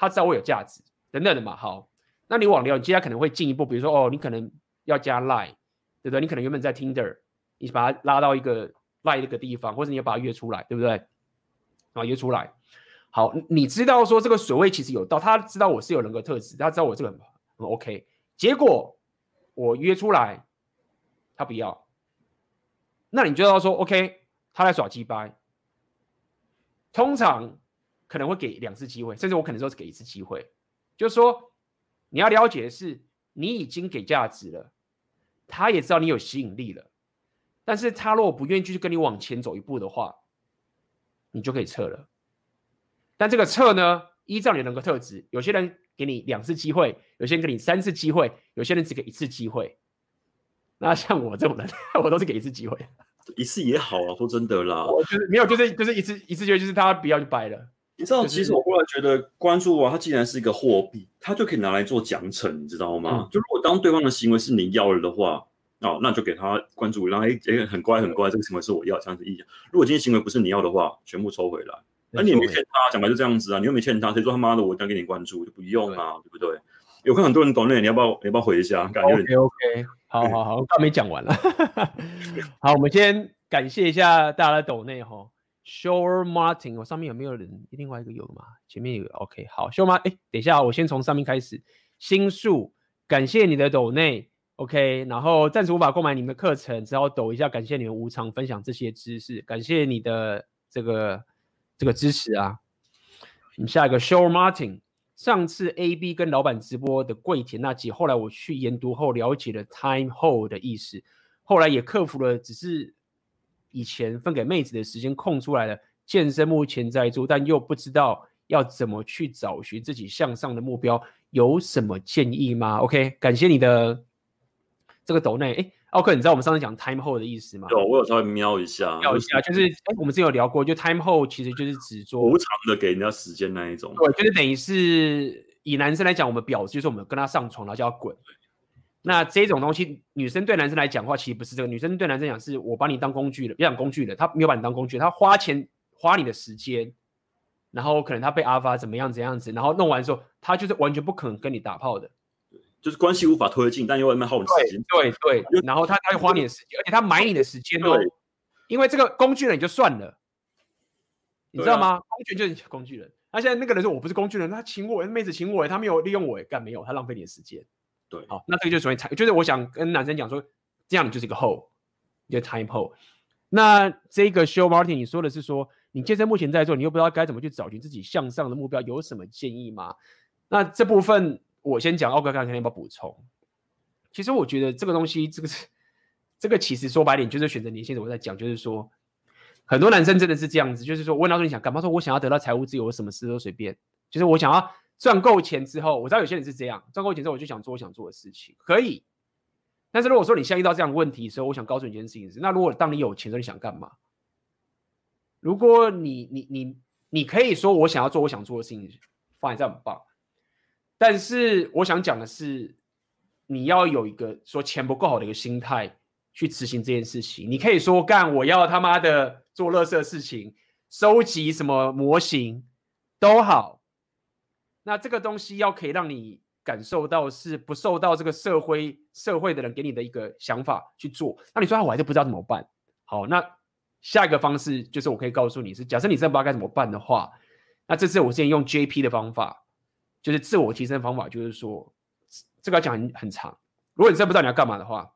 他知道我有价值等等的嘛。好，那你网聊，你接下来可能会进一步，比如说哦，你可能要加 Line， 对不对？你可能原本在 Tinder， 你把他拉到一个 Line 那个地方，或者你要把他约出来，对不对？啊，约出来。好，你知道说这个水位其实有到，他知道我是有人格特质，他知道我这个很很 OK。结果我约出来，他不要，那你就要说 OK， 他在耍鸡掰。通常可能会给两次机会，甚至我可能说是给一次机会，就是说你要了解的是，你已经给价值了，他也知道你有吸引力了，但是他如果不愿意继续跟你往前走一步的话，你就可以撤了。但这个撤呢，依照你的人格特质，有些人给你两次机会，有些人给你三次机会，有些人只给一次机会。那像我这种人，我都是给一次机会。 一次也好啊，说真的啦， 我就是没有，就是就是一次一次机会，就是他不要就掰了。 你知道，其实我后来觉得关注啊，它既然是一个货币，它就可以拿来做奖惩，你知道吗？嗯、就如果当对方的行为是你要了的话，哦，那就给他关注，然后哎、欸，很乖很乖，这个行为是我要，这样子意见。如果今天行为不是你要的话，全部抽回来。那你也没欠他，讲白就这样子啊，你又没欠他，谁说他妈的我一定要给你关注，就不用啊， 对, 对不对？有看很多人懂那，你要不要你要不要回一下？感觉 OK OK， 好好好，我刚没讲完了。好，我们先感谢一下大家的抖内哈。Shore Martin， 我上面有没有人？另外一个有吗？前面有 OK， 好 ，Shore Martin， 哎，等一下，我先从上面开始。新树，感谢你的抖内 ，OK， 然后暂时无法购买你们的课程，只好抖一下，感谢你们无偿分享这些知识，感谢你的这个这个支持啊。我们下一个 Shore Martin。上次 A B 跟老板直播的跪舔那集，后来我去研读后了解了 time hold 的意思，后来也克服了只是以前分给妹子的时间空出来了。健身目前在做，但又不知道要怎么去找寻自己向上的目标，有什么建议吗 ？OK， 感谢你的这个抖内。哎，奥克，你知道我们上次讲 time hold 的意思吗？ 有，我有稍微瞄一下， 瞄一下，就是哎，我们之前有聊过，就 time hold 其实就是指说无偿的给人家时间那一种。 对，就是等于是以男生来讲，我们婊子就是我们跟他上床，然后叫他滚。那这种东西，女生对男生来讲的话，其实不是这个。女生对男生讲是我把你当工具了，不讲工具了，他没有把你当工具，他花钱花你的时间，然后可能他被阿发怎么样怎样子，然后弄完之后，他就是完全不可能跟你打炮的。 就是关系无法推进，但又在耗你时间。 对对对，然后他他会花你的时间，而且他买你的时间哦。因为这个工具人也就算了，你知道吗？啊、工具人就是工具人。他现在那个人说我不是工具人，他请我，妹子请我，他没有利用我，干没有，他浪费你的时间。 对， 好，那这个就属于就是我想跟男生讲说，这样你就是一个 hoe， 一个 time hoe。那这个 Show Martin 你说的是说，你健身目前在做，你又不知道该怎么去找寻自己向上的目标，有什么建议吗？那这部分我先讲，奥哥看看要不要补充。其实我觉得这个东西，这个这个其实说白点就是选择年限。我在讲，就是说很多男生真的是这样子，就是说问到说你想干嘛？说我想要得到财务自由，我什么事都随便，就是我想要赚够钱之后，我知道有些人是这样，赚够钱之后我就想做我想做的事情，可以。但是如果说你现在遇到这样的问题的时候，我想告诉你一件事情是：那如果当你有钱的时候，你想干嘛？如果你你你你可以说我想要做我想做的事情，放在这很棒。但是我想讲的是，你要有一个说钱不够好的一个心态去执行这件事情。你可以说干我要他妈的做垃圾的事情，收集什么模型都好。那这个东西要可以让你感受到是不受到这个社会社会的人给你的一个想法去做。那你说、啊、我还是不知道怎么办。好，那下一个方式就是我可以告诉你是，假设你真的不知道该怎么办的话，那这次我之前用 J P 的方法，就是自我提升的方法，就是说这个要讲 很, 很长。如果你真的不知道你要干嘛的话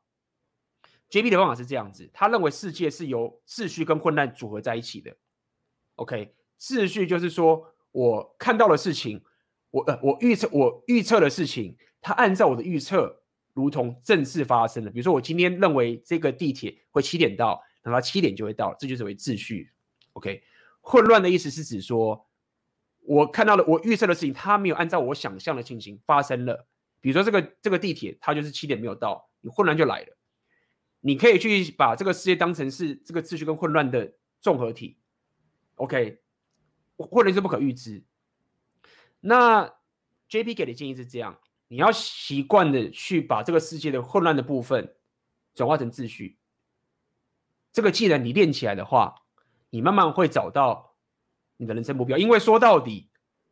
，J P 的方法是这样子，他认为世界是由秩序跟混乱组合在一起的。OK， 秩序就是说我看到的事情。我, 呃、我预测我预测的事情，它按照我的预测如同正式发生了。比如说我今天认为这个地铁会七点到，然后七点就会到，这就是为秩序。OK， 混乱的意思是指说我看到了我预测的事情，它没有按照我想象的情形发生了。比如说这个这个地铁它就是七点没有到，你混乱就来了。你可以去把这个世界当成是这个秩序跟混乱的综合体。OK， 混乱是不可预知。那 J P 给的建议是这样，你要习惯的去把这个世界的混乱的部分转化成秩序。这个技能你练起来的话，你慢慢会找到你的人生目标。因为说到底，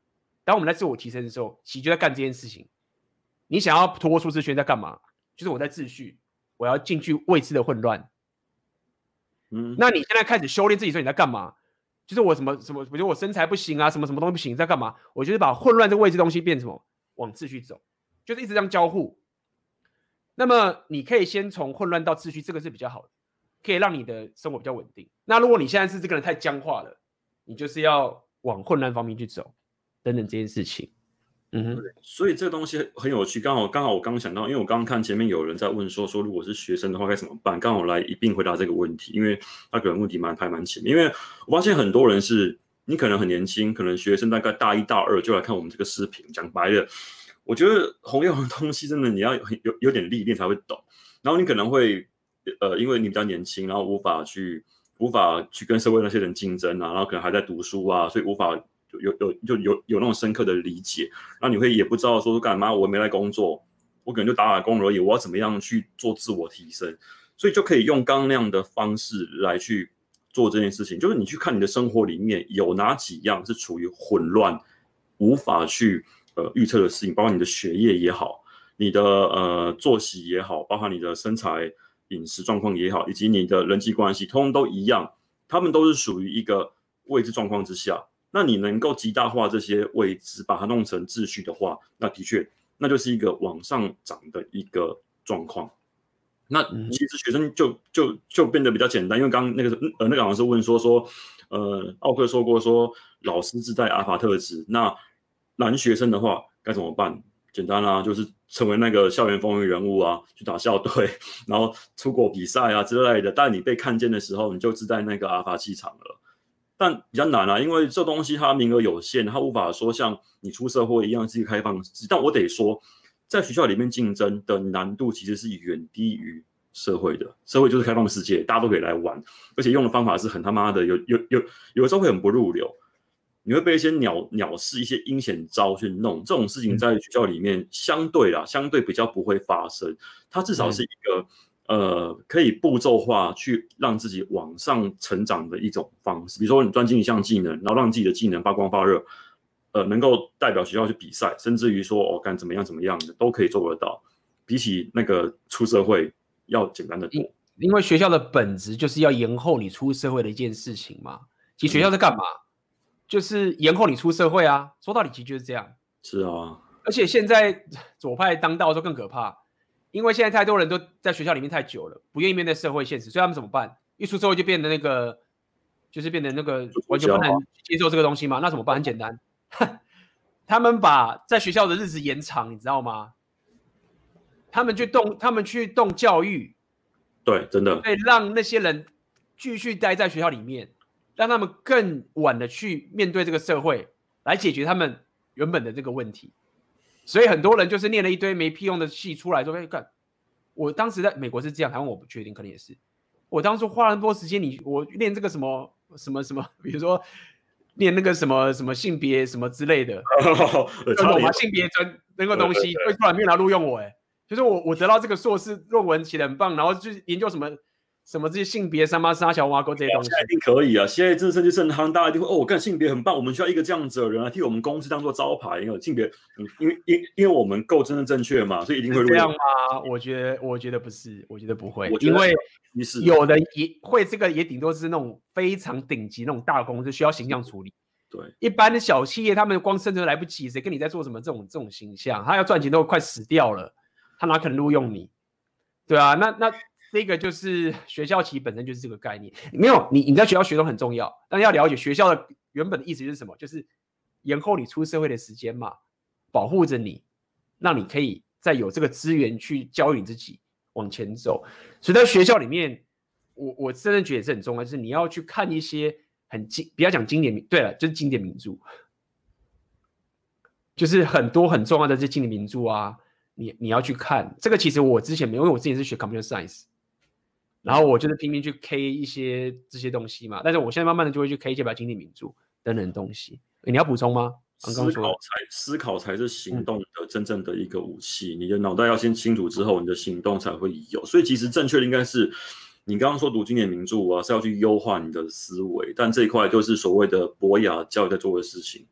当我们在自我提升的时候，其实就在干这件事情。你想要突破舒适圈在干嘛？就是我在秩序，我要进去未知的混乱。嗯，那你现在开始修炼自己的时候，你在干嘛？就是我什么什么，比如我身材不行啊，什么什么东西不行，在干嘛？我就是把混乱这个未知东西变什么，往秩序走，就是一直这样交互。那么你可以先从混乱到秩序，这个是比较好的，可以让你的生活比较稳定。那如果你现在是这个人太僵化了，你就是要往混乱方面去走，等等这件事情。嗯哼， 所以这个东西很有趣。刚好刚好我刚刚想到，因为我刚刚看前面有人在问说说如果是学生的话该怎么办，刚好来一并回答这个问题，因为他可能问题蛮排蛮前面。因为我发现很多人是你可能很年轻，可能学生大概大一大二就来看我们这个视频，讲白了。我觉得红药的东西真的你要有有点历练才会懂，然后你可能会呃，因为你比较年轻，然后无法去无法去跟社会那些人竞争啊，然后可能还在读书啊，所以无法有有就有有那种深刻的理解，然后你会也不知道说干嘛，我没来工作，我可能就打打工而已，我要怎么样去做自我提升，所以就可以用刚刚那样的方式来去做这件事情，就是你去看你的生活里面有哪几样是处于混乱，无法去。呃，预测的事情，包括你的学业也好，你的呃作息也好，包括你的身材、饮食状况也好，以及你的人际关系，通通都一样，他们都是属于一个未知状况之下。那你能够极大化这些未知，把它弄成秩序的话，那的确，那就是一个往上涨的一个状况。那其实学生就就就变得比较简单，因为刚刚那个呃那个好像是问说说，呃，奥克说过说老师自带阿尔法特质，那男学生的话该怎么办？简单啦、啊，就是成为那个校园风云人物啊，去打校队，然后出国比赛啊之类的。但你被看见的时候，你就自带那个阿尔法气场了。但比较难啊，因为这东西它名额有限，它无法说像你出社会一样是一个开放式。但我得说，在学校里面竞争的难度其实是远低于社会的。社会就是开放世界，大家都可以来玩，而且用的方法是很他妈的有有有有的时候会很不入流。你会被一些鸟鸟事、一些阴险招去弄，这种事情在学校里面相对啦，相对比较不会发生。它至少是一个、嗯、呃可以步骤化去让自己往上成长的一种方式。比如说你专精一项技能，然后让自己的技能发光发热，呃，能够代表学校去比赛，甚至于说哦干怎么样怎么样的都可以做得到。比起那个出社会要简单的多。 因为学校的本质就是要延后你出社会的一件事情嘛。其实学校在干嘛？嗯，就是延后你出社会啊，说到底其实就是这样。 是啊， 而且现在左派当道就更可怕，因为现在太多人都在学校里面太久了，不愿意面对社会现实，所以他们怎么办？一出社会就变得那个，就是变得那个完全不能接受这个东西嘛。那怎么办？很简单，他们把在学校的日子延长，你知道吗？他们去动，他们去动教育， 对，真的， 对，让那些人继续待在学校里面。让他们更晚的去面对这个社会，来解决他们原本的这个问题。所以很多人就是念了一堆没屁用的戏出来，说：“哎，干！我当时在美国是这样，台湾我不确定，可能也是。我当初花了那么多时间，你我练这个什么什么什么，比如说练那个什么什么性别什么之类的，懂吗？性别专那个东西，会突然没有人录用我，哎，就是我我得到这个硕士论文写得很棒，然后就研究什么。”什么这些性别三八三小挖沟这些东西， 现在一定可以啊！现在这甚至正夯，大家一定会哦，我看性别很棒，我们需要一个这样子的人来替我们公司当做招牌，因为性别，因为因因为我们够真正正确嘛，所以一定会这样吗？我觉得我觉得不是，我觉得不会，因为有的也会这个也顶多是那种非常顶级那种大公司需要形象处理。 对， 一般的小企业他们光生存来不及，谁跟你在做什么这种这种形象？他要赚钱都快死掉了，他哪可能录用你？对啊，那那。这个就是学校其实本身就是这个概念，没有你你在学校学都很重要，但要了解学校的原本的意思是什么，就是延后你出社会的时间嘛，保护着你，让你可以再有这个资源去教育你自己往前走。所以在学校里面，我我真的觉得也是很重要，就是你要去看一些很经，不要讲经典名，对了，就是经典名著，就是很多很重要的这些经典名著啊，你你要去看。这个其实我之前没有，因为我之前是学 computer science。然后我就是拼命去 K 一些这些东西嘛，但是我现在慢慢的就会去 K 一些比较经典名著等等东西。你要补充吗？刚刚说思考才思考才是行动的真正的一个武器，嗯、你的脑袋要先清楚之后，你的行动才会有。所以其实正确的应该是，你刚刚说读经典名著啊，是要去优化你的思维，但这一块就是所谓的博雅教育在做的事情。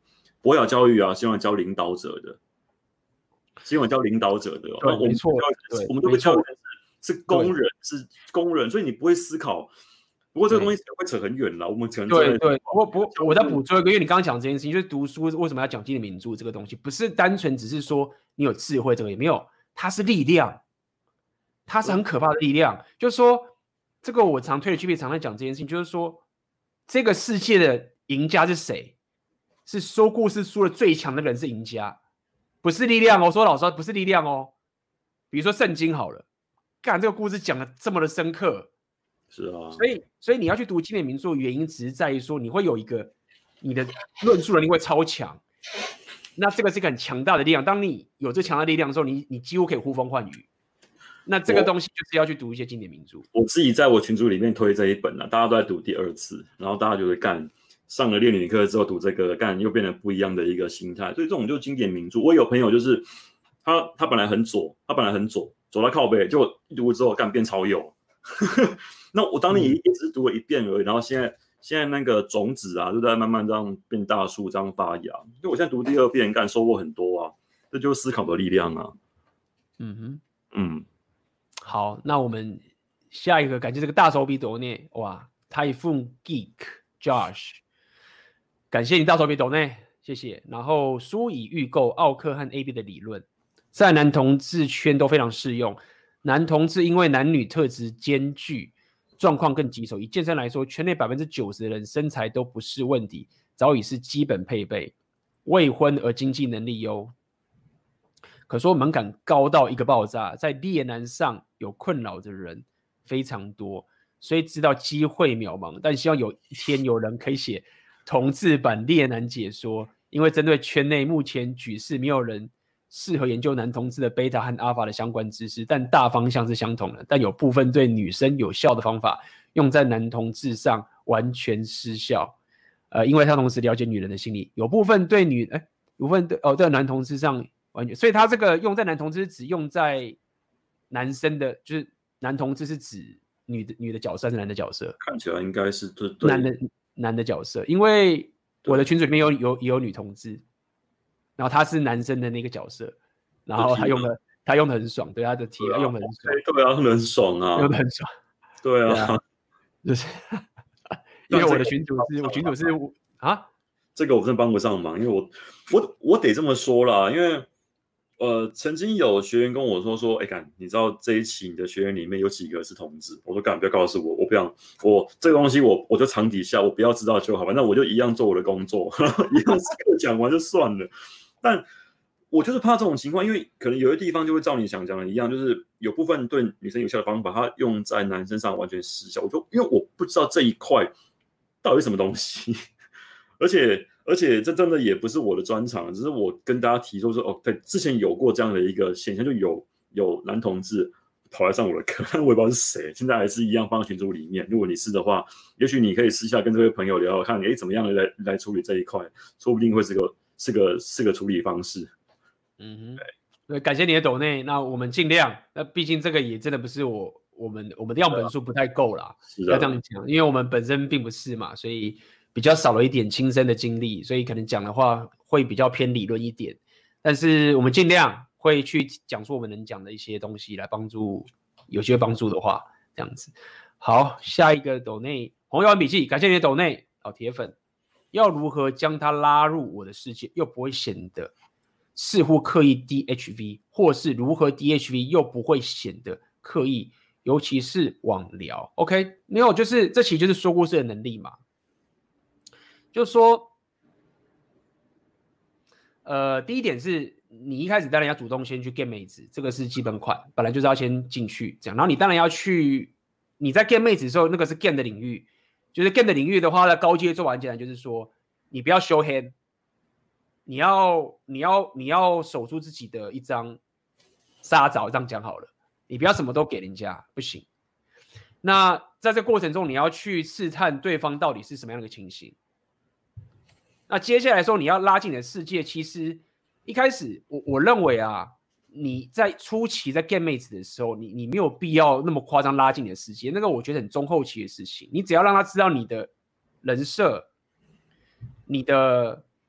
博雅教育啊，希望教领导者的，希望教领导者的、哦。 对， 我们没错， 我们都被教育是工人，是工人，所以你不会思考。不过这个东西会扯很远了，我们可能对对。不过不过我再补充一个，因为你刚刚讲这件事情，就是读书为什么要讲经典名著这个东西，不是单纯只是说你有智慧这个也没有，它是力量，它是很可怕的力量。就是说，这个我常推的 G P 常在讲这件事情，就是说这个世界的赢家是谁？是说故事书的最强的人是赢家，不是力量哦。说老实话，不是力量哦。比如说圣经好了，干这个故事讲的这么的深刻。 是啊， 所以，所以你要去读经典名著的原因，只是在于说，你会有一个你的论述能力会超强，那这个是一个很强大的力量。当你有这强大的力量的时候，你你几乎可以呼风唤雨。那这个东西就是要去读一些经典名著。 我自己在我群组里面推这一本啊，大家都在读第二次，然后大家就会干上了练女课之后读这个，干又变得不一样的一个心态。所以这种就是经典名著。我有朋友就是他他本来很左，他本来很左，走到靠背，结果一读之后干变超右。那我当年也只是读了一遍而已，然后现在现在那个种子啊，就在慢慢这样变大树，这样发芽。就我现在读第二遍，干收获很多啊，这就是思考的力量啊。 嗯哼， 嗯， 好，那我们下一个感谢这个大手笔抖内，哇，泰丰 Geek Josh， 感谢你大手笔抖内，谢谢。然后书已预购，奥克和 A B 的理论，在男同志圈都非常适用。男同志因为男女特质兼具，状况更棘手。以健身来说，圈内 百分之九十 的人身材都不是问题，早已是基本配备。未婚而经济能力优，可说门槛高到一个爆炸，在猎男上有困扰的人非常多，所以知道机会渺茫，但希望有一天有人可以写同志版猎男解说，因为针对圈内目前局势，没有人适合研究男同志的贝塔和阿法的相关知识，但大方向是相同的。但有部分对女生有效的方法用在男同志上完全失效，呃，因为他同时了解女人的心理。有部分对女，哎，有部分对哦，对男同志上完全，所以他这个用在男同志只用在男生的，就是男同志是指女的女的角色还是男的角色？ 看起来应该是对对男的男的角色，因为我的群组里面有有也有女同志。然后他是男生的那个角色，然后他用的他用的很爽，对他的题、啊、用的很爽， 对啊，用的很爽啊， 用的很爽， 对啊，对啊就是因为我的群主是我群主是啊， 这个我真的帮不上忙，因为我我我得这么说啦，因为呃，曾经有学员跟我说说，哎，干，你知道这一期你的学员里面有几个是同志？我说干，不要告诉我，我不想，我这个东西我我就藏底下，我不要知道就好，反正我就一样做我的工作，一样讲完就算了。但我就是怕这种情况，因为可能有些地方就会照你想讲的一样，就是有部分对女生有效的方法，它用在男生上完全失效。我说，因为我不知道这一块到底是什么东西，而且而且这真的也不是我的专长，只是我跟大家提出说，哦，对，之前有过这样的一个现象，就有有男同志跑来上我的课，但我也不知道是谁，现在还是一样放在群组里面。如果你是的话，也许你可以私下跟这位朋友聊聊看，哎，怎么样来来处理这一块，说不定会是个。是个是个处理方式， 嗯哼，对，感谢你的抖内，那我们尽量，那毕竟这个也真的不是我我们我们的样本数不太够啦，要这样讲，因为我们本身并不是嘛，所以比较少了一点亲身的经历，所以可能讲的话会比较偏理论一点，但是我们尽量会去讲出我们能讲的一些东西来帮助，有些帮助的话，这样子。好，下一个抖内红药丸笔记，感谢你的抖内，老铁粉。要如何将它拉入我的世界，又不会显得似乎刻意 D H V， 或是如何 D H V 又不会显得刻意，尤其是网聊。OK， 没有，就是这其实就是说故事的能力嘛。就是说，呃，第一点是你一开始当然要主动先去 get 妹子，这个是基本款，本来就是要先进去这样。然后你当然要去，你在 get 妹子的时候，那个是 get 的领域。就是 game 的领域的话，在高阶做完简单，就是说你不要 show hand， 你要你要你要守住自己的一张杀招，这样讲好了，你不要什么都给人家，不行。那在这个过程中，你要去试探对方到底是什么样的情形。那接下来说，你要拉进你的世界，其实一开始我我认为啊。你在初期在 get 妹子的时候，你你没有必要那么夸张拉进你的世界，那个我觉得很中后期的事情。你只要让他知道你的人设、你的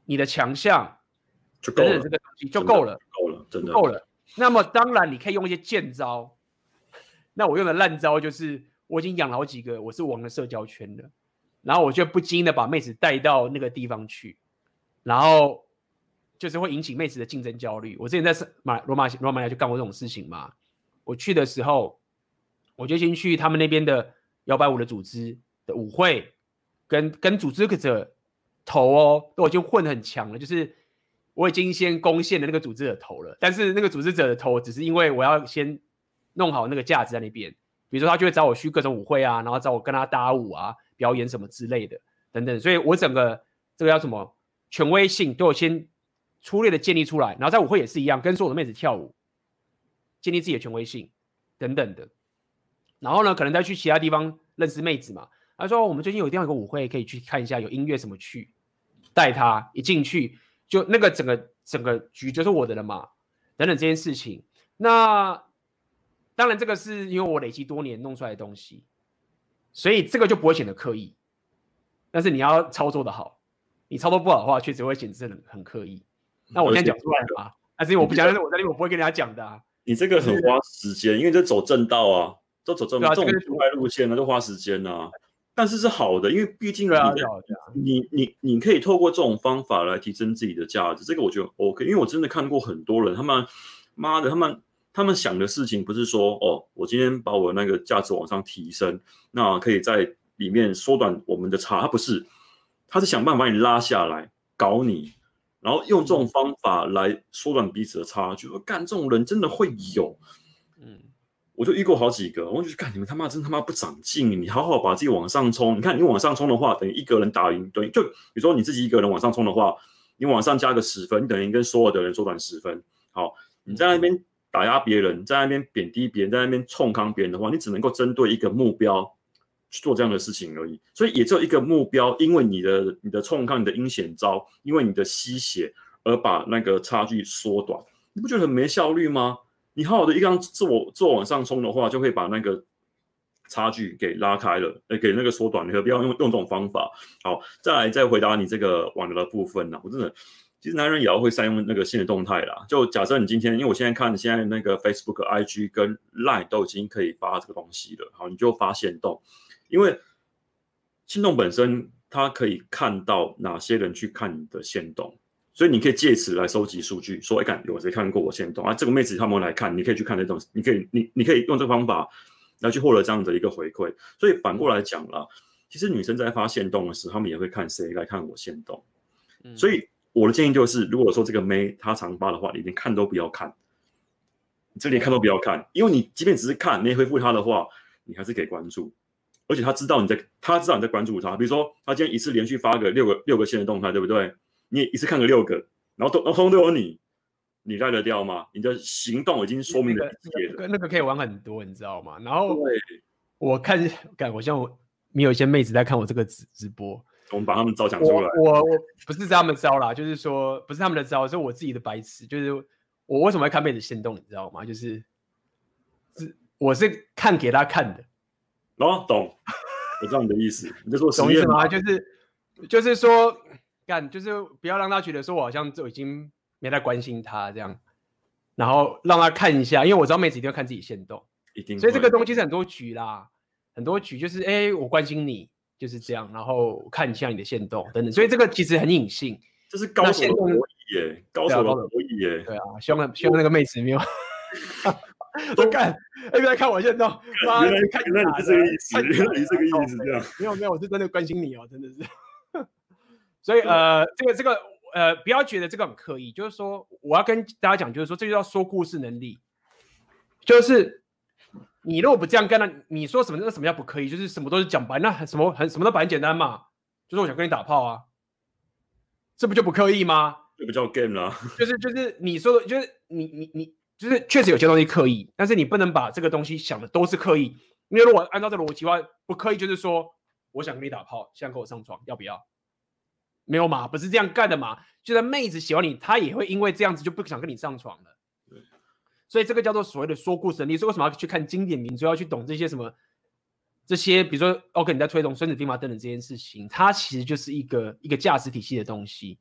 你的强项就够了， 等等这个东西就够了， 够了，真的够了。那么当然你可以用一些剑招，那我用的烂招就是我已经养了好几个我是王的社交圈了，然后我就不经意的把妹子带到那个地方去，然后就是会引起妹子的竞争焦虑。我之前在马罗马罗马尼亚就干过这种事情嘛。我去的时候，我就先去他们那边的摇摆舞的组织的舞会，跟跟组织者头哦，都已经混得很强了，就是我已经先攻陷了那个组织者头了。但是那个组织者的头，只是因为我要先弄好那个架子在那边，比如说他就会找我去各种舞会啊，然后找我跟他搭舞啊、表演什么之类的等等。所以我整个这个叫什么权威性都有先粗略的建立出来，然后在舞会也是一样，跟所有的妹子跳舞，建立自己的权威性等等的。然后呢，可能再去其他地方认识妹子嘛。他说我们最近有地方有个舞会可以去看一下，有音乐什么去，带他一进去就那个整个整个局就是我的了嘛，等等这件事情。那当然这个是因为我累积多年弄出来的东西，所以这个就不会显得刻意。但是你要操作的好，你操作不好的话，确实会显得很很刻意。那我现在讲出来了嘛？但是因为我不讲，但是我在那边我不会跟人家讲的啊。 你这个很花时间，因为这走正道啊，都走正道， 啊、 这种出外路线呢，就花时间啊。但是是好的，因为毕竟你、 啊啊、 你你你可以透过这种方法来提升自己的价值，这个我觉得 OK。因为我真的看过很多人，他们妈的，他们他们想的事情不是说哦，我今天把我那个价值往上提升，那可以在里面缩短我们的差，他不是，他是想办法把你拉下来，搞你。然后用这种方法来缩短彼此的差距，干这种人真的会有，嗯，我就遇过好几个，我就干你们他妈真他妈不长进，你好好把自己往上冲，你看你往上冲的话，等于一个人打赢，等于就比如说你自己一个人往上冲的话，你往上加个十分，等于跟所有的人缩短十分。好，你在那边打压别人，在那边贬低别人，在那边冲康别人的话，你只能够针对一个目标去做这样的事情而已，所以也只有一个目标，因为你的你的冲抗、你的阴险招，因为你的吸血而把那个差距缩短，你不觉得很没效率吗？你好好的一个自我自我往上冲的话，就会把那个差距给拉开了，呃，给那个缩短，你不要用用这种方法。好，再来再回答你这个网聊的部分呢，我真的。其实男人也要会善用那个新的动态啦。就假设你今天，因为我现在看现在那个 Facebook、I G 跟 Line 都已经可以发这个东西了，好，你就发限动。因为限动本身它可以看到哪些人去看你的限动，所以你可以借此来收集数据，说哎，看有谁看过我限动啊？这个妹子他们来看，你可以去看这东西，你可以你你可以用这个方法来去获得这样的一个回馈。所以反过来讲啦，其实女生在发限动的时候，她们也会看谁来看我限动。嗯、所以我的建议就是，如果说这个妹她常发的话，你连看都不要看，你这连看都不要看，因为你即便只是看，你也回复她的话，你还是可以关注。而且他知道你在，他知道你在关注他。比如说，他今天一次连续发个六个六个线的动态，对不对？你也一次看个六个，然后都然后通通都有你，你赖得掉吗？你的行动已经说明了一切了。 那个、那个可以玩很多，你知道吗？然后我看，看我像我，你有一些妹子在看我这个直直播， 我们把他们招讲出来。 我我我不是他们招啦，就是说不是他们的招，是我自己的白痴。就是我为什么会看妹子限动，你知道吗？就是是我是看给他看的。 哦，懂，我知道你的意思，你在做实验吗？就是就是说，干就是不要让他觉得说我好像就已经没在关心他这样，然后让他看一下，因为我知道妹子一定要看自己限动， 一定。 所以这个东西是很多局啦，很多局就是哎、欸，我关心你就是这样，然后看一下你的限动等等，所以这个其实很隐性， 这是高手的博弈耶，高手的博弈耶， 对啊，希望希望那个妹子没有。我干，哎，别来看我现在， 原来看原来你是这个意思，原来你是这个意思，这样没有没有，我是真的关心你哦，真的是。所以呃，这个这个呃，不要觉得这个很刻意，就是说我要跟大家讲，就是说这就叫说故事能力，就是你如果不这样干了，你说什么那什么叫不刻意，就是什么都是讲白，那什么很什么都白很简单嘛，就是我想跟你打炮啊，这不就不刻意吗？ 这不叫 game 啦， 就是就是你说的，就是你你你。就是确实有些东西刻意，但是你不能把这个东西想的都是刻意，因为如果按照这个逻辑的话，不刻意就是说我想跟你打炮，想跟我上床，要不要？没有嘛，不是这样干的嘛。就是妹子喜欢你，她也会因为这样子就不想跟你上床了。所以这个叫做所谓的说故事能力。所以为什么要去看经典名著，要去懂这些什么这些，比如说 OK 你在推崇孙子兵法等等这件事情，它其实就是一个一个价值体系的东西。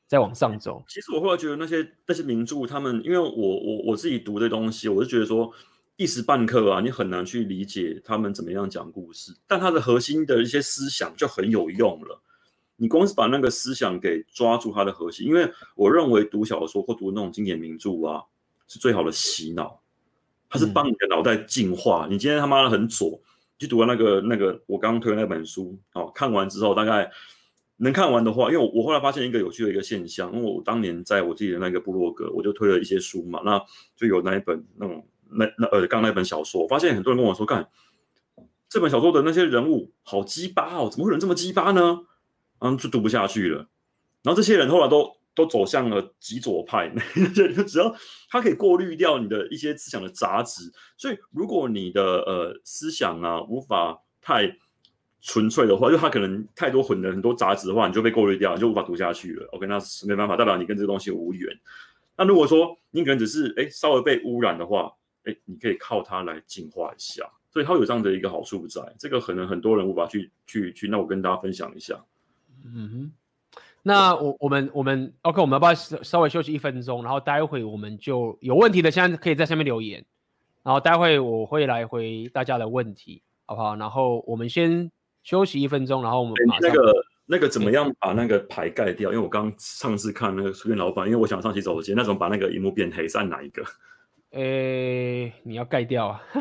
再往上走。 其实我后来觉得那些那些名著，他们因为我我我自己读的东西，我是觉得说一时半刻啊，你很难去理解他们怎么样讲故事，但它的核心的一些思想就很有用了。你光是把那个思想给抓住它的核心，因为我认为读小说或读那种经典名著啊，是最好的洗脑，它是帮你的脑袋净化。嗯、你今天他妈的很左。去读了那个那个我刚刚推的那本书，哦，看完之后大概能看完的话，因为 我, 我后来发现一个有趣的一个现象，因为我当年在我自己的那个部落格，我就推了一些书嘛，那就有那一本那种那那呃刚那本小说，我发现很多人跟我说，干这本小说的那些人物好鸡巴哦，怎么会有人这么鸡巴呢？然后就读不下去了，然后这些人后来都都走向了极左派，只要他可以过滤掉你的一些思想的杂质，所以如果你的呃思想啊无法太纯粹的话，就他可能太多混的很多杂质的话，你就被过滤掉，你就无法读下去了。OK， 那没办法，代表你跟这个东西无缘。那如果说你可能只是哎稍微被污染的话，哎，你可以靠它来净化一下，所以它有这样的一个好处在。这个可能很多人无法去去去，那我跟大家分享一下。 嗯哼。那我我们我们 OK， 我们要不要稍微休息一分钟？然后待会我们就有问题的，现在可以在下面留言，然后待会我会来回大家的问题，好不好？然后我们先休息一分钟，然后我们马上那个那个怎么样把那个牌盖掉？因为我刚上次看那个书店老板，因为我想上洗手间，那怎么把那个荧幕变黑？是按哪一个？ 诶，你要盖掉啊！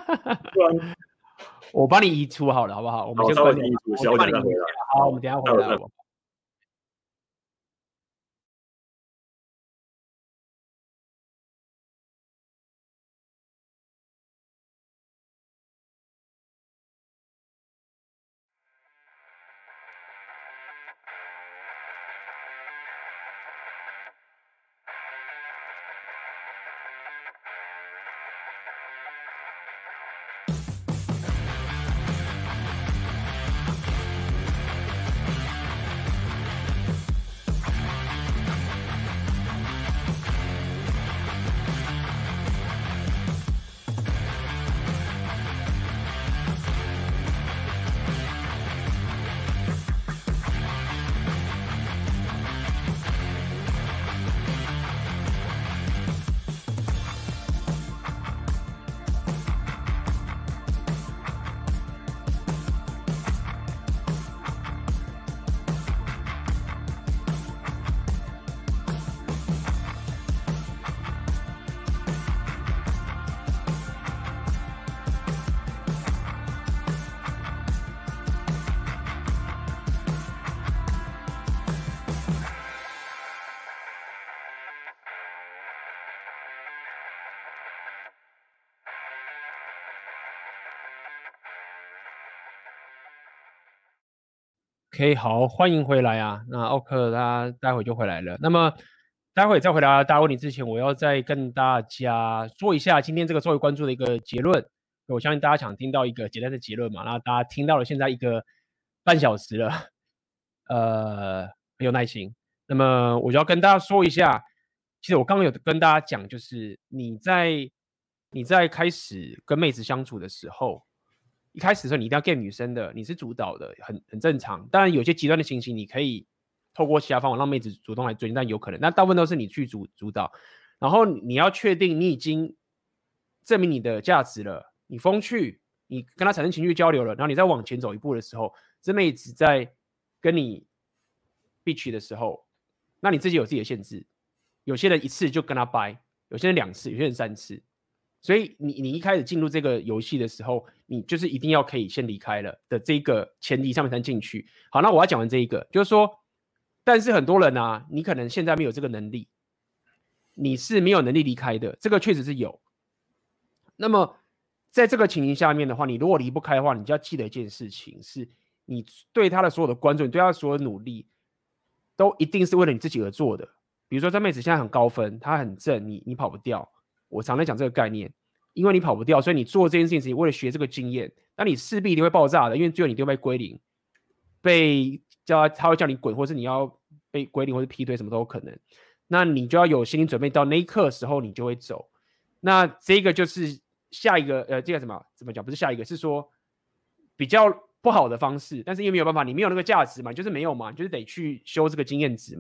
我帮你移除好了，好不好？我们先关掉。移除， 我帮你移除。好，我们等一下回来。OK， 好，欢迎回来啊！那奥克他待会就回来了。那么待会再回答大家问题之前，我要再跟大家说一下今天这个社会关注的一个结论。我相信大家想听到一个简单的结论嘛，那大家听到了现在一个半小时了，呃，很有耐心。那么我就要跟大家说一下，其实我刚刚有跟大家讲，就是你在你在开始跟妹子相处的时候。一开始的时候，你一定要 game 女生的，你是主导的，很很正常。当然，有些极端的情形，你可以透过其他方法让妹子主动来追你，但有可能。那大部分都是你去主主导，然后你要确定你已经证明你的价值了，你风趣，你跟她产生情绪交流了，然后你再往前走一步的时候，这妹子在跟你 bitch 的时候，那你自己有自己的限制。有些人一次就跟她掰，有些人两次，有些人三次。所以你你一开始进入这个游戏的时候，你就是一定要可以先离开了的这个前提上面才进去。好，那我要讲完这一个，就是说，但是很多人啊，你可能现在没有这个能力，你是没有能力离开的，这个确实是有。那么在这个情形下面的话，你如果离不开的话，你就要记得一件事情，是你对他的所有的关注，你对他的所有的努力，都一定是为了你自己而做的。比如说，这妹子现在很高分，她很正，你你跑不掉。我常在讲这个概念，因为你跑不掉，所以你做这件事情，为了学这个经验，那你势必一定会爆炸的，因为最后你一定会被归零，被叫他会叫你滚，或是你要被归零，或是劈腿，什么都有可能。那你就要有心理准备，到那一刻的时候你就会走。那这个就是下一个，呃，这个什么怎么讲？不是下一个，是说比较不好的方式，但是因为没有办法，你没有那个价值嘛，就是没有嘛，就是得去修这个经验值嘛。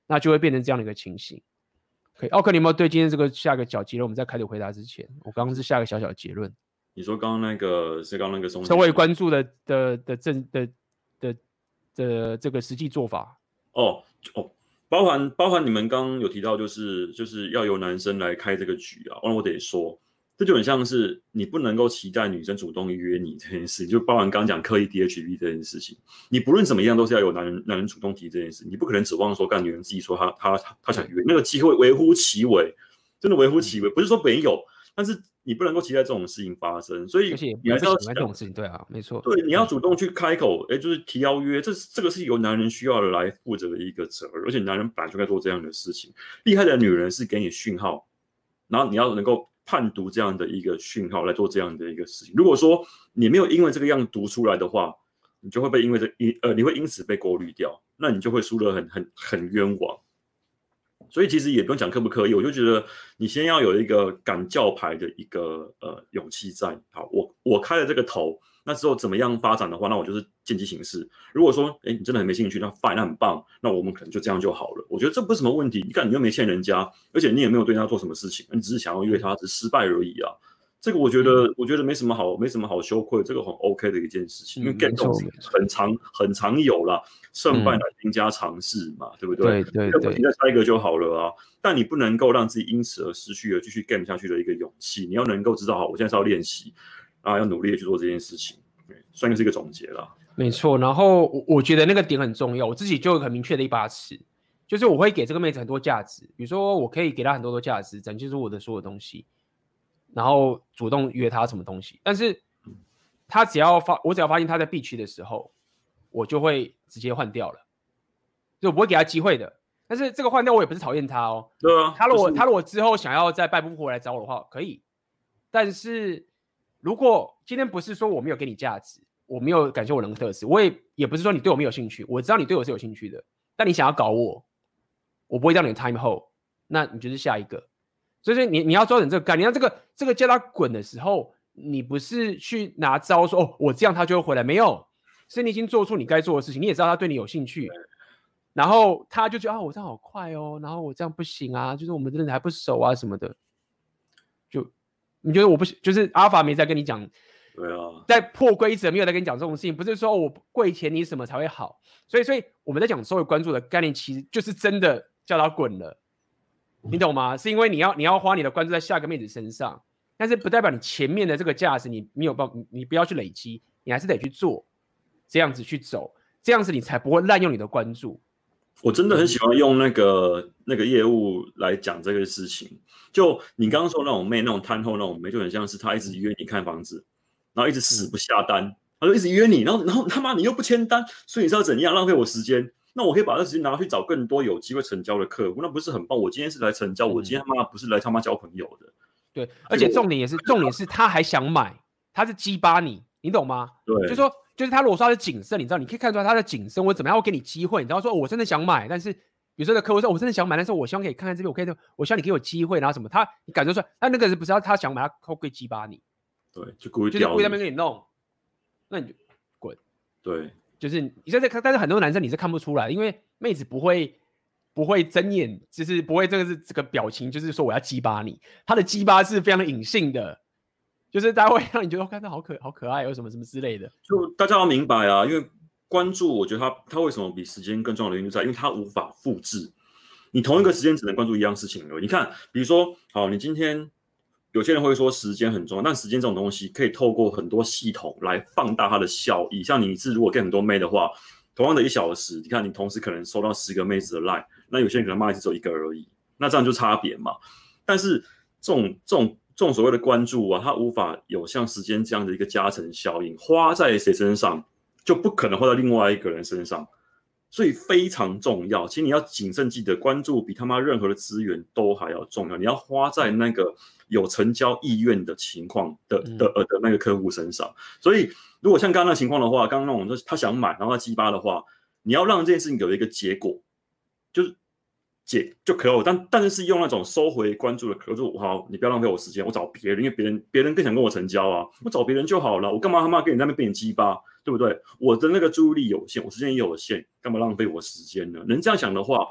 那就会变成这样的一个情形。可以，奥克，你有没有对今天这个下个小结论？我们在开始回答之前，我刚刚是下个小小结论。 你说刚刚那个是刚刚那个社会关注的的的政的的的这个实际做法？ 哦哦，包含包含你们刚刚有提到，就是就是要由男生来开这个局啊。完了，我得说，这就很像是你不能够期待女生主动约你这件事，就包含刚刚讲刻意 D H B 这件事情。你不论怎么样，都是要有男人男人主动提这件事，你不可能指望说干女人自己说她她她想约，那个机会微乎其微，真的微乎其微。不是说没有，但是你不能够期待这种事情发生，所以你还是要喜欢这种事情。对啊，没错。 对，你要主动去开口，哎，就是提邀约，这这个是由男人需要来负责的一个责任，而且男人本来就该做这样的事情。厉害的女人是给你讯号，然后你要能够判读这样的一个讯号来做这样的一个事情。如果说你没有因为这个样读出来的话，你就会被因为这呃，你会因此被过滤掉，那你就会输得很很很冤枉。所以其实也不用讲刻不刻意，我就觉得你先要有一个敢叫牌的一个呃勇气在。好，我我开了这个头，那之后怎么样发展的话，那我就是见机行事。如果说哎你真的很没兴趣，那 fine， 那很棒，那我们可能就这样就好了。我觉得这不是什么问题。你看你又没欠人家，而且你也没有对他做什么事情，你只是想要约他，只是失败而已啊。这个我觉得，我觉得没什么好，没什么好羞愧，这个很 OK 的一件事情，因为 get 这种事情很常很常有啦，胜败乃兵家常事嘛，对不对？ 对对对， 你再下一个就好了啊。但你不能够让自己因此而失去了继续 game 下去的一个勇气。你要能够知道，好，我现在是要练习啊，要努力的去做这件事情，算是一个总结啦。 没错。然后我我觉得那个点很重要，我自己就有很明确的一把尺，就是我会给这个妹子很多价值，比如说我可以给她很多的价值，展现出我的所有东西。然后主动约他什么东西，但是他只要发，我只要发现他在 B 区的时候，我就会直接换掉了，就我不会给他机会的。但是这个换掉我也不是讨厌他哦， 对啊， 他如果、 就是、 他如果之后想要再败不复活来找我的话，可以。但是如果今天不是说我没有给你价值，我没有感谢我人格特质，我也也不是说你对我没有兴趣，我知道你对我是有兴趣的，但你想要搞我，我不会让你 time hold， 那你就是下一个。所以你你要抓准这个概念，这个这个叫他滚的时候，你不是去拿招说哦，我这样他就会回来，没有，是你已经做出你该做的事情，你也知道他对你有兴趣，然后他就觉得啊，我这样好快哦，然后我这样不行啊，就是我们真的还不熟啊什么的，就你觉得我不就是阿法没在跟你讲， 对啊， 在破规则没有在跟你讲这种事情，不是说我跪舔你什么才会好，所以所以我们在讲社会关注的概念，其实就是真的叫他滚了。你懂吗？是因为你要你要花你的关注在下个妹子身上，但是不代表你前面的这个价值你没有办法，你不要去累积，你还是得去做，这样子去走，这样子你才不会滥用你的关注。 我真的很喜欢用那个那个业务来讲这个事情。就你刚刚说那种妹，那种摊后那种妹，就很像是她一直约你看房子，然后一直死不下单，她就一直约你，然后然后他妈你又不签单，所以你是要怎样浪费我时间？那我可以把这时间拿去找更多有机会成交的客户，那不是很棒？我今天是来成交，我今天他妈不是来他妈交朋友的。 对，而且重点也是重点是他还想买，他是激巴你，你懂吗？ 对， 就是说就是他如果说他是谨慎，你知道，你可以看出来他的谨慎，我怎么样会给你机会？你知道说、哦、我真的想买，但是比如说的客户说我真的想买，但是我希望可以看看这边，我可以，我希望你给我机会，然后什么，他你感觉出来，他那个人不是要他想买，他会激巴你， 对，就故意就是故意在那边给你弄，那你就滚。 对。 就是你在这，但是很多男生你是看不出来，因为妹子不会不会睁眼，就是不会这个是这个表情，就是说我要激巴你，他的激巴是非常的隐性的，就是大家会让你觉得看他好可好可爱，有什么什么之类的。 就大家要明白啊，因为关注，我觉得他他为什么比时间更重要的原因就在，因为他无法复制，你同一个时间只能关注一样事情而已。你看，比如说，好，你今天。有些人会说时间很重要，但时间这种东西可以透过很多系统来放大它的效益。像你是如果 get 很多妹的话，同样的一小时，你看你同时可能收到十个妹子的 line， 那有些人可能骂一次只有一个而已，那这样就差别嘛。但是这种这种这种所谓的关注啊，它无法有像时间这样的一个加成效应，花在谁身上就不可能花在另外一个人身上。所以非常重要，其实你要谨慎记得，关注比他妈任何的资源都还要重要。你要花在那个有成交意愿的情况的的的的那个客户身上。所以，如果像刚刚那情况的话，刚刚那种他想买，然后他激巴的话，你要让这件事情有一个结果，就是解就可以，但但是是用那种收回关注的可就好，你不要浪费我时间，我找别人，因为别人别人更想跟我成交啊，我找别人就好了，我干嘛他妈跟你在那边变激巴？对不对？我的那个注意力有限，我时间也有限，干嘛浪费我时间呢？能这样想的话，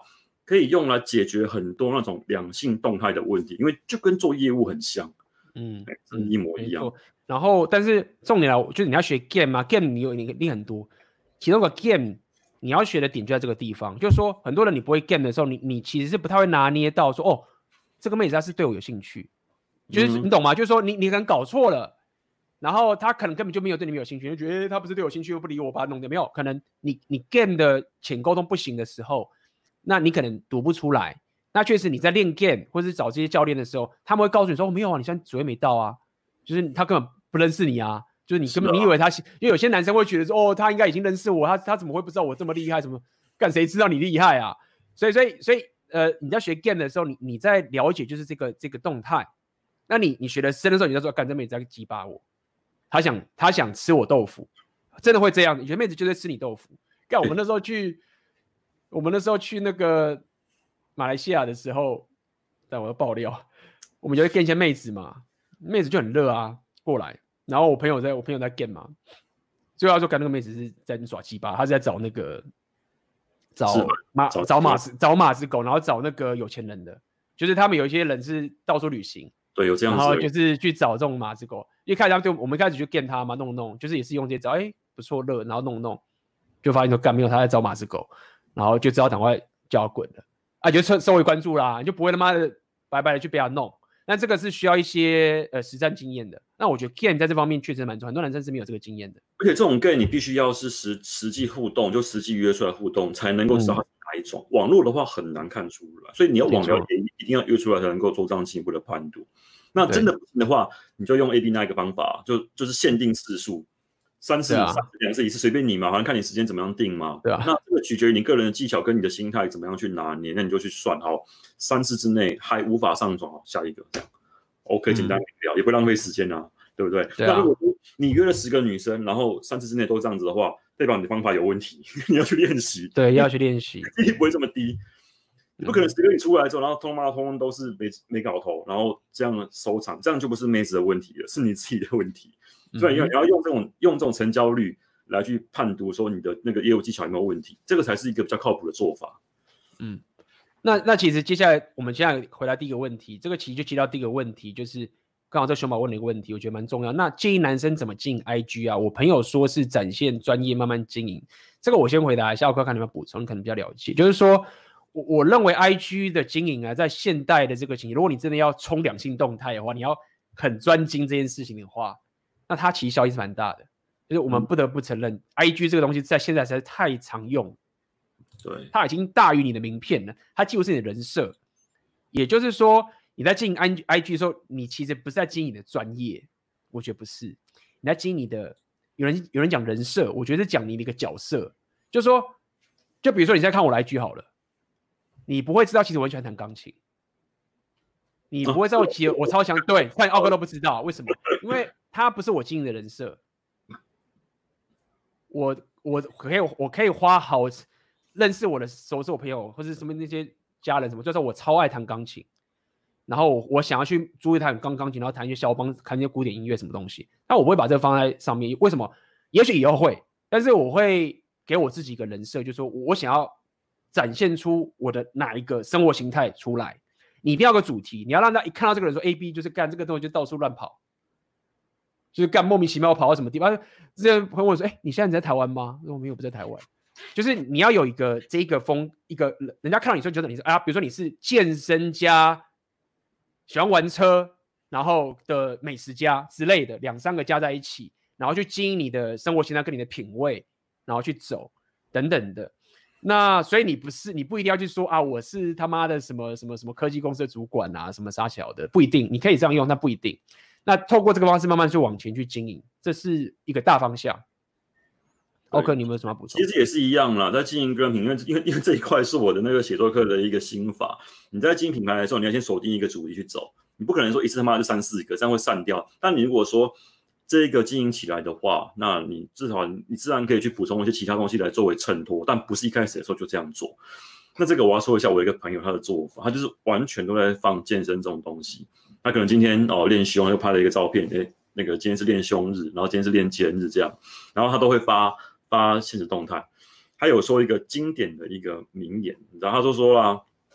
可以用来解决很多那种两性动态的问题，因为就跟做业务很像， 嗯， 嗯，一模一样。 然后，但是重点来，就是你要学 game 嘛 ，game 你有你你很多，其中个 game 你要学的点就在这个地方，就是说很多人你不会 game 的时候，你你其实是不太会拿捏到说，哦，这个妹子她是对我有兴趣，就是、嗯、你懂吗？就是说你你可能搞错了，然后她可能根本就没有对你没有兴趣，就觉得、欸、她不是对我有兴趣又不理我，把她弄掉，没有，可能你你 game 的浅沟通不行的时候，那你可能读不出来。那确实你在练 game 或是找这些教练的时候，他们会告诉你说、哦、没有啊，你现在主位没到啊，就是他根本不认识你啊，就是你根本、啊、你以为他，因为有些男生会觉得说哦，他应该已经认识我，他他怎么会不知道我这么厉害？什么干谁知道你厉害啊？所以所以所以呃，你在学 game 的时候，你你在了解就是这个这个动态，那你你学的深的时候，你就说干这妹子在激巴我，他想他想吃我豆腐，真的会这样，你觉得妹子就在吃你豆腐？干我们那时候去，我们那时候去那个马来西亚的时候，但我要爆料，我们就会跟一些妹子嘛，妹子就很热啊，过来，然后我朋友在我朋友在 game 嘛，最后他说干那个妹子是在耍鸡巴，他是在找那个找马找马子找马子狗，然后找那个有钱人的，就是他们有一些人是到处旅行， 对，有这样子， 然后就是去找这种马子狗，一开始他们就我们一开始就 game 他嘛，弄弄，就是也是用这些招，哎不错热，然后弄弄，就发现说干没有他在找马子狗，然后就知道赶快叫他滚了。啊，就收回关注啦，你就不会他妈的白白的去被他弄。那这个是需要一些呃实战经验的。那我觉得 game 在这方面确实蛮重要，很多男生是没有这个经验的。 而且这种 game 你必须要是实实际互动，就实际约出来互动，才能够知道他是哪一种。嗯、网络的话很难看出来，所以你要网聊也一定要约出来才能够做这样进一步的判读。那真的不行的话，你就用 A B 那一个方法，就就是限定次数。三次、三次、两次、一次，随便你嘛，好像看你时间怎么样定嘛。 对啊。 那这个取决于你个人的技巧跟你的心态怎么样去拿捏，那你就去算好，三次之内还无法上床，下一个这样 ，OK， 简单明了，嗯、也不会浪费时间啊，对不对？ 对啊。 那如果你约了十个女生，然后三次之内都这样子的话，代表你的方法有问题，你要去练习。 对，要去练习， 几率不会这么低。你不可能十个你出来之后，然后通妈通通都是没没搞头，然后这样收场，这样就不是妹子的问题了，是你自己的问题。所以你要用这种用这种成交率来去判读说你的那个业务技巧有没有问题，这个才是一个比较靠谱的做法。 嗯，那那其实接下来我们现在回答第一个问题，这个其实就接到第一个问题，就是刚好这熊宝问了一个问题，我觉得蛮重要。那建议男生怎么经营 I G 啊？我朋友说是展现专业，慢慢经营。这个我先回答一下，我看看你们补充，你可能比较了解。就是说我我认为 I G 的经营啊，在现代的这个情形，如果你真的要冲两性动态的话，你要很专精这件事情的话。那它其实效益是蛮大的，就是我们不得不承认、嗯、I G 这个东西在现在实在是太常用， 对， 它已经大于你的名片了，它几乎是你的人设。也就是说，你在经营 I G 的时候，你其实不是在经营你的专业，我觉得不是，你在经营你的，有人有人讲人设，我觉得是讲你的一个角色，就是说，就比如说你现在看我的 I G 好了，你不会知道其实我很喜欢弹钢琴。你不会知道我我超强，对，但奥哥都不知道为什么，因为他不是我经营的人设。我我可以我可以花好认识我的熟识我朋友或者什么那些家人什么，就是我超爱弹钢琴，然后 我, 我想要去租一台钢钢琴，然后弹一些肖邦，弹一些古典音乐什么东西。但我不会把这个放在上面，为什么？也许以后会，但是我会给我自己一个人设，就是说我想要展现出我的哪一个生活形态出来。你一定要有个主题，你要让他一看到这个人说 A B 就是干这个东西就到处乱跑，就是干莫名其妙跑到什么地方。之前朋友说：“哎、欸，你现在你在台湾吗？”我没有，不在台湾。就是你要有一个这个风，一个人家看到你说觉得你是啊，比如说你是健身家，喜欢玩车，然后的美食家之类的，两三个加在一起，然后去经营你的生活形态跟你的品味，然后去走等等的。那所以你不是你不一定要去说啊，我是他妈的什么什么什么科技公司的主管啊，什么啥小的，不一定，你可以这样用，但不一定。那透过这个方式慢慢去往前去经营，这是一个大方向。OK， 你有没有什么补充？ 其实也是一样啦，在经营个人品，因为因为因为这一块是我的那个写作课的一个心法。你在经营品牌的时候，你要先锁定一个主题去走，你不可能说一次他妈就三四个，这样会散掉。但你如果说这个经营起来的话，那你至少你自然可以去补充一些其他东西来作为衬托，但不是一开始的时候就这样做。那这个我要说一下我一个朋友他的做法，他就是完全都在放健身这种东西。他可能今天哦练胸又拍了一个照片，诶那个今天是练胸日，然后今天是练肩日这样，然后他都会发发限时动态。他有说一个经典的一个名言，然后他就说啦，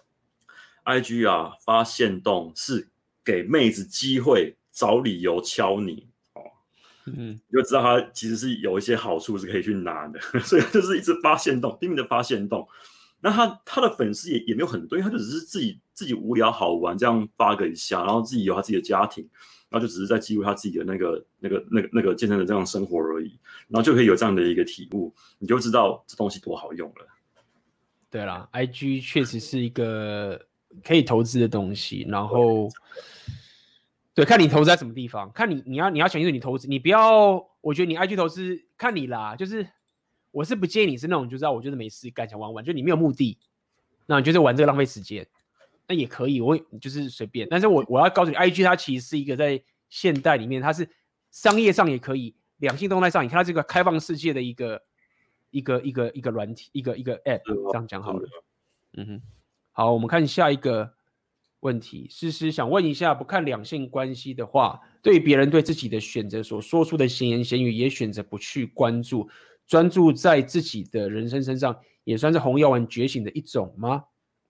I G 啊发限动是给妹子机会找理由敲你。嗯，你就知道他其实是有一些好处是可以去拿的，所以他就是一直发限动，拼命的发限动。那他他的粉丝也也没有很多，因为他就只是自己自己无聊好玩这样发个一下，然后自己有他自己的家庭，然后就只是在记录他自己的那个那个那个那个健身的这样生活而已，然后就可以有这样的一个体悟，你就知道这东西多好用了。 对啦 ，I G 确实是一个可以投资的东西，然后。对，看你投资在什么地方，看你你要你要想清楚你投资，你不要，我觉得你 I G 投资看你啦，就是我是不建议你是那种就是我觉得没事干想玩玩，就你没有目的，那你就是玩这个浪费时间，那也可以，我就是随便，但是我我要告诉你 ，I G 它其实是一个在现代里面，它是商业上也可以，两性动态上，你看它这个开放世界的一个一个一个一个软体，一个一个 App， 这样讲好了，嗯哼，好，我们看下一个。问题，诗诗想问一下，不看两性关系的话，对于别人对自己的选择所说出的闲言闲语，也选择不去关注，专注在自己的人生身上，也算是红药丸觉醒的一种吗？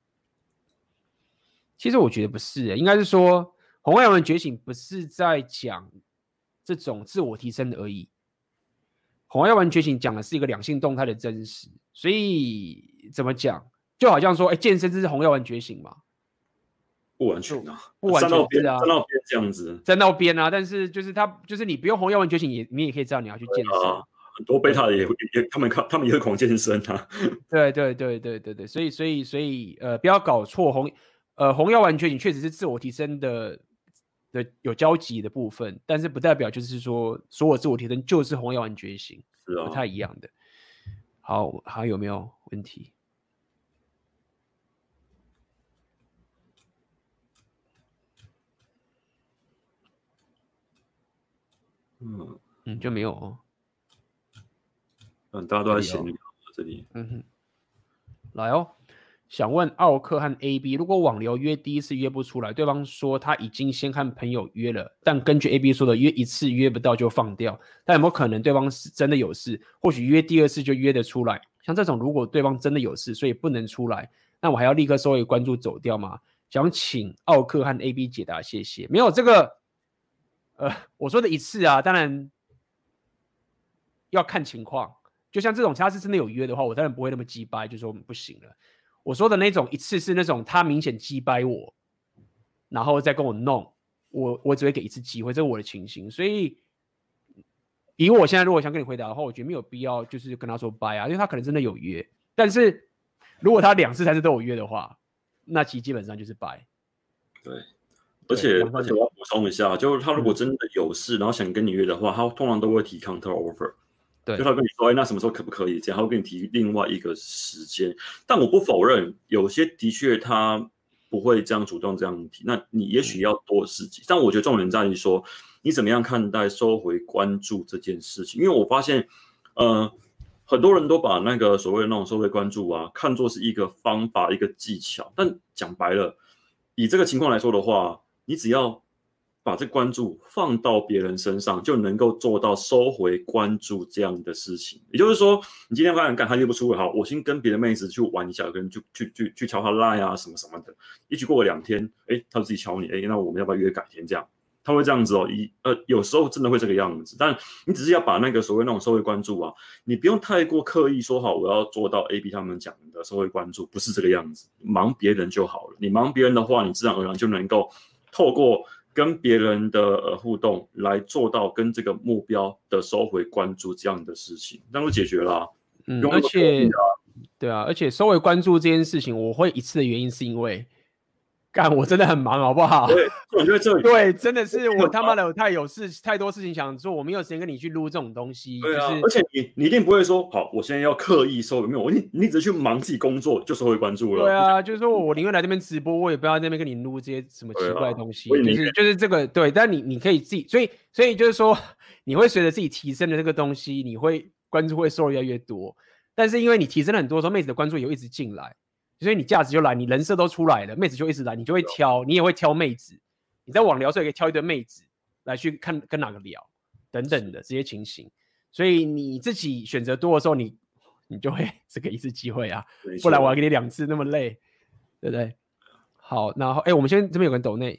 其实我觉得不是、欸，应该是说红药丸觉醒不是在讲这种自我提升而已。红药丸觉醒讲的是一个两性动态的真实，所以怎么讲，就好像说，哎、欸，健身这是红药丸觉醒嘛？ 不完全啊， 不完全站到边啊， 站到边这样子， 站到边啊，但是就是他，就是你不用红药丸觉醒也，你也可以知道你要去健身。 啊、很多贝塔也也他们他们也会狂健身啊。 对对对对对对，所以所以所以呃，不要搞错红呃红药丸觉醒确实是自我提升的的有交集的部分，但是不代表就是说所有自我提升就是红药丸觉醒， 是啊， 不太一样的。好，还有没有问题？ 嗯嗯，就没有哦。 嗯，大家都在闲聊这里。 嗯哼，来哦，想问奥克和 A B， 如果网聊约第一次约不出来，对方说他已经先和朋友约了，但根据 A B 说的，约一次约不到就放掉，但有没有可能对方是真的有事？或许约第二次就约得出来？像这种，如果对方真的有事，所以不能出来，那我还要立刻收回关注走掉吗？想请奥克和 A B 解答，谢谢。没有这个。呃，我说的一次啊，当然要看情况。就像这种，他是真的有约的话，我当然不会那么鸡掰，就说不行了。我说的那种一次是那种他明显鸡掰我，然后再跟我弄，我我只会给一次机会，这是我的情形。所以，以我现在如果想跟你回答的话，我觉得没有必要就是跟他说掰啊，因为他可能真的有约。但是如果他两次三次都有约的话，那其实基本上就是掰。 对。而且而且我要补充一下，就是他如果真的有事，嗯、然后想跟你约的话，他通常都会提 counter offer， 对， 就他跟你说，哎，那什么时候可不可以？这样他会跟你提另外一个时间。但我不否认，有些的确他不会这样主动这样提，那你也许要多试几。嗯、但我觉得重点在于说，你怎么样看待收回关注这件事情？因为我发现，呃，很多人都把那个所谓的那种收回关注啊，看作是一个方法、一个技巧。但讲白了，以这个情况来说的话，你只要把这关注放到别人身上，就能够做到收回关注这样的事情。也就是说，你今天发现干他约不出来，好，我先跟别的妹子去玩一下，跟就去去去敲他 line 啊什么什么的。也许过了两天，哎，他就自己敲你，哎，那我们要不要约改天这样？他会这样子哦，一呃有时候真的会这个样子，但你只是要把那个所谓那种收回关注啊，你不用太过刻意说好我要做到 A B 他们讲的收回关注，不是这个样子，忙别人就好了。你忙别人的话，你自然而然就能够透过跟别人的呃互动来做到跟这个目标的收回关注这样的事情，那就解决了、啊。 嗯，而且对啊，而且收回关注这件事情，我会一次的原因是因为。干，我真的很忙，好不好？ 对，我觉得这对，真的是我他妈的有太有事，太多事情想做，我没有时间跟你去撸这种东西。 对啊， 就是、 而且你你一定不会说，好，我现在要刻意收回，没有，你你只是去忙自己工作就收回关注了。 对啊，就是说我宁愿来这边直播，我也不要在那边跟你撸这些什么奇怪的东西。啊、就是就是这个对，但你你可以自己，所以所以就是说，你会随着自己提升的这个东西，你会关注会收越来越多。但是因为你提升了很多的时候，妹子的关注也会一直进来。所以你价值就来，你人设都出来了，妹子就一直来，你就会挑，你也会挑妹子。你在网聊的时候也可以挑一堆妹子来去看跟哪个聊，等等的这些情形。所以你自己选择多的时候，你你就会这个一次机会啊，不然我要给你两次那么累，对不对？ 好，然后哎，我们先这边有个人抖内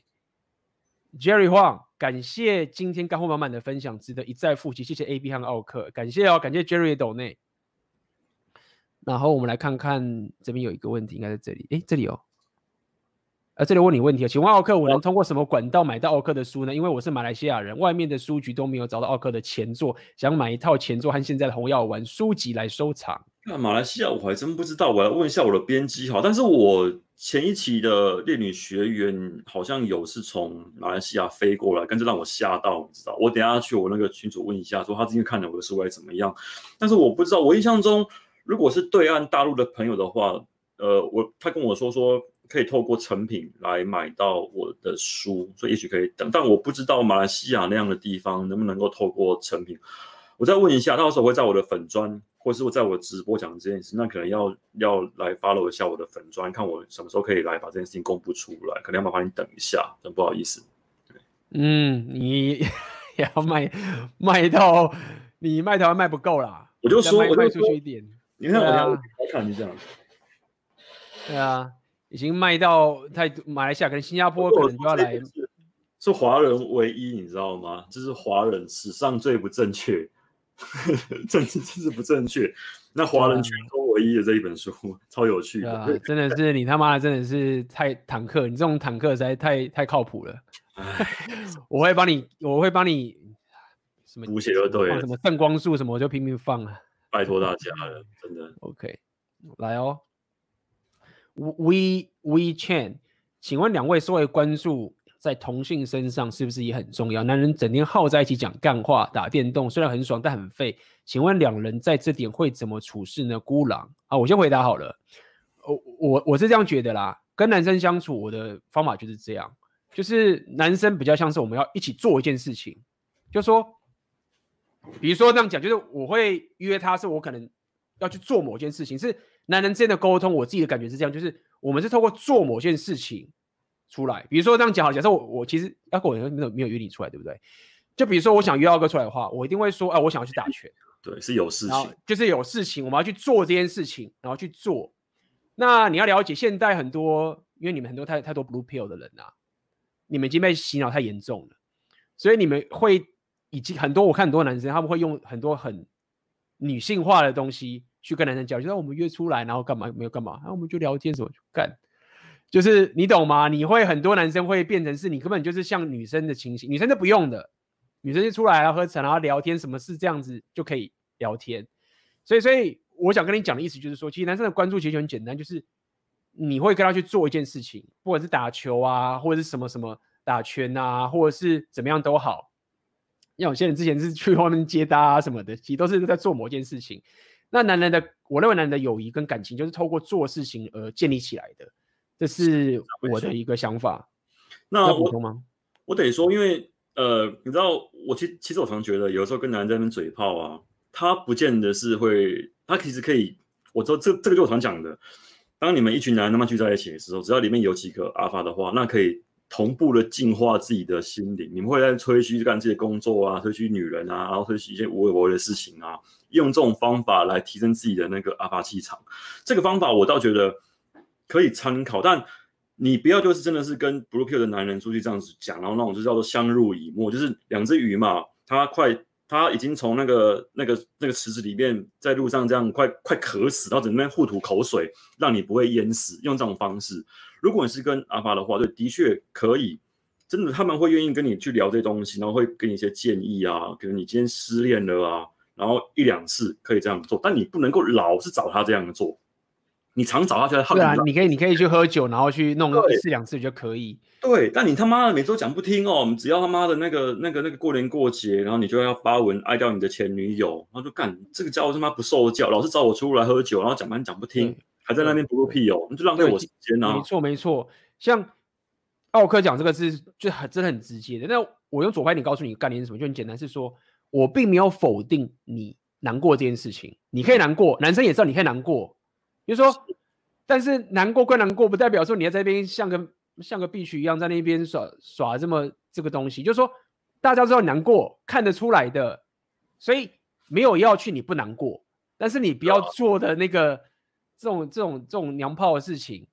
，Jerry Huang， 感谢今天干货满满的分享，值得一再复习，谢谢 A B 和奥克，感谢哦，感谢 Jerry 的抖内。然后我们来看看这边有一个问题，应该在这里，哎，这里哦。呃，这里问你问题，请问奥克，我能通过什么管道买到奥克的书呢？因为我是马来西亚人，外面的书局都没有找到奥克的前作，想买一套前作和现在的红药丸书籍来收藏。 那马来西亚我还真不知道，我来问一下我的编辑好。但是我前一期的猎女学员好像有是从马来西亚飞过来，跟这让我吓到，你知道？我等一下去我那个群组问一下，说他今天看了我的书还怎么样？但是我不知道，我印象中如果是对岸大陆的朋友的话，呃，我他跟我说说。可以透过成品来买到我的书，所以也许可以等，但我不知道马来西亚那样的地方能不能够透过成品。我再问一下，到时候会在我的粉专，或是在我的直播讲这件事，那可能要要来 follow 一下我的粉专，看我什么时候可以来把这件事情公布出来，可能要麻烦你等一下，真不好意思。 嗯，你也要卖卖到你卖台湾卖不够啦， 我就说卖出去一点。 你看我要我看你这样， 对啊。已经卖到太马来西亚，可能新加坡可能就要来， 是华人唯一，你知道吗？就是华人史上最不正确，政治政治不正确。那华人全球唯一的这一本书，超有趣的。 啊、真的是你他妈的真的是太坦克，你这种坦克实在太太靠谱了。我会帮你，我会帮你什么补写就对了， 什么圣光束什么，我就拼命放啊。 拜托大家了，真的。 OK， 来哦。We We Chan， 请问两位稍微关注在同性身上是不是也很重要？男人整天耗在一起讲干话、打电动，虽然很爽，但很废。请问两人在这点会怎么处事呢？孤狼啊，我先回答好了。我我我是这样觉得啦，跟男生相处，我的方法就是这样，就是男生比较像是我们要一起做一件事情，就说，比如说这样讲，就是我会约他，是我可能要去做某件事情，是。男人之间的沟通，我自己的感觉是这样，就是我们是透过做某件事情出来。比如说这样讲好，假设我我其实要跟我没有没有约你出来，对不对？就比如说我想约奥哥出来的话，我一定会说，啊，我想要去打拳。 对，是有事情， 就是有事情，我们要去做这件事情，然后去做。那你要了解，现在很多，因为你们很多太太多 blue pill 的人啊，你们已经被洗脑太严重了，所以你们会已经很多，我看很多男生他们会用很多很女性化的东西。去跟男生讲，就让我们约出来，然后干嘛没有干嘛，然后我们就聊天什么就干，就是你懂吗？你会很多男生会变成是你根本就是像女生的情形，女生是不用的，女生就出来然后喝茶，然后聊天，什么事这样子就可以聊天。所以，所以我想跟你讲的意思就是说，其实男生的关注其实很简单，就是你会跟他去做一件事情，不管是打球啊，或者是什么什么打拳啊，或者是怎么样都好。像有些人之前是去外面接搭啊什么的，其实都是在做某件事情。那男人的，我认为男人的友谊跟感情就是透过做事情而建立起来的，这是我的一个想法。 那补充吗？ 我得说，因为呃，你知道，我其其实我常觉得，有时候跟男人在那边嘴炮啊，他不见得是会，他其实可以，我说这这个就是我常讲的，当你们一群男人慢慢聚在一起的时候，只要里面有几个阿法的话，那可以同步的净化自己的心灵。你们会在吹嘘干这些工作啊，吹嘘女人啊，然后吹嘘一些无微不微的事情啊。用这种方法来提升自己的那个阿法气场，这个方法我倒觉得可以参考，但你不要就是真的是跟 blue pill 的男人出去这样子讲，然后那种就叫做相濡以沫，就是两只鱼嘛，它快，它已经从那个那个那个池子里面在路上这样快快渴死，然后在那边互吐口水，让你不会淹死，用这种方式。如果你是跟阿法的话，对，的确可以。真的，他们会愿意跟你去聊这些东西，然后会给你一些建议啊，可能你今天失恋了啊。然后一两次可以这样做，但你不能够老是找他这样做。你常找他就在， 对啊，你可以你可以去喝酒，然后去弄一次两次就可以。 对，但你他妈的每周讲不听哦，只要他妈的那个那个那个过年过节，然后你就要发文爱掉你的前女友，然后就干这个家伙他妈不受教，老是找我出来喝酒，然后讲半讲不听，还在那边不入屁哦，你就浪费我时间啊。 没错没错，像奥克讲这个是就很真的很直接的。那我用左派你告诉你概念是什么，就很简单，是说。我并没有否定你难过这件事情，你可以难过，男生也知道你可以难过，就是说，但是难过归难过，不代表说你要在那边像个像个必须一样在那边耍耍这么这个东西，就是说大家知道你难过，看得出来的，所以没有要去你不难过，但是你不要做的那个这种这种这种娘炮的事情，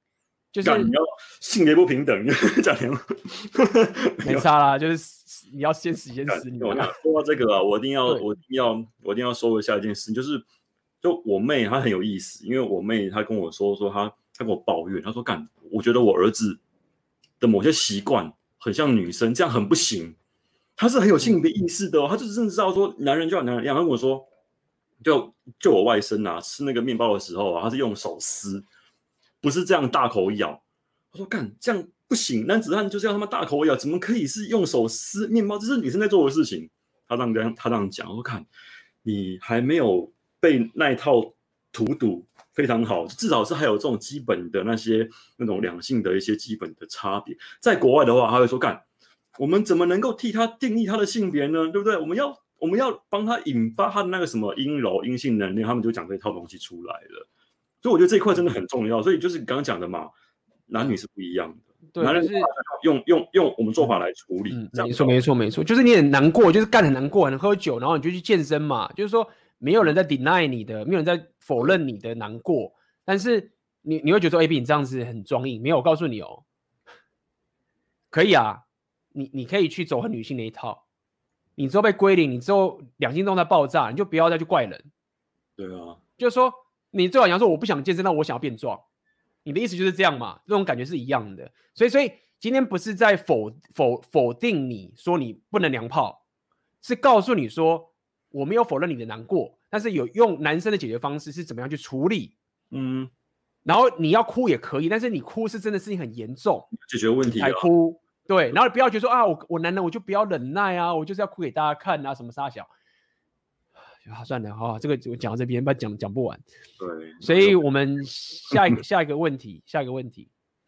就是你要性别不平等，讲没差啦，就是你要先死先死你。 我说到这个啊，我一定要我一定要我一定要说一下一件事，就是就我妹她很有意思，因为我妹她跟我说说她她跟我抱怨，她说干，我觉得我儿子的某些习惯很像女生，这样很不行。她是很有性别意识的哦，她就是真的知道说男人就要男人一样。她跟我说，就就我外甥啊，吃那个面包的时候啊，他是用手撕。不是这样大口咬，我说干这样不行，男子汉就是要他妈大口咬，怎么可以是用手撕面包？这是女生在做的事情。他这样他这样讲，我说看你还没有被那一套荼毒非常好，至少是还有这种基本的那些那种两性的一些基本的差别。在国外的话，他会说干，我们怎么能够替他定义他的性别呢？对不对？我们要我们要帮他引发他的那个什么阴柔阴性能量，他们就讲这一套东西出来了。所以我觉得这一块真的很重要，所以就是你刚刚讲的嘛，男女是不一样的， 对， 男人就是用用用我们做法来处理， 嗯， 这样没错没错没错，就是你很难过，就是干很难过，很喝酒，然后你就去健身嘛，就是说没有人在 deny 你的，没有人在否认你的难过，但是你你会觉得说 A B 你这样子很装硬，没有，我告诉你哦，可以啊，你你可以去走很女性的一套，你之后被归零，你之后两性动态爆炸，你就不要再去怪人， 对啊， 就是说。你最好讲说我不想健身，但我想要变壮，你的意思就是这样嘛？这种感觉是一样的，所以所以今天不是在否否否定你说你不能娘炮，是告诉你说我没有否认你的难过，但是有用男生的解决方式是怎么样去处理， 嗯， 然后你要哭也可以，但是你哭是真的事情很严重， 解决问题才哭，对，然后你不要觉得说啊我我男人我就不要忍耐啊，我就是要哭给大家看啊，什么杀小。啊、算了哈、哦，这个我讲到这边，不然讲讲不完。 对， 所以我们下一个下一个问题，下一个问题，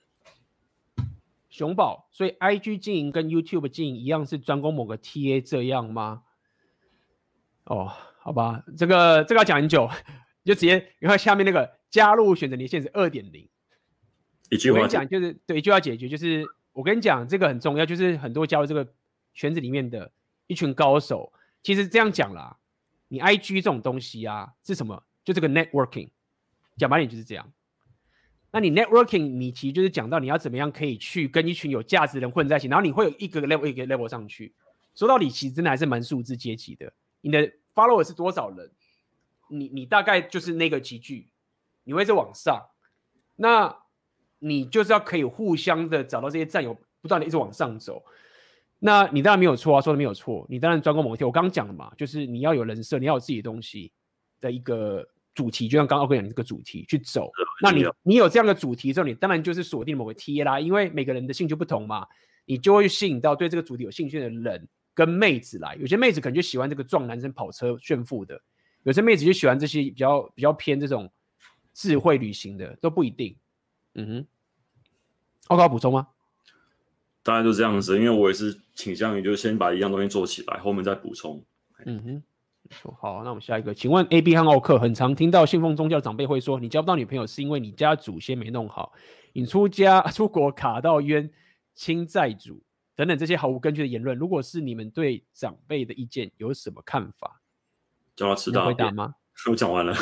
熊宝，所以 I G 经营跟 YouTube 经营一样是专攻某个 T A 这样吗？哦，好吧，这个这个要讲很久，你就直接你看下面那个加入选择你的限制 二点零， 一句话我跟你讲就是对，一句话解决，就是我跟你讲这个很重要，就是很多加入这个圈子里面的一群高手，其实这样讲啦。你 I G 这种东西啊，是什么？就这个 networking， 讲白点就是这样。那你 networking， 你其实就是讲到你要怎么样可以去跟一群有价值的人混在一起，然后你会有一个 level 一个 level 上去。说到底，其实真的还是蛮数字阶级的。你的 follower 是多少人，你你大概就是那个集聚，你会在往上。那你就是要可以互相的找到这些战友，不断的一直往上走。那你当然没有错啊，说的没有错。你当然专攻某个题，我刚刚讲了嘛，就是你要有人设，你要有自己的东西的一个主题，就像刚刚我讲的这个主题去走。那你你有这样的主题之后，你当然就是锁定某个 T A 啦，因为每个人的兴趣不同嘛，你就会吸引到对这个主题有兴趣的人跟妹子来。有些妹子可能就喜欢这个壮男生跑车炫富的，有些妹子就喜欢这些比较比较偏这种智慧旅行的，都不一定。嗯哼，奥高补充吗？ 大概就这样子，因为我也是倾向于就是先把一样东西做起来，后面再补充。 嗯哼，好，那我们下一个，请问 A B 和奥克很常听到信奉宗教长辈会说，你交不到女朋友是因为你家祖先没弄好，你出家出国卡到冤亲债主等等这些毫无根据的言论，如果是你们对长辈的意见有什么看法？ 叫他吃大便， 回答吗？ 我讲完了，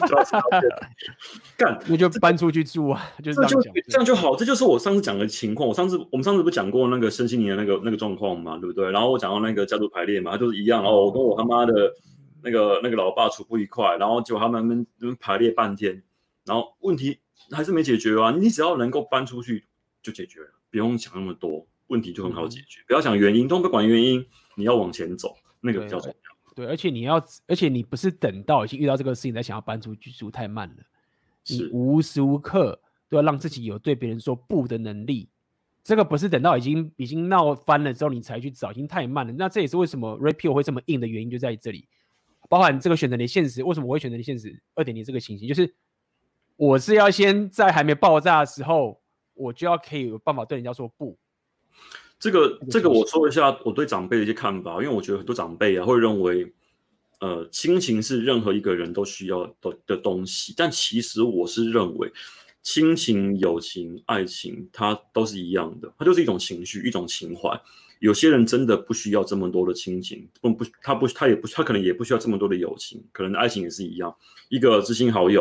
干， 那就搬出去住啊，就是这样讲， 这样就好。这就是我上次讲的情况。我上次我们上次不讲过那个身心灵的那个那个状况嘛，对不对？然后我讲到那个家族排列嘛，就是一样。然后我跟我他妈的那个那个老爸处不愉快，然后结果他们们排列半天，然后问题还是没解决啊。你只要能够搬出去就解决了，不用想那么多，问题就很好解决。嗯、不要想原因，都不管原因，你要往前走，那个比较重要。 对，而且你要，而且你不是等到已经遇到这个事情才想要搬出去住，太慢了。你无时无刻都要让自己有对别人说不的能力。这个不是等到已经已经闹翻了之后你才去找，已经太慢了。那这也是为什么 Rapio 会这么硬的原因就在这里。包含这个选择你现实，为什么我会选择你现实 二点零 这个情形，就是我是要先在还没爆炸的时候，我就要可以有办法对人家说不。 这个这个我说一下我对长辈的一些看法，因为我觉得很多长辈啊会认为，呃，亲情是任何一个人都需要 的, 的东西，但其实我是认为，亲情、友情、爱情，它都是一样的，它就是一种情绪，一种情怀。有些人真的不需要这么多的亲情，不不，他不，他也不，他可能也不需要这么多的友情，可能爱情也是一样，一个知心好友，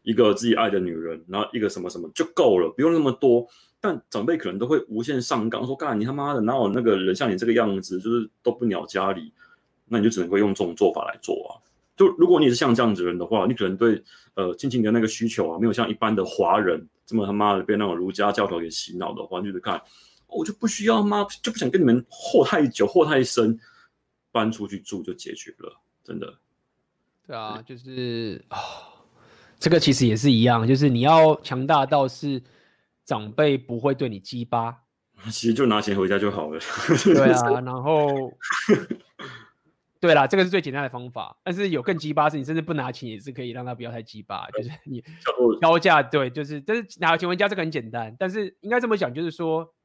一个自己爱的女人，然后一个什么什么就够了，不用那么多。但长辈可能都会无限上纲，说：“干你他妈的，哪有那个人像你这个样子，就是都不鸟家里。”那你就只能会用这种做法来做啊。就如果你是像这样子的人的话，你可能对呃亲情的那个需求啊，没有像一般的华人这么他妈的被那种儒家教条给洗脑的话，你就是看、哦、我就不需要妈，就不想跟你们和太久、和太深，搬出去住就解决了，真的。 对啊，就是啊、哦，这个其实也是一样，就是你要强大到是长辈不会对你鸡巴， 其实就拿钱回家就好了。 对啊，然后。对啦，这个是最简单的方法，但是有更鸡巴是，你甚至不拿钱也是可以让他不要太鸡巴，就是你高价，对，就是但是拿钱回家这个很简单，但是应该这么讲，就是说，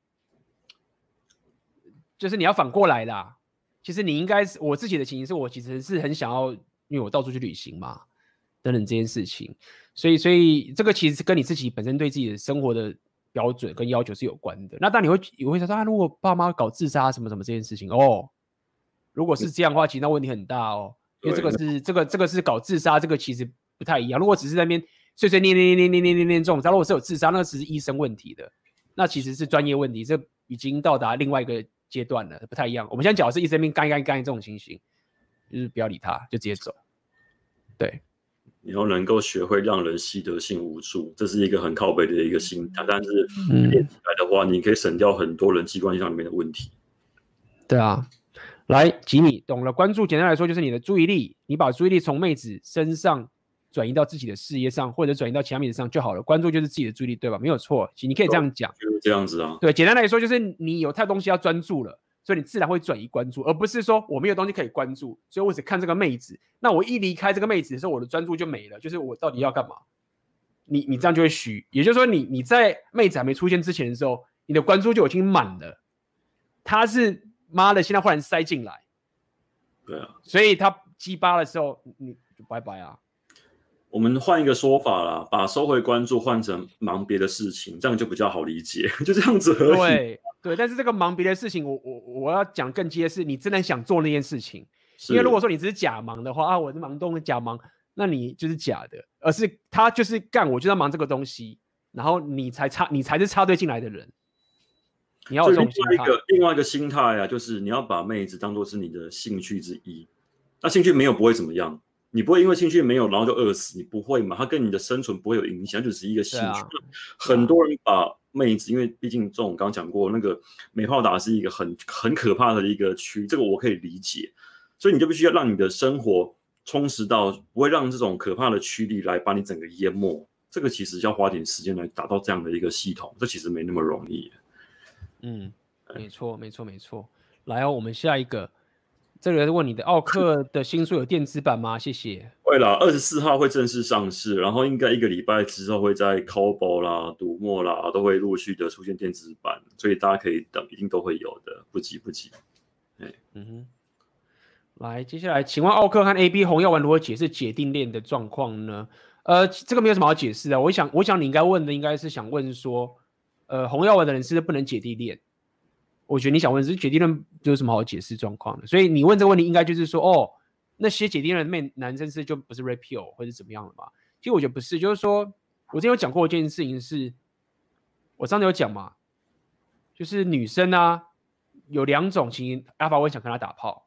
就是你要反过来啦。其实你应该是我自己的情形是我其实是很想要，因为我到处去旅行嘛，等等这件事情，所以所以这个其实跟你自己本身对自己的生活的标准跟要求是有关的。那当然你会你会说啊，如果爸妈搞自杀什么什么这件事情哦。如果是这样的话，其实那问题很大哦，因为这个是这个这个是搞自杀，这个其实不太一样。如果只是在那边碎碎念念念念念念念这种，如果是有自杀，那只是医生问题的，那其实是专业问题，这已经到达另外一个阶段了，不太一样。我们现在讲的是医生病干干干这种情形，就是不要理他，就直接走。对， 你要能够学会让人习得性无助，这是一个很靠北的一个心态。但是练起来的话，嗯、你可以省掉很多人际关系上里面的问题。 对啊。来，吉米懂了。关注简单来说就是你的注意力，你把注意力从妹子身上转移到自己的事业上，或者转移到其他妹子上就好了。关注就是自己的注意力，对吧？没有错，你可以这样讲。 就是这样子啊。 对，简单来说就是你有太多东西要专注了，所以你自然会转移关注，而不是说我没有东西可以关注，所以我只看这个妹子。那我一离开这个妹子的时候，我的专注就没了，就是我到底要干嘛？你你这样就会虚，也就是说你你在妹子还没出现之前的时候，你的关注就已经满了。她是。妈的，现在忽然塞进来， 对啊， 所以他鸡巴的时候，你就拜拜啊。 我们换一个说法啦，把收回关注换成忙别的事情，这样就比较好理解，就这样子而已。 对对，但是这个忙别的事情，我我我要讲更接的是，你真的想做那件事情。因为如果说你只是假忙的话啊，我是忙东假忙，那你就是假的，而是他就是干，我就要忙这个东西，然后你才插，你才是插队进来的人。你要有这种心态。 另外一个另外一个心态啊，就是你要把妹子当作是你的兴趣之一。那兴趣没有不会怎么样，你不会因为兴趣没有然后就饿死，你不会嘛？它跟你的生存不会有影响，就只是一个兴趣。啊、很多人把妹子，因为毕竟这种刚刚讲过，那个美炮打是一个很很可怕的一个区，这个我可以理解。所以你就必须要让你的生活充实到不会让这种可怕的驱力来把你整个淹没。这个其实要花点时间来达到这样的一个系统，这其实没那么容易。 嗯，没错，没错，没错。来哦，我们下一个，这个问你的奥克的新书有电子版吗？谢谢。 会啦，二十四号会正式上市，然后应该一个礼拜之后会在 Kobo 啦、读墨啦都会陆续的出现电子版，所以大家可以等，一定都会有的，不急不急。嗯哼。来，接下来，请问奥克和 A B 红药丸如何解释解定链的状况呢？呃，这个没有什么好解释的。我想，我想你应该问的应该是想问说。呃，红药丸的人是不是不能解地链？我觉得你想问是解地链有什么好解释状况的？所以你问这个问题应该就是说，哦，那些解地链的男生是就不是 rapio 或者怎么样的嘛？其实我觉得不是，就是说我之前有讲过一件事情是，我上次有讲嘛，就是女生啊有两种情形，阿法会想跟他打炮。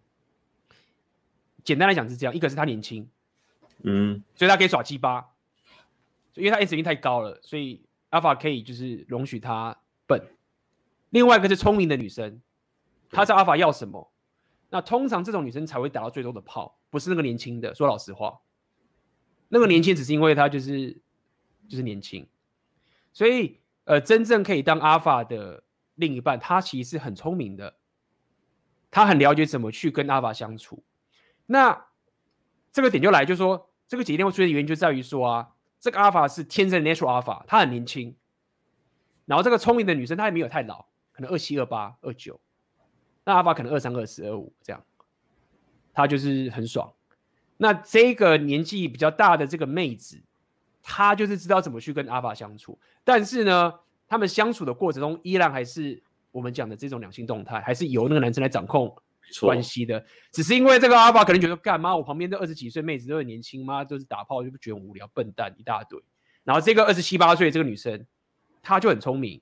简单来讲是这样，一个是他年轻， 嗯， 所以他可以耍鸡巴，因为他 S 值太高了，所以。Alpha 可以就是容许他笨，另外一个是聪明的女生，她知道 Alpha 要什么。那通常这种女生才会打到最多的炮，不是那个年轻的。说老实话，那个年轻只是因为她就是就是年轻，所以呃，真正可以当 Alpha 的另一半，他其实是很聪明的，他很了解怎么去跟 Alpha 相处。那这个点就来，就是说这个解定会出现的原因就在于说啊。这个 Alpha 是天生的 natural Alpha， 她很年轻，然后这个聪明的女生她也没有太老，可能二七、二八、二九，那 Alpha 可能二三、二四、二五这样，她就是很爽。那这个年纪比较大的这个妹子，她就是知道怎么去跟 Alpha 相处，但是呢，他们相处的过程中依然还是我们讲的这种两性动态，还是由那个男生来掌控关系的，只是因为这个 Alpha 可能觉得干嘛，我旁边这二十几岁妹子都很年轻吗？就是打炮就不觉得很无聊，笨蛋一大堆。然后这个二十七八岁这个女生，她就很聪明，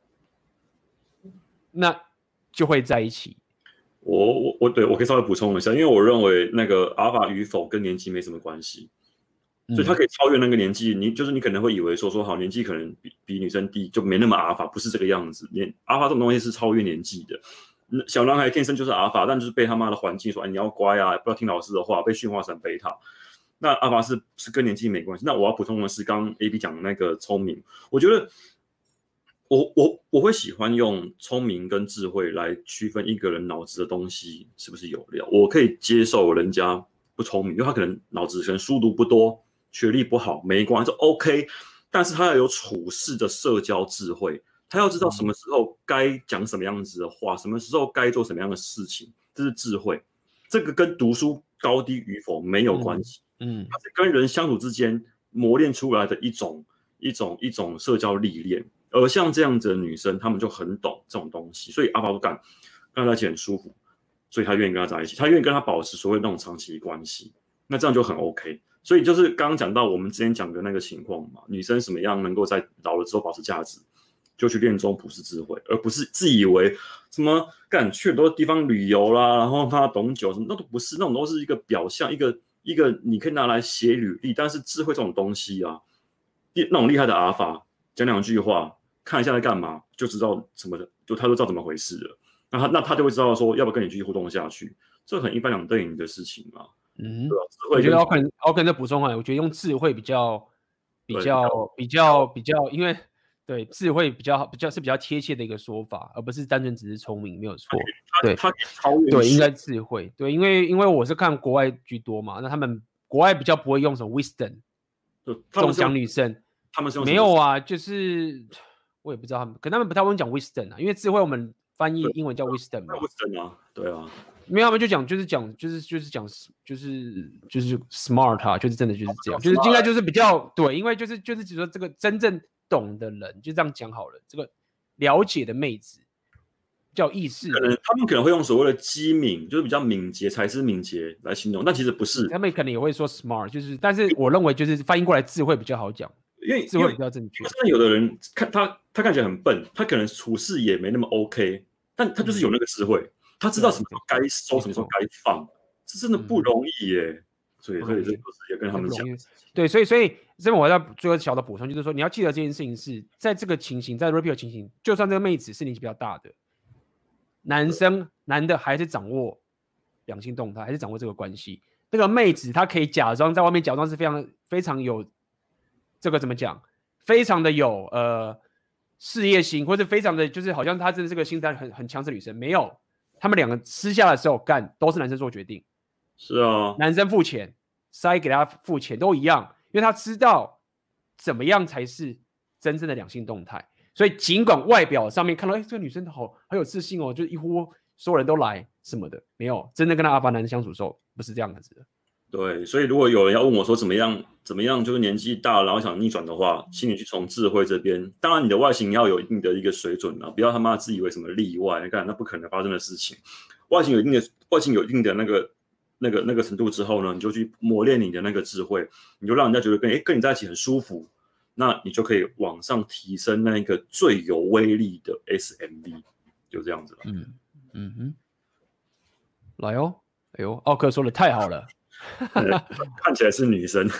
那就会在一起。 我我我对我可以稍微补充一下，因为我认为那个 Alpha 与否跟年纪没什么关系。所以他可以超越那个年纪，你就是你可能会以为说说好年纪可能比比女生低就没那么阿尔法，不是这个样子。年阿尔法这种东西是超越年纪的。小男孩天生就是阿尔法，但就是被他妈的环境说，哎，你要乖啊，不要听老师的话，被驯化成贝塔。那阿尔法是是跟年纪没关系。那我要补充的是，刚刚 A B 讲的那个聪明，我觉得我我我会喜欢用聪明跟智慧来区分一个人脑子的东西是不是有料。我可以接受人家不聪明，因为他可能脑子可能书读不多。学历不好没关系 ，OK， 但是他要有处事的社交智慧，他要知道什么时候该讲什么样子的话，什么时候该做什么样的事情，这是智慧。这个跟读书高低与否没有关系，嗯，它是跟人相处之间磨练出来的一种一种一种社交历练。而像这样子的女生，她们就很懂这种东西，所以阿宝感跟她在一起很舒服，所以她愿意跟她在一起，她愿意跟她保持所谓那种长期关系，那这样就很 OK。所以就是刚刚讲到我们之前讲的那个情况嘛，女生什么样能够在老了之后保持价值，就去练中普世智慧，而不是自以为什么干去很多地方旅游啦，然后他懂酒什么，那都不是，那种都是一个表象，一个一个你可以拿来写履历，但是智慧这种东西啊，那种厉害的阿尔法讲两句话，看一下在干嘛，就知道什么，就他就知道怎么回事了，那他那他就会知道说要不要跟你继续互动下去，这很一般两对应的事情嘛。 嗯，对啊，我觉得我可能我可能再补充一下，我觉得用智慧比较比较比较比较，因为对智慧比较比较是比较贴切的一个说法，而不是单纯只是聪明，没有错。对， 他超越对，应该智慧。对，因为因为我是看国外居多嘛，那他们国外比较不会用什么 wisdom， 这种讲女生， 他们是没有啊，就是我也不知道他们，可他们不太会讲 wisdom 啊，因为智慧我们翻译英文叫 wisdom 嘛 ，wisdom 啊，对啊。 没有，他们就讲，就是讲，就是就是讲，就是就是 smart 啊，就是真的就是这样，就是应该就是比较对，因为就是就是只说这个真正懂的人，就这样讲好了，这个了解的妹子，比较有意识， 可能他们可能会用所谓的机敏，就是比较敏捷、才思敏捷来形容，但其实不是。 他们可能也会说 smart， 就是，但是我认为就是翻译过来智慧比较好讲， 因为智慧比较正确。 真的有的人看他，他看起来很笨，他可能处事也没那么 OK， 但他就是有那个智慧。嗯，他知道什么时候该收，什么时候该放，这真的不容易耶。所以，所以这个也跟他们讲。 对，所以，所以这边我要最后小的补充，就是说你要记得这件事情是在这个情形，在 repeal 情形，就算这个妹子是年纪比较大的，男生男的还是掌握两性动态，还是掌握这个关系。那个妹子她可以假装在外面假装是非常非常有这个怎么讲，非常的有呃事业心，或者非常的就是好像她真的是个心态很很强势的女生，没有。他们两个私下的时候干都是男生做决定， 是啊， 男生付钱，塞给他付钱都一样，因为他知道怎么样才是真正的两性动态。所以尽管外表上面看到，哎，这个女生好好有自信哦，就一呼所有人都来什么的，没有真的跟他阿法男生相处的时候不是这样子的。 对，所以如果有人要问我说怎么样怎么样，就是年纪大了然后想逆转的话，请你去从智慧这边。当然，你的外形要有一定的一个水准啊，不要他妈自以为什么例外，干那不可能发生的事情。外形有一定的外形有一定的那个那个那个程度之后呢，你就去磨练你的那个智慧，你就让人家觉得跟哎跟你在一起很舒服，那你就可以往上提升那一个最有威力的 S M V， 就这样子了。 嗯嗯哼，来哦，哎呦，奥克说的太好了。 看起来是女生。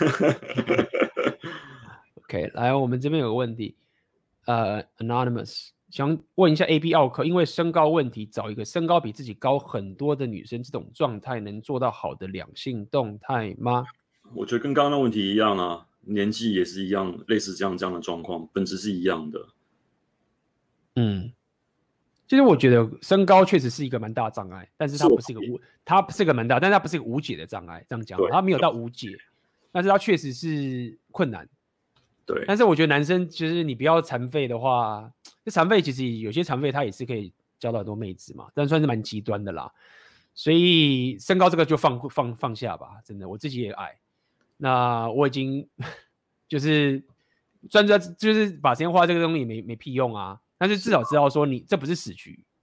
OK， 来，我们这边有个问题，呃 ，Anonymous 想问一下 A B 奥克，因为身高问题，找一个身高比自己高很多的女生，这种状态能做到好的两性动态吗？ 我觉得跟刚刚的问题一样啊，年纪也是一样，类似这样这样的状况，本质是一样的。 嗯。其实我觉得身高确实是一个蛮大的障碍，但是它不是一个无，它是一个蛮大，但是它不是一个无解的障碍。这样讲，它没有到无解，但是它确实是困难。 对。 但是我觉得男生就是你不要残废的话，这残废其实有些残废他也是可以交到很多妹子嘛，但算是蛮极端的啦。所以身高这个就放放放下吧，真的，我自己也矮。那我已经就是专注就是把时间花这个东西没没屁用啊。但是至少知道说你这不是死局，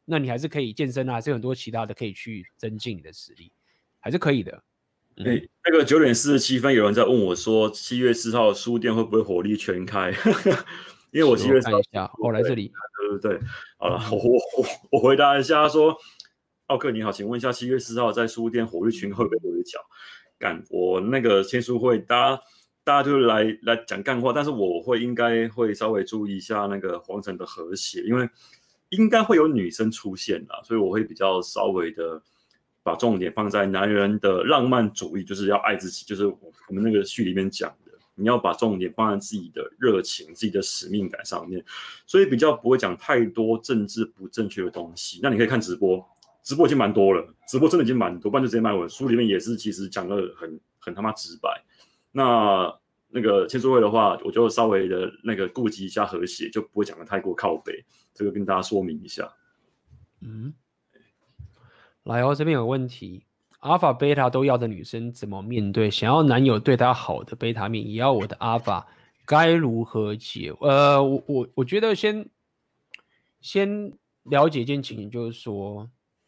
那你还是可以健身啊，还是有很多其他的可以去增进你的实力，还是可以的。 哎、嗯欸，那个九点四十七分，有人在问我说，七月四号书店会不会火力全开？因为我七月看一下，我来这里， 对对对，好了，我我我回答一下说，奥克你好，请问一下，七月四号在书店火力全开会不会有一脚？干，我那个签书会，大家大家就来来讲干话，但是我会应该会稍微注意一下那个皇城的和谐，因为应该会有女生出现啦，所以我会比较稍微的把重点放在男人的浪漫主义，就是要爱自己，就是我们那个序里面讲的。你要把重点放在自己的热情、自己的使命感上面，所以比较不会讲太多政治不正确的东西。那你可以看直播，直播已经蛮多了，直播真的已经蛮多，不然就直接买我的书里面也是，其实讲的很很他妈直白。那那个签书会的话，我就稍微的那个顾及一下和谐，就不会讲的太过靠北，这个跟大家说明一下。 嗯，来哦，这边有问题。阿法、贝塔都要的女生怎么面对？想要男友对她好的贝塔面，也要我的阿法，该如何解？呃，我我我觉得先先了解一件情形，就是说，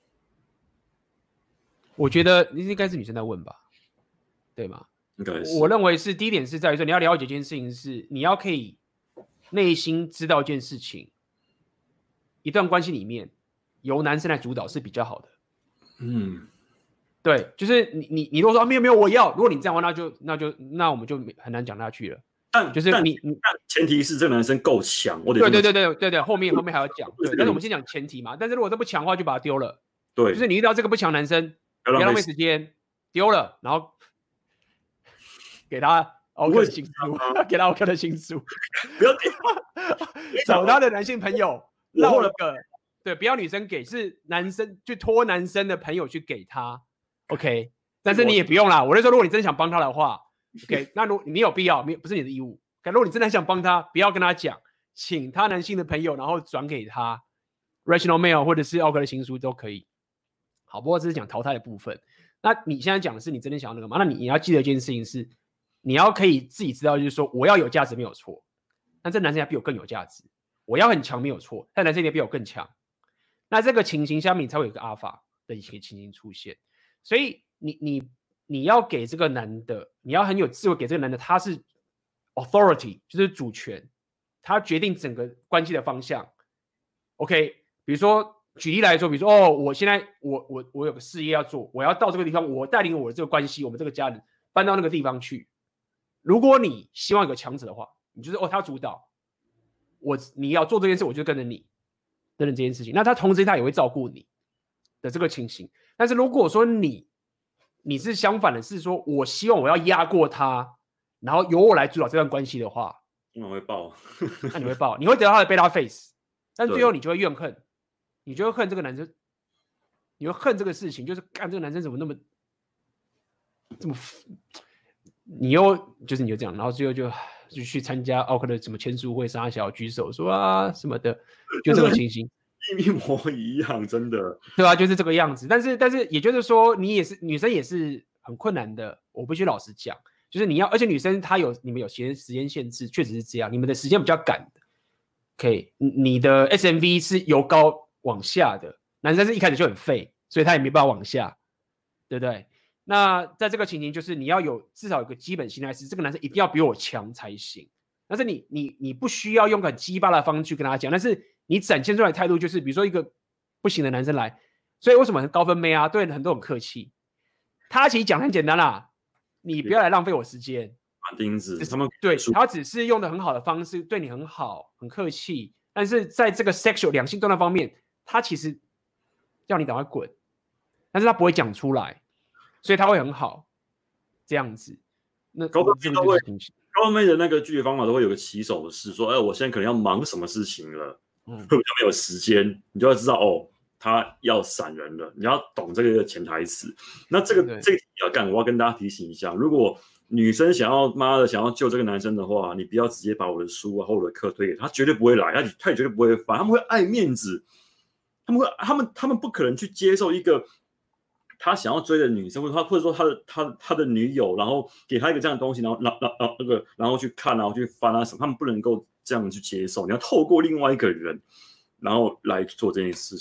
我觉得应该是女生在问吧，对吗？ 应该是。 我认为是第一点是在于说，你要了解一件事情是，你要可以内心知道一件事情，一段关系里面由男生来主导是比较好的。 嗯。 对，就是你你你如果说、啊、没有没有我要，如果你这样的话，那就那就那我们就很难讲下去了。 但就是你你但前提是这个男生够强，我得对对对对对对，后面后面还要讲。对，但是我们先讲前提嘛。但是如果这不强的话，就把它丢了。 对， 就是你遇到这个不强男生，不要浪费时间，丢了，然后给他奥克的情书，给他奥克的情书， 不要给他，找他的男性朋友绕了个，对，不要女生给，是男生去托男生的朋友去给他。OK， 但是你也不用啦。我就说，如果你真的想帮他的话 ，OK， 那如果你有必要，不是你的义务。如果你真的想帮他，不要跟他讲，请他男性的朋友，然后转给他 ，Rational Mail 或者是奥克的情书都可以。好，不过这是讲淘汰的部分。那你现在讲的是你真的想要那个吗？那你你要记得一件事情是，你要可以自己知道，就是说我要有价值没有错，但这男生要比我更有价值。我要很强没有错，但男生也比我更强。那这个情形下面，你才会有一个阿法的一个情形出现。所以你你你要给这个男的，你要很有智慧给这个男的，他是 authority， 就是主权，他决定整个关系的方向。OK， 比如说举例来说，比如说哦，我现在我我我有个事业要做，我要到这个地方，我带领我的这个关系，我们这个家人搬到那个地方去。如果你希望有个强者的话，你就是哦，他主导，我你要做这件事，我就跟着你，等等这件事情。那他同时他也会照顾你的这个情形。但是如果说你你是相反的，是说我希望我要压过他，然后由我来主导这段关系的话， 那会爆， 那你会爆，你会得到他的 beta face， 但最后你就会怨恨，你就会恨这个男生，你会恨这个事情，就是干这个男生怎么那么这么，你又就是你就这样，然后最后就就去参加奥克的什么签书会，杀小举手说啊什么的，就这个情形。 一模一样，真的， 对啊，就是这个样子。但是，但是，也就是说，你也是女生，也是很困难的。我必须老实讲，就是你要，而且女生她有你们有时间时间限制，确实是这样。你们的时间比较赶的 ，OK， 你的 S M V 是由高往下的，男生是一开始就很废，所以他也没办法往下，对不对？那在这个情形，就是你要有至少有个基本心态是，这个男生一定要比我强才行。但是你你你不需要用很鸡巴的方式去跟他讲，但是你展现出来的态度就是，比如说一个不行的男生来，所以为什么高分妹啊对很多很客气？他其实讲很简单啦，你不要来浪费我时间。 马钉子，他们对他只是用的很好的方式对你很好，很客气，但是在这个 sexual 两性端的方面，他其实要你赶快滚，但是他不会讲出来，所以他会很好这样子。那高分妹都会。高分妹的那个拒绝方法都会有个起手式，说：“哎，我现在可能要忙什么事情了，嗯，会比较没有时间。”你就要知道哦，他要闪人了，你要懂这个潜台词。那这个这个题要干，我要跟大家提醒一下：如果女生想要妈的想要救这个男生的话，你不要直接把我的书啊或我的课推给他，绝对不会来，他他也绝对不会烦，他们会爱面子，他们会他们他们不可能去接受一个。他想要追的女生，或者他或者说他的他他的女友，然后给他一个这样的东西，然后然后然后那个然后去看，然后去翻啊什么，他们不能够这样去接受。你要透过另外一个人，然后来做这件事情。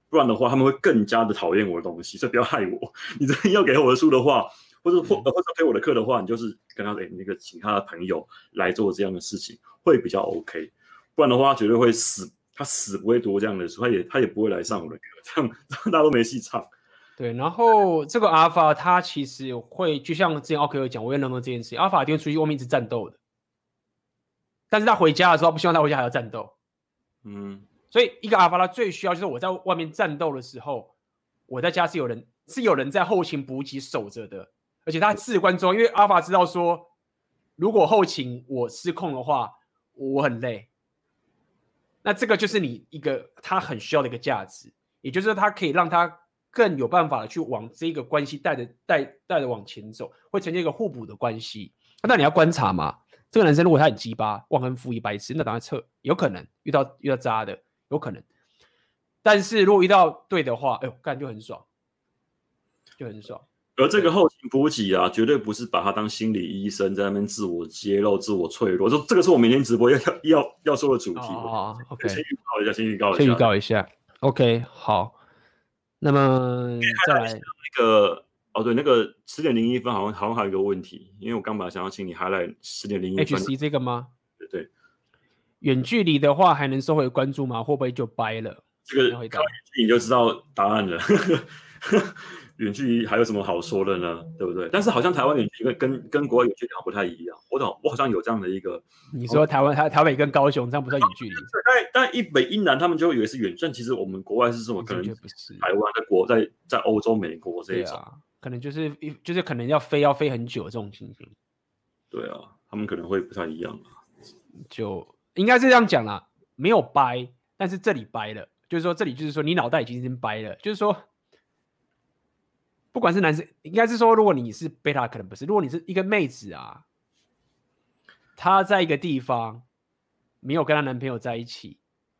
不然的话他们会更加的讨厌我的东西，所以不要害我。你真的要给我的书的话，或者或或者陪我的课的话，你就是跟他哎、欸、那个请他的朋友来做这样的事情，会比较 OK。不然的话，他绝对会死，他死不会读这样的书，他也他也不会来上我的课，这样这样大家都没戏唱。 对，然后这个 Alpha 它其实会就像之前 OK 有讲，我也能够这件事情 ，Alpha 一定会出去外面一直战斗的，但是他回家的时候，不希望他回家还要战斗。嗯，所以一个 Alpha 他最需要就是我在外面战斗的时候，我在家是有人是有人在后勤补给守着的，而且他至关重要，因为 Alpha 知道说，如果后勤我失控的话，我很累。那这个就是你一个他很需要的一个价值，也就是说他可以让他更有办法的去往这个关系带着带带着往前走，会呈现一个互补的关系。那你要观察嘛，这个男生如果他很鸡巴、忘恩负义、白痴，那赶快撤，有可能遇到遇到渣的，有可能。但是如果遇到对的话，哎呦，干就很爽，就很爽。 而这个后勤补给啊，绝对不是把他当心理医生，在那边自我揭露、自我脆弱。说这个是我明天直播要要要说的主题。 哦 ，OK， 先预告一下，先预告一下， 先预告一下。OK， 好。那么再来那个哦，对，那个十点零一分好像好像还有一个问题，因为我刚本来想要请你 highlight 十点零一分 H C 这个吗？ 对对。 远距离的话还能收回关注吗？会不会就掰了？ 这个靠远距离你就知道答案了。远距离还有什么好说的呢？对不对？但是好像台湾远距离跟跟国外远距离好像不太一样。我懂，我好像有这样的一个。 你说台湾、台台北跟高雄这样不算远距离？ 但但一北一南他们就以为是远，但其实我们国外是这么可能，台湾在国在在欧洲、美国这一种、 啊，可能就是就是可能要飞要飞很久这种情形。 对啊，他们可能会不太一样啊。 就应该是这样讲啦，没有掰，但是这里掰了，就是说这里就是说你脑袋已经是掰了，就是说。不管是男生，应该是说，如果你是贝塔，可能不是。如果你是一个妹子啊，她在一个地方没有跟她男朋友在一起，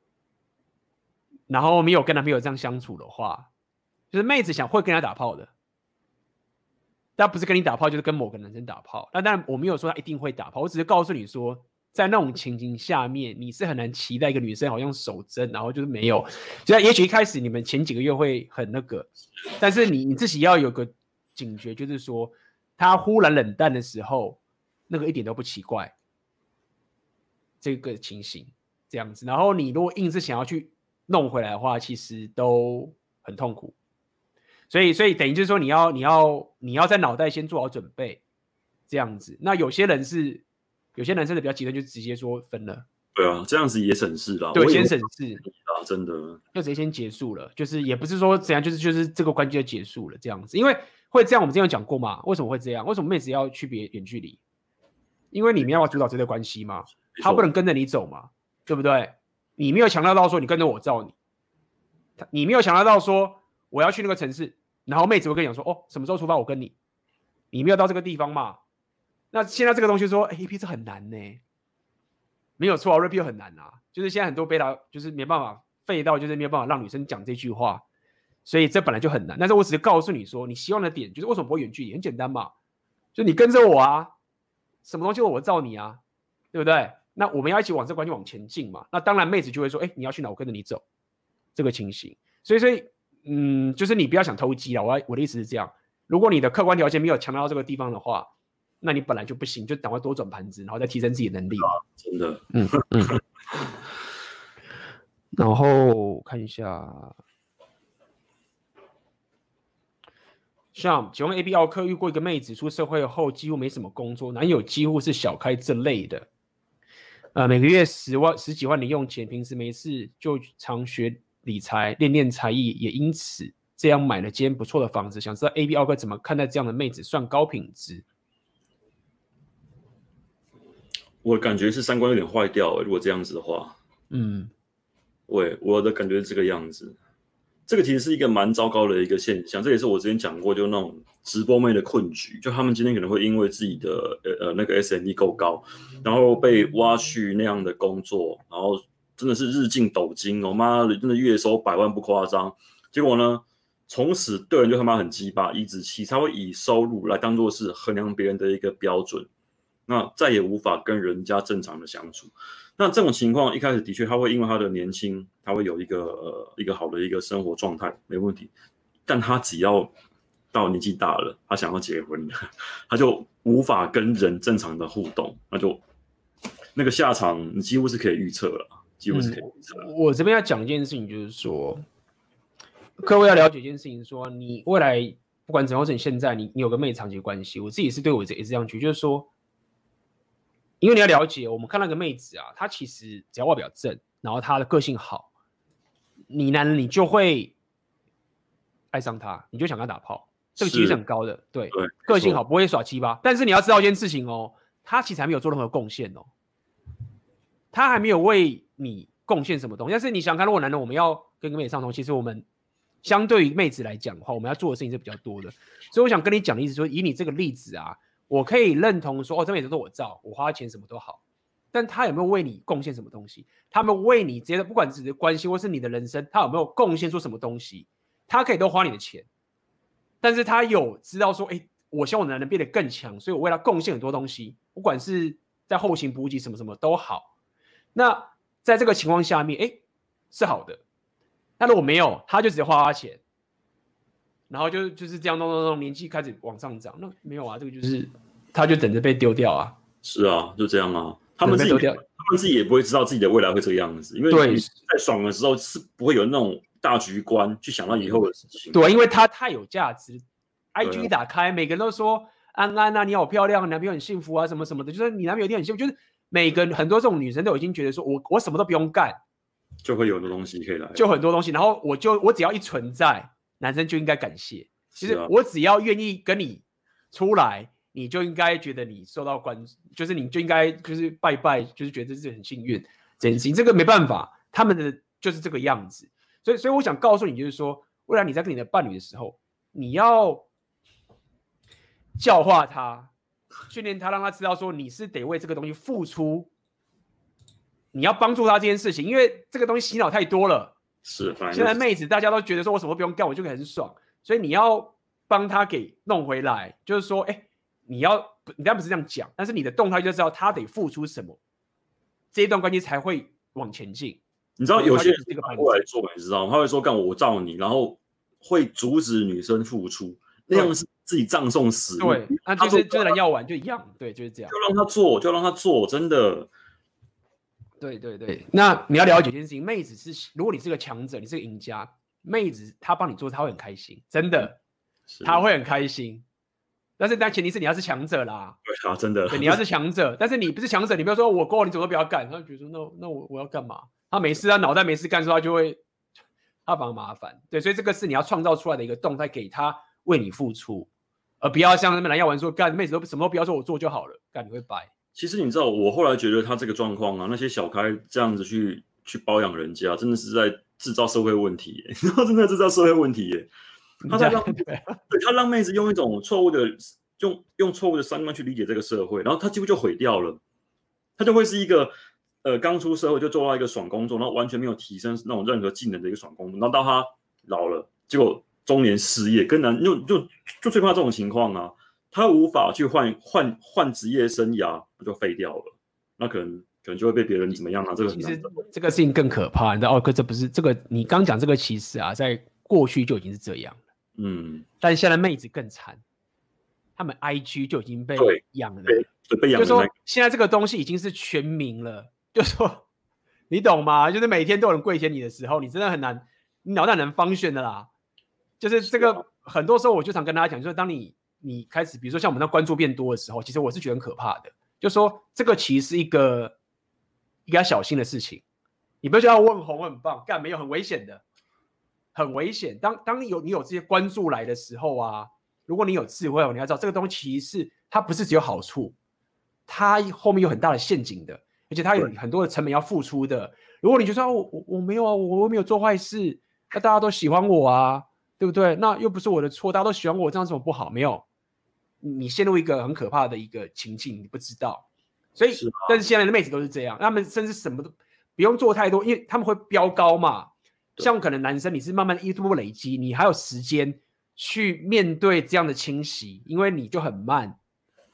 然后没有跟男朋友这样相处的话，就是妹子想会跟他打炮的，但不是跟你打炮，就是跟某个男生打炮。那当然我没有说他一定会打炮，我只是告诉你说，在那种情形下面，你是很难期待一个女生好像守贞，然后就是没有。所以也许一开始你们前几个月会很那个，但是你你自己要有个警觉，就是说她忽然冷淡的时候，那个一点都不奇怪。这个情形这样子，然后你如果硬是想要去弄回来的话，其实都很痛苦。所以，所以等于就是说，你要你要你要在脑袋先做好准备，这样子。那有些人是。有些男生的比较极端，就直接说分了。 对啊，这样子也省事啦。 对，先省事啊，真的。 就直接先结束了，就是也不是说怎样，就是就是这个关系就结束了这样子。因为会这样，我们之前有讲过嘛？为什么会这样？为什么妹子要区别远距离？因为你们要主导这段关系嘛，他不能跟着你走嘛，对不对？你没有强调到说你跟着我照你，你没有强调到说我要去那个城市，然后妹子会跟你讲说哦，什么时候出发？我跟你，你没有到这个地方嘛？那现在这个东西说 A P 这很难呢，没有错啊 ，repeat 很难啊，就是现在很多贝塔就是没办法废到，就是没有办法让女生讲这句话，所以这本来就很难。但是我只是告诉你说，你希望的点就是为什么不会远距离，很简单嘛，就你跟着我啊，什么东西我照你啊，对不对？那我们要一起往这关系往前进嘛。那当然妹子就会说，哎，你要去哪，我跟着你走，这个情形。所以，所以，嗯，就是你不要想偷鸡啦。我我的意思是这样，如果你的客观条件没有强调到这个地方的话。那你本来就不行，就赶快多转盘子，然后再提升自己的能力。 啊、真的， 嗯嗯。然后看一下，像请问 A B 奥克遇过一个妹子，出社会后几乎没什么工作，男友几乎是小开这类的，呃，每个月十万十几万零用钱，平时没事就常学理财，练练才艺，也因此这样买了间不错的房子。想知道 A B 奥克怎么看待这样的妹子，算高品质？ 我感觉是三观有点坏掉、欸，如果这样子的话， 嗯， 对，我的感觉是这个样子。这个其实是一个蛮糟糕的一个现象，这也是我之前讲过，就那种直播妹的困局，就他们今天可能会因为自己的呃呃那个 S M E 够高，然后被挖去那样的工作，然后真的是日进斗金哦，妈的，真的月收百万不夸张。结果呢，从此对人就他妈很鸡巴，颐指气，他会以收入来当做是衡量别人的一个标准。 那再也无法跟人家正常的相处。那这种情况一开始的确他会因为他的年轻，他会有一个、呃、一个好的一个生活状态，没问题。但他只要到年纪大了，他想要结婚了，他就无法跟人正常的互动，那就那个下场你几乎是可以预测了，几乎是可以预测了、 嗯。我这边要讲一件事情，就是说，各位要了解一件事情说，说你未来不管怎样，或者你现在你你有个妹长期关系，我自己是对我也是这样觉得，就是说。因为你要了解，我们看那个妹子啊，她其实只要外表正，然后她的个性好，你男人你就会爱上她，你就想跟她打炮，这个几率是很高的。对， 对， 个性好不会耍鸡巴，但是你要知道一件事情哦，她其实还没有做任何贡献哦，她还没有为你贡献什么东西。但是你想看，如果男人我们要跟一个妹子上床，其实我们相对于妹子来讲的话，我们要做的事情是比较多的。所以我想跟你讲的意思说，以你这个例子啊。我可以认同说，哦，这妹子都我照，我花钱什么都好，但他有没有为你贡献什么东西？他有没有为你直接不管只是关系或是你的人生，他有没有贡献出什么东西？他可以都花你的钱，但是他有知道说，哎，我希望我的男人变得更强，所以我为他贡献很多东西，不管是在后勤补给什么什么都好。那在这个情况下面，哎，是好的。那如果没有，他就直接花花钱。然后就就是这样弄弄弄，年纪开始往上涨，那没有啊，这个就是他就等着被丢掉啊。 是啊，就这样啊。他们自己他们自己也不会知道自己的未来会这个样子，因为你在爽的时候是不会有那种大局观去想到以后的事情。 对，因为他太有价值。I G 一打开，每个人都说安安啊，你好漂亮，男朋友很幸福啊，什么什么的，就是你男朋友一定很幸福，就是每个很多这种女生都已经觉得说我我什么都不用干， 就会有很多东西可以来， 就很多东西，然后我就我只要一存在。男生就应该感谢，就是我只要愿意跟你出来，你就应该觉得你受到关注，就是你就应该就是拜拜，就是觉得这是很幸运这件事情。这个没办法，他们的就是这个样子。所以，所以我想告诉你，就是说，未来你在跟你的伴侣的时候，你要教化他，训练他，让他知道说你是得为这个东西付出，你要帮助他这件事情，因为这个东西洗脑太多了。 是， 现在妹子大家都觉得说我什么都不用干，我就很爽，所以你要帮他给弄回来，就是说，哎，你要你当然不是这样讲，但是你的动态就知道他得付出什么，这一段关系才会往前进。 你知道有些人反过来做，你知道吗？他会说干我照你，然后会阻止女生付出，那样是自己葬送死路。 对，那就是就是人要玩就一样，对，就是这样。 就让他做，就让他做，真的。 对对对，那你要了解一件事情，妹子是，如果你是个强者，你是个赢家，妹子她帮你做，她会很开心，真的，她会很开心。但是但前提是你要是强者啦， 对啊，真的， 对，你要是强者，但是你不是强者，你不要说我够，你怎么都不要干，他就觉得说那那我我要干嘛？他没事，他脑袋没事干，说他就会他反而麻烦。对，所以这个是你要创造出来的一个动态，给他为你付出，而不要像那边蓝耀文说干妹子都什么都不要说，我做就好了，干你会掰。 其实你知道，我后来觉得他这个状况啊，那些小开这样子去去包养人家，真的是在制造社会问题耶，然后真的制造社会问题耶。他在让对他让妹子用一种错误的用用错误的三观去理解这个社会，然后他几乎就毁掉了。他就会是一个呃刚出社会就做到一个爽工作，然后完全没有提升那种任何技能的一个爽工作，然后到他老了，结果中年失业，跟男就就就最怕这种情况啊。他无法去换换换职业生涯，就废掉了。那可能可能就会被别人怎么样啊？这个很其实这个事情更可怕，你知道哦？可这不是这个，你刚讲这个其实啊，在过去就已经是这样了。 嗯， 但现在妹子更惨，他们 I G 就已经被养了， 对，被养了。 就说现在这个东西已经是全民了，就说你懂吗？就是每天都有人跪舔你的时候，你真的很难，你脑袋很难方旋的啦。就是这个，很多时候我就常跟大家讲，就是当你你开始，比如说像我们那关注变多的时候，其实我是觉得很可怕的。就说这个其实是一个一个要小心的事情。你不要觉得我很红很棒，干没有，很危险的，很危险。当当你有你有这些关注来的时候啊，如果你有智慧，你要知道这个东西其实是它不是只有好处，它后面有很大的陷阱的，而且它有很多的成本要付出的。如果你就说、啊、我我我没有啊，我没有做坏事，那大家都喜欢我啊，对不对？那又不是我的错，大家都喜欢我，这样怎么不好？没有。你陷入一个很可怕的一个情境，你不知道，所以，是但是现在的妹子都是这样，他们甚至什么都不用做太多，因为他们会飙高嘛。像可能男生你是慢慢一步步累积，你还有时间去面对这样的侵袭，因为你就很慢，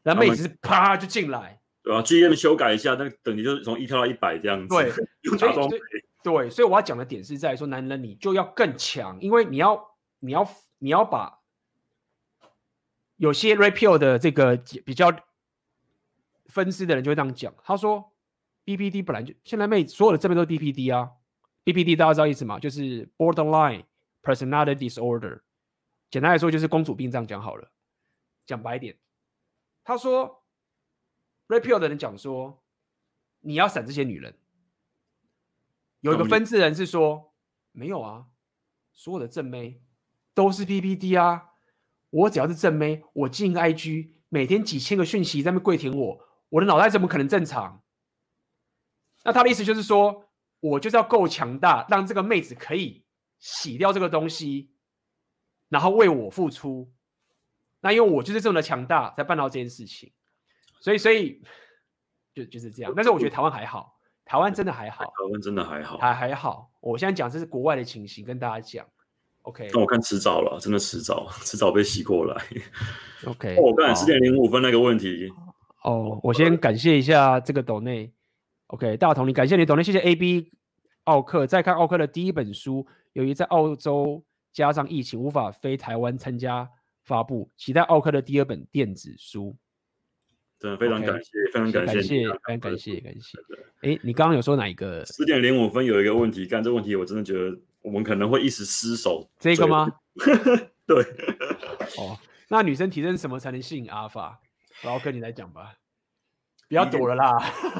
然后妹子是啪就进来， 对吧、啊、？G M 修改一下，那个等级就是从一跳到一百这样子。 对， 用打装备。 对，所以我要讲的点是在说，男人你就要更强，因为你要你要你要把有些 rapio 的这个比较分析的人就会这样讲，他说 B P D 本来就现在妹所有的正面都是 B P D 啊 ，B P D 大家知道意思吗？就是 borderline personality disorder， 简单来说就是公主病，这样讲好了，讲白一点，他说 rapio 的人讲说你要闪这些女人。有一个分支人是说，没有啊，所有的正妹都是 P P D 啊，我只要是正妹，我进 I G， 每天几千个讯息在那边跪舔我，我的脑袋怎么可能正常？那他的意思就是说，我就是要够强大，让这个妹子可以洗掉这个东西，然后为我付出。那因为我就是这么的强大，才办到这件事情，所以所以就就是这样。但是我觉得台湾还好。台湾真的还好， 台湾真的还好， 还还好。我现在讲这是国外的情形，跟大家讲。OK， 那我看迟早了，真的迟早，迟早被洗过来。 OK， 哦、我刚才十点零五分那个问题。 哦，我先感谢一下这个斗内。OK， 大同，你感谢你斗内，谢谢 A B 奥克。再看奥克的第一本书，由于在澳洲加上疫情，无法飞台湾参加发布，期待奥克的第二本电子书。 真的非常感谢， okay, 非常感谢， 感谢，非常感谢，感谢。哎，你刚刚有说哪一个？ 十点零五分有一个问题，干这个问题我真的觉得我们可能会一时失手。 这个吗？ 对。 哦，那女生提升什么才能吸引阿法？老哥，你来讲吧，不要躲了啦。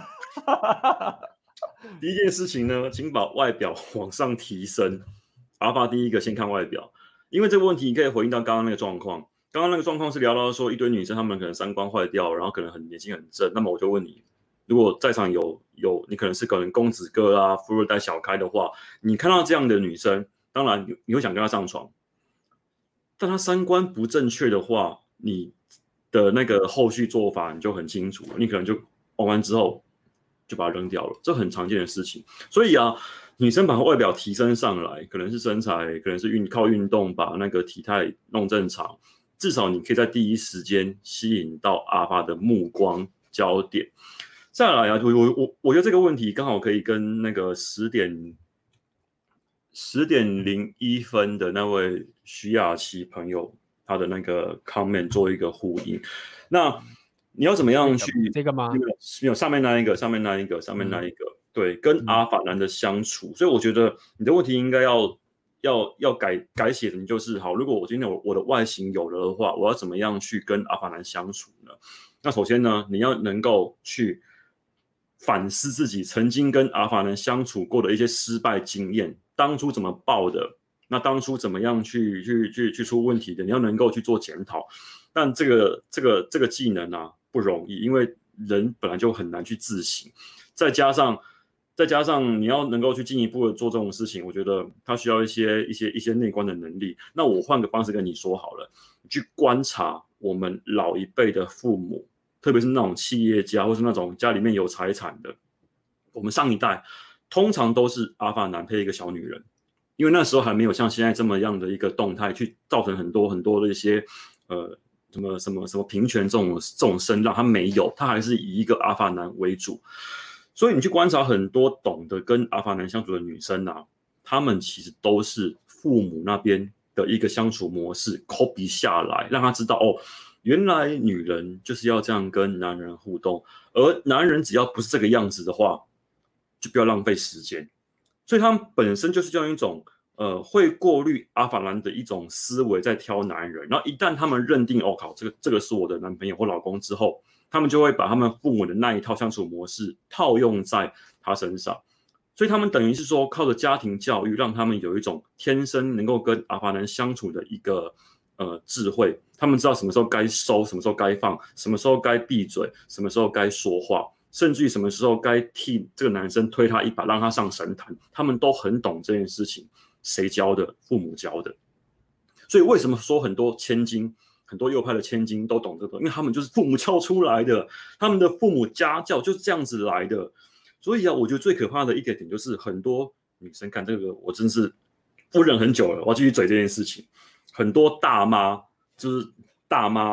第一件事情呢，请把外表往上提升。阿法第一个先看外表，因为这个问题你可以回应到刚刚那个状况。刚刚那个状况是聊到说一堆女生，她们可能三观坏掉，然后可能很年轻很正。那么我就问你，如果在场有有你可能是可能公子哥啊、富二代小开的话，你看到这样的女生，当然你你会想跟她上床，但她三观不正确的话，你的那个后续做法你就很清楚，你可能就玩完之后就把它扔掉了，这很常见的事情。所以啊，女生把外表提升上来，可能是身材，可能是运靠运动把那个体态弄正常。至少你可以在第一时间吸引到阿发的目光焦点。再来啊，我我我觉得这个问题刚好可以跟那个十点十点零一分的那位徐雅琪朋友他的那个 comment 做一个呼应。那你要怎么样去这个吗？ 没有上面那一个，上面那一个，上面那一个，嗯、对，跟阿法男的相处。嗯、所以我觉得你的问题应该要。要要改改写成就是好，如果我今天我我的外形有了的话，我要怎么样去跟阿法男相处呢？那首先呢，你要能够去反思自己曾经跟阿法男相处过的一些失败经验，当初怎么爆的，那当初怎么样去去去去出问题的，你要能够去做检讨。但这个这个这个技能啊不容易，因为人本来就很难去自省，再加上。再加上你要能够去进一步的做这种事情，我觉得它需要一些一些一些内观的能力。那我换个方式跟你说好了，你去观察我们老一辈的父母，特别是那种企业家或是那种家里面有财产的，我们上一代通常都是阿法男配一个小女人，因为那时候还没有像现在这么样的一个动态，去造成很多很多的一些呃什么什么什么平权这种这种声浪，它没有，它还是以一个阿法男为主。所以你去观察很多懂得跟阿法男相处的女生啊，她们其实都是父母那边的一个相处模式 copy 下来，让她知道哦，原来女人就是要这样跟男人互动，而男人只要不是这个样子的话，就不要浪费时间。所以他们本身就是这样一种呃会过滤阿法男的一种思维在挑男人，然后一旦他们认定哦靠，这个这个是我的男朋友或老公之后。他们就会把他们父母的那一套相处模式套用在他身上，所以他们等于是说靠着家庭教育，让他们有一种天生能够跟阿法男相处的一个呃智慧。他们知道什么时候该收，什么时候该放，什么时候该闭嘴，什么时候该说话，甚至于什么时候该替这个男生推他一把，让他上神坛。他们都很懂这件事情，谁教的？父母教的。所以为什么说很多千金？很多右派的千金都懂这个，因为他们就是父母教出来的，他们的父母家教就是这样子来的。所以啊，我觉得最可怕的一个点就是，很多女生看这个，我真是不忍很久了，我要继续嘴这件事情。很多大妈就是大妈，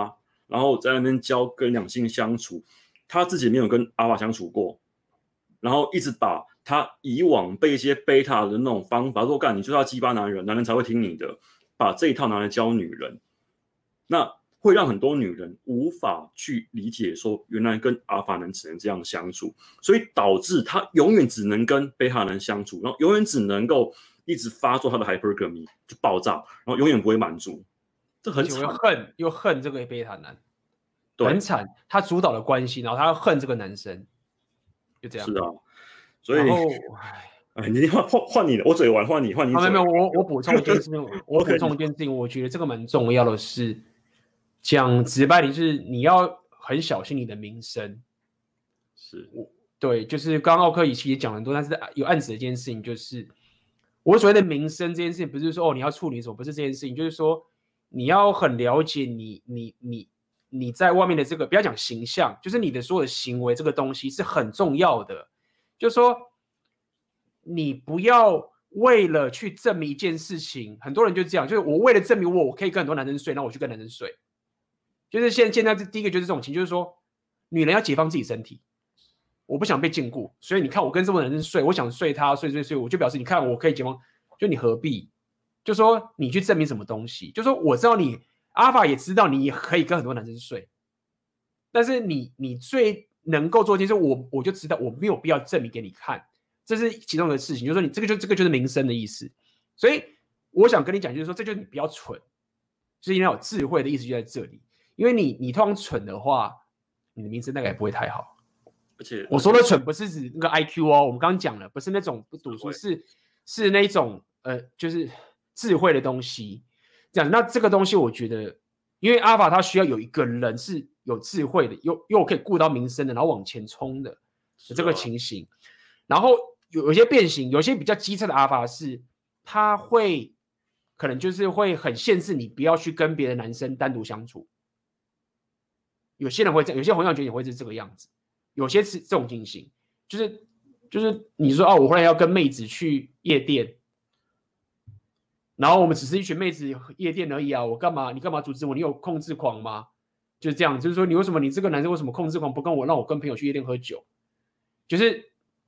然后在那边教跟两性相处，他自己没有跟阿法相处过，然后一直把他以往被一些贝塔的那种方法说干，你就是要激巴男人，男人才会听你的，把这一套拿来教女人，那会让很多女人无法去理解说原来跟阿法男只能这样相处，所以导致他永远只能跟贝塔男相处，然后永远只能够一直发作他的 hypergamy 就爆炸，然后永远不会满足，这很惨， 又恨又恨这个贝塔男，很惨，他主导了关系，然后他恨这个男生，就这样。 是啊，所以然后哎，你换换换你的，我嘴完换你换你嘴。 啊、没有没有，我我补充一件事情，我补充一件事情，我觉得这个蛮重要的是，讲直白点，就是你要很小心你的名声。 是， 对，就是刚刚奥克其实讲很多，但是有暗指的一件事情，就是我所谓的名声这件事情，不是说哦你要处理什么，不是这件事情，就是说你要很了解你你你你在外面的这个，不要讲形象，就是你的所有的行为这个东西是很重要的，就是说。你不要为了去证明一件事情，很多人就这样，就是我为了证明我我可以跟很多男生睡，那我去跟男生睡。就是现现在第一个就是这种情，就是说女人要解放自己身体，我不想被禁锢，所以你看我跟这么男生睡，我想睡他睡睡睡，我就表示你看我可以解放，就你何必？就说你去证明什么东西？就说我知道你阿法也知道你也可以跟很多男生睡，但是你你最能够做的就是我我就知道我没有必要证明给你看。这是其中的事情，就是说你这个就这个就是名声的意思，所以我想跟你讲，就是说这就是你比较蠢，就是你要有智慧的意思就在这里，因为你你通常蠢的话，你的名声大概也不会太好。 而且我说的蠢不是指那个 I Q 哦，我们刚刚讲了，不是那种不读书，是是那种呃就是智慧的东西。这样，那这个东西我觉得，因为阿法他需要有一个人是有智慧的，又又可以顾到名声的，然后往前冲的这个情形，然后。有有些变形，有些比较机车的阿法是，他会可能就是会很限制你不要去跟别的男生单独相处。有些人会这样，有些红药酒也会是这个样子，有些是这种情形，就是就是你说哦，我后来要跟妹子去夜店，然后我们只是一群妹子夜店而已啊，我干嘛？你干嘛阻止我？你有控制狂吗？就是这样，就是说你为什么你这个男生为什么控制狂不跟我让我跟朋友去夜店喝酒？就是。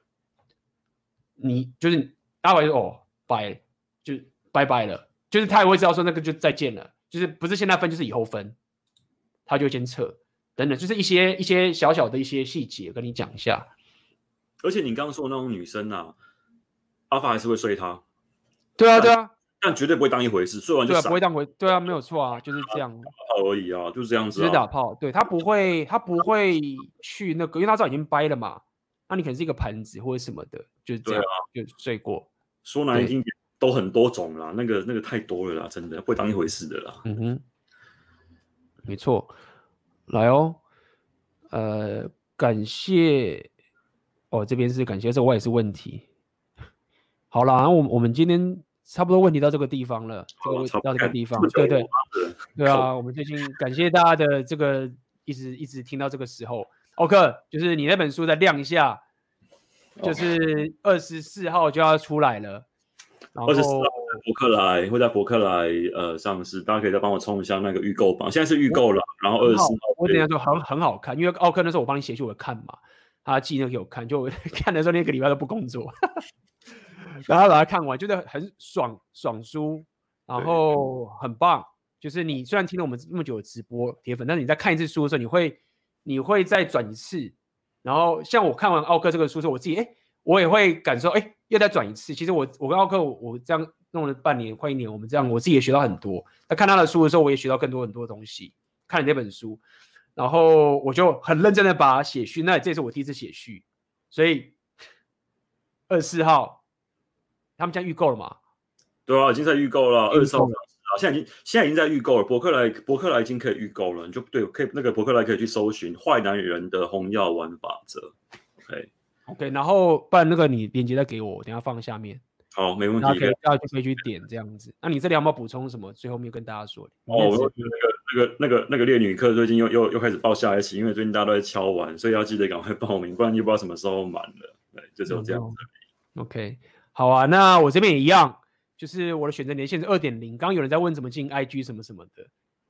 你就是阿伟哦，拜就拜拜了，就是他也会知道说那个就再见了，就是不是现在分就是以后分，他就先撤等等，就是一些一些小小的一些细节跟你讲一下。 而且你刚刚说的那种女生啊，阿法还是会睡她。 对啊，对啊， 但绝对不会当一回事，睡完就闪。 对啊，不会当回，对啊，没有错啊，就是这样。 打炮而已啊，就是这样子、啊。 只是打炮，对他不会，他不会去那个，因为他知道已经掰了嘛。那你可能是一个盘子或者什么的，就是这样，啊、就睡过。 说难听点，都很多种啦，那个那个太多了啦，真的不会当一回事的啦。 嗯哼，没错。来哦，呃，感谢哦，这边是感谢，这我也是问题。好啦，我我们今天差不多问题到这个地方了，这个到这个地方，对对对啊，我们最近感谢大家的这个一直一直听到这个时候。OK， 就是你那本书再亮一下，就是二十四号就要出来了。然后二十四号在博客来会在博客来呃上市，大家可以再帮我冲一下那个预购榜，现在是预购了。然后二十四号， 我等一下说很很好看，因为奥克那时候我帮你写去我看嘛，他寄那个给我看，就我看的时候那个礼拜都不工作，然后把它看完，觉得很爽爽书，然后很棒。就是你虽然听了我们这么久的直播铁粉，但是你在看一次书的时候，你会。你会再转一次，然后像我看完奥克这个书之后，我自己哎，我也会感受哎，又再转一次。其实我我跟奥克我，我这样弄了半年快一年，我们这样我自己也学到很多。在看他的书的时候，我也学到更多很多东西。看了这本书，然后我就很认真的把它写序。那这是我第一次写序，所以二十四号他们将预购了嘛？ 对啊，已经在预购了，二十四号。现在已经现在已经在预购了，博客来博客来已经可以预购了，你就对，可以那个博客来可以去搜寻《坏男人的红药丸法则》。OK OK， 然后不然那个你链接再给我，我等一下放下面。 好，没问题。 可以，大家就可以去点这样子。那你这里有没有补充什么？最后面跟大家说。 哦，我那个那个那个那个烈女课最近又又又开始报下一期，因为最近大家都在敲完，所以要记得赶快报名，不然又不知道什么时候满了。对，就只有这样子。 嗯、OK， 好啊，那我这边也一样。就是我的选择年限是 二点零， 刚刚有人在问怎么进 I G 什么什么的，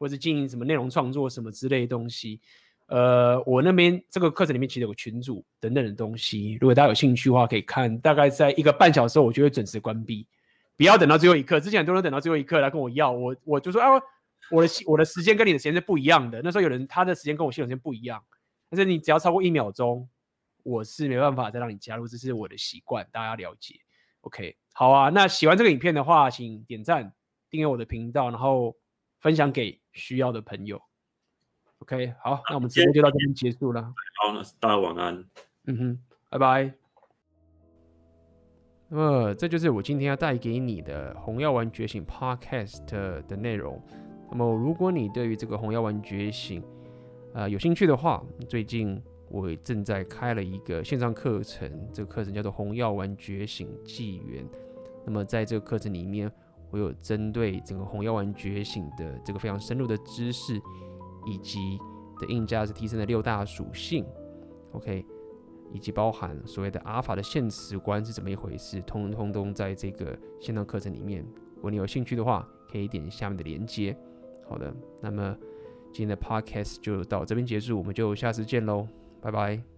或是经营什么内容创作什么之类的东西。呃，我那边这个课程里面其实有个群组等等的东西，如果大家有兴趣的话可以看，大概在一个半小时后我就会准时关闭，不要等到最后一刻。之前很多人等到最后一刻来跟我要，我我就说啊，我的我的时间跟你的时间是不一样的。那时候有人他的时间跟我系统时间不一样，但是你只要超过一秒钟，我是没办法再让你加入，这是我的习惯，大家要了解。OK， 好啊，那喜欢这个影片的话，请点赞、订阅我的频道，然后分享给需要的朋友。OK， 好，那我们直播就到这边结束了。 好，那大家晚安。 嗯哼，拜拜。 那么这就是我今天要带给你的红药丸觉醒 Podcast 的内容。那么如果你对于这个红药丸觉醒呃有兴趣的话，最近我正在开了一个线上课程，这个课程叫做红药丸觉醒纪元。那么在这个课程里面，我有针对整个红药丸觉醒的这个非常深入的知识，以及的硬价值提升的六大属性 ，OK， 以及包含所谓的阿法的现实观是怎么一回事，通通都在这个线上课程里面。如果你有兴趣的话，可以点下面的连结。好的，那么今天的 podcast 就到这边结束，我们就下次见喽，拜拜。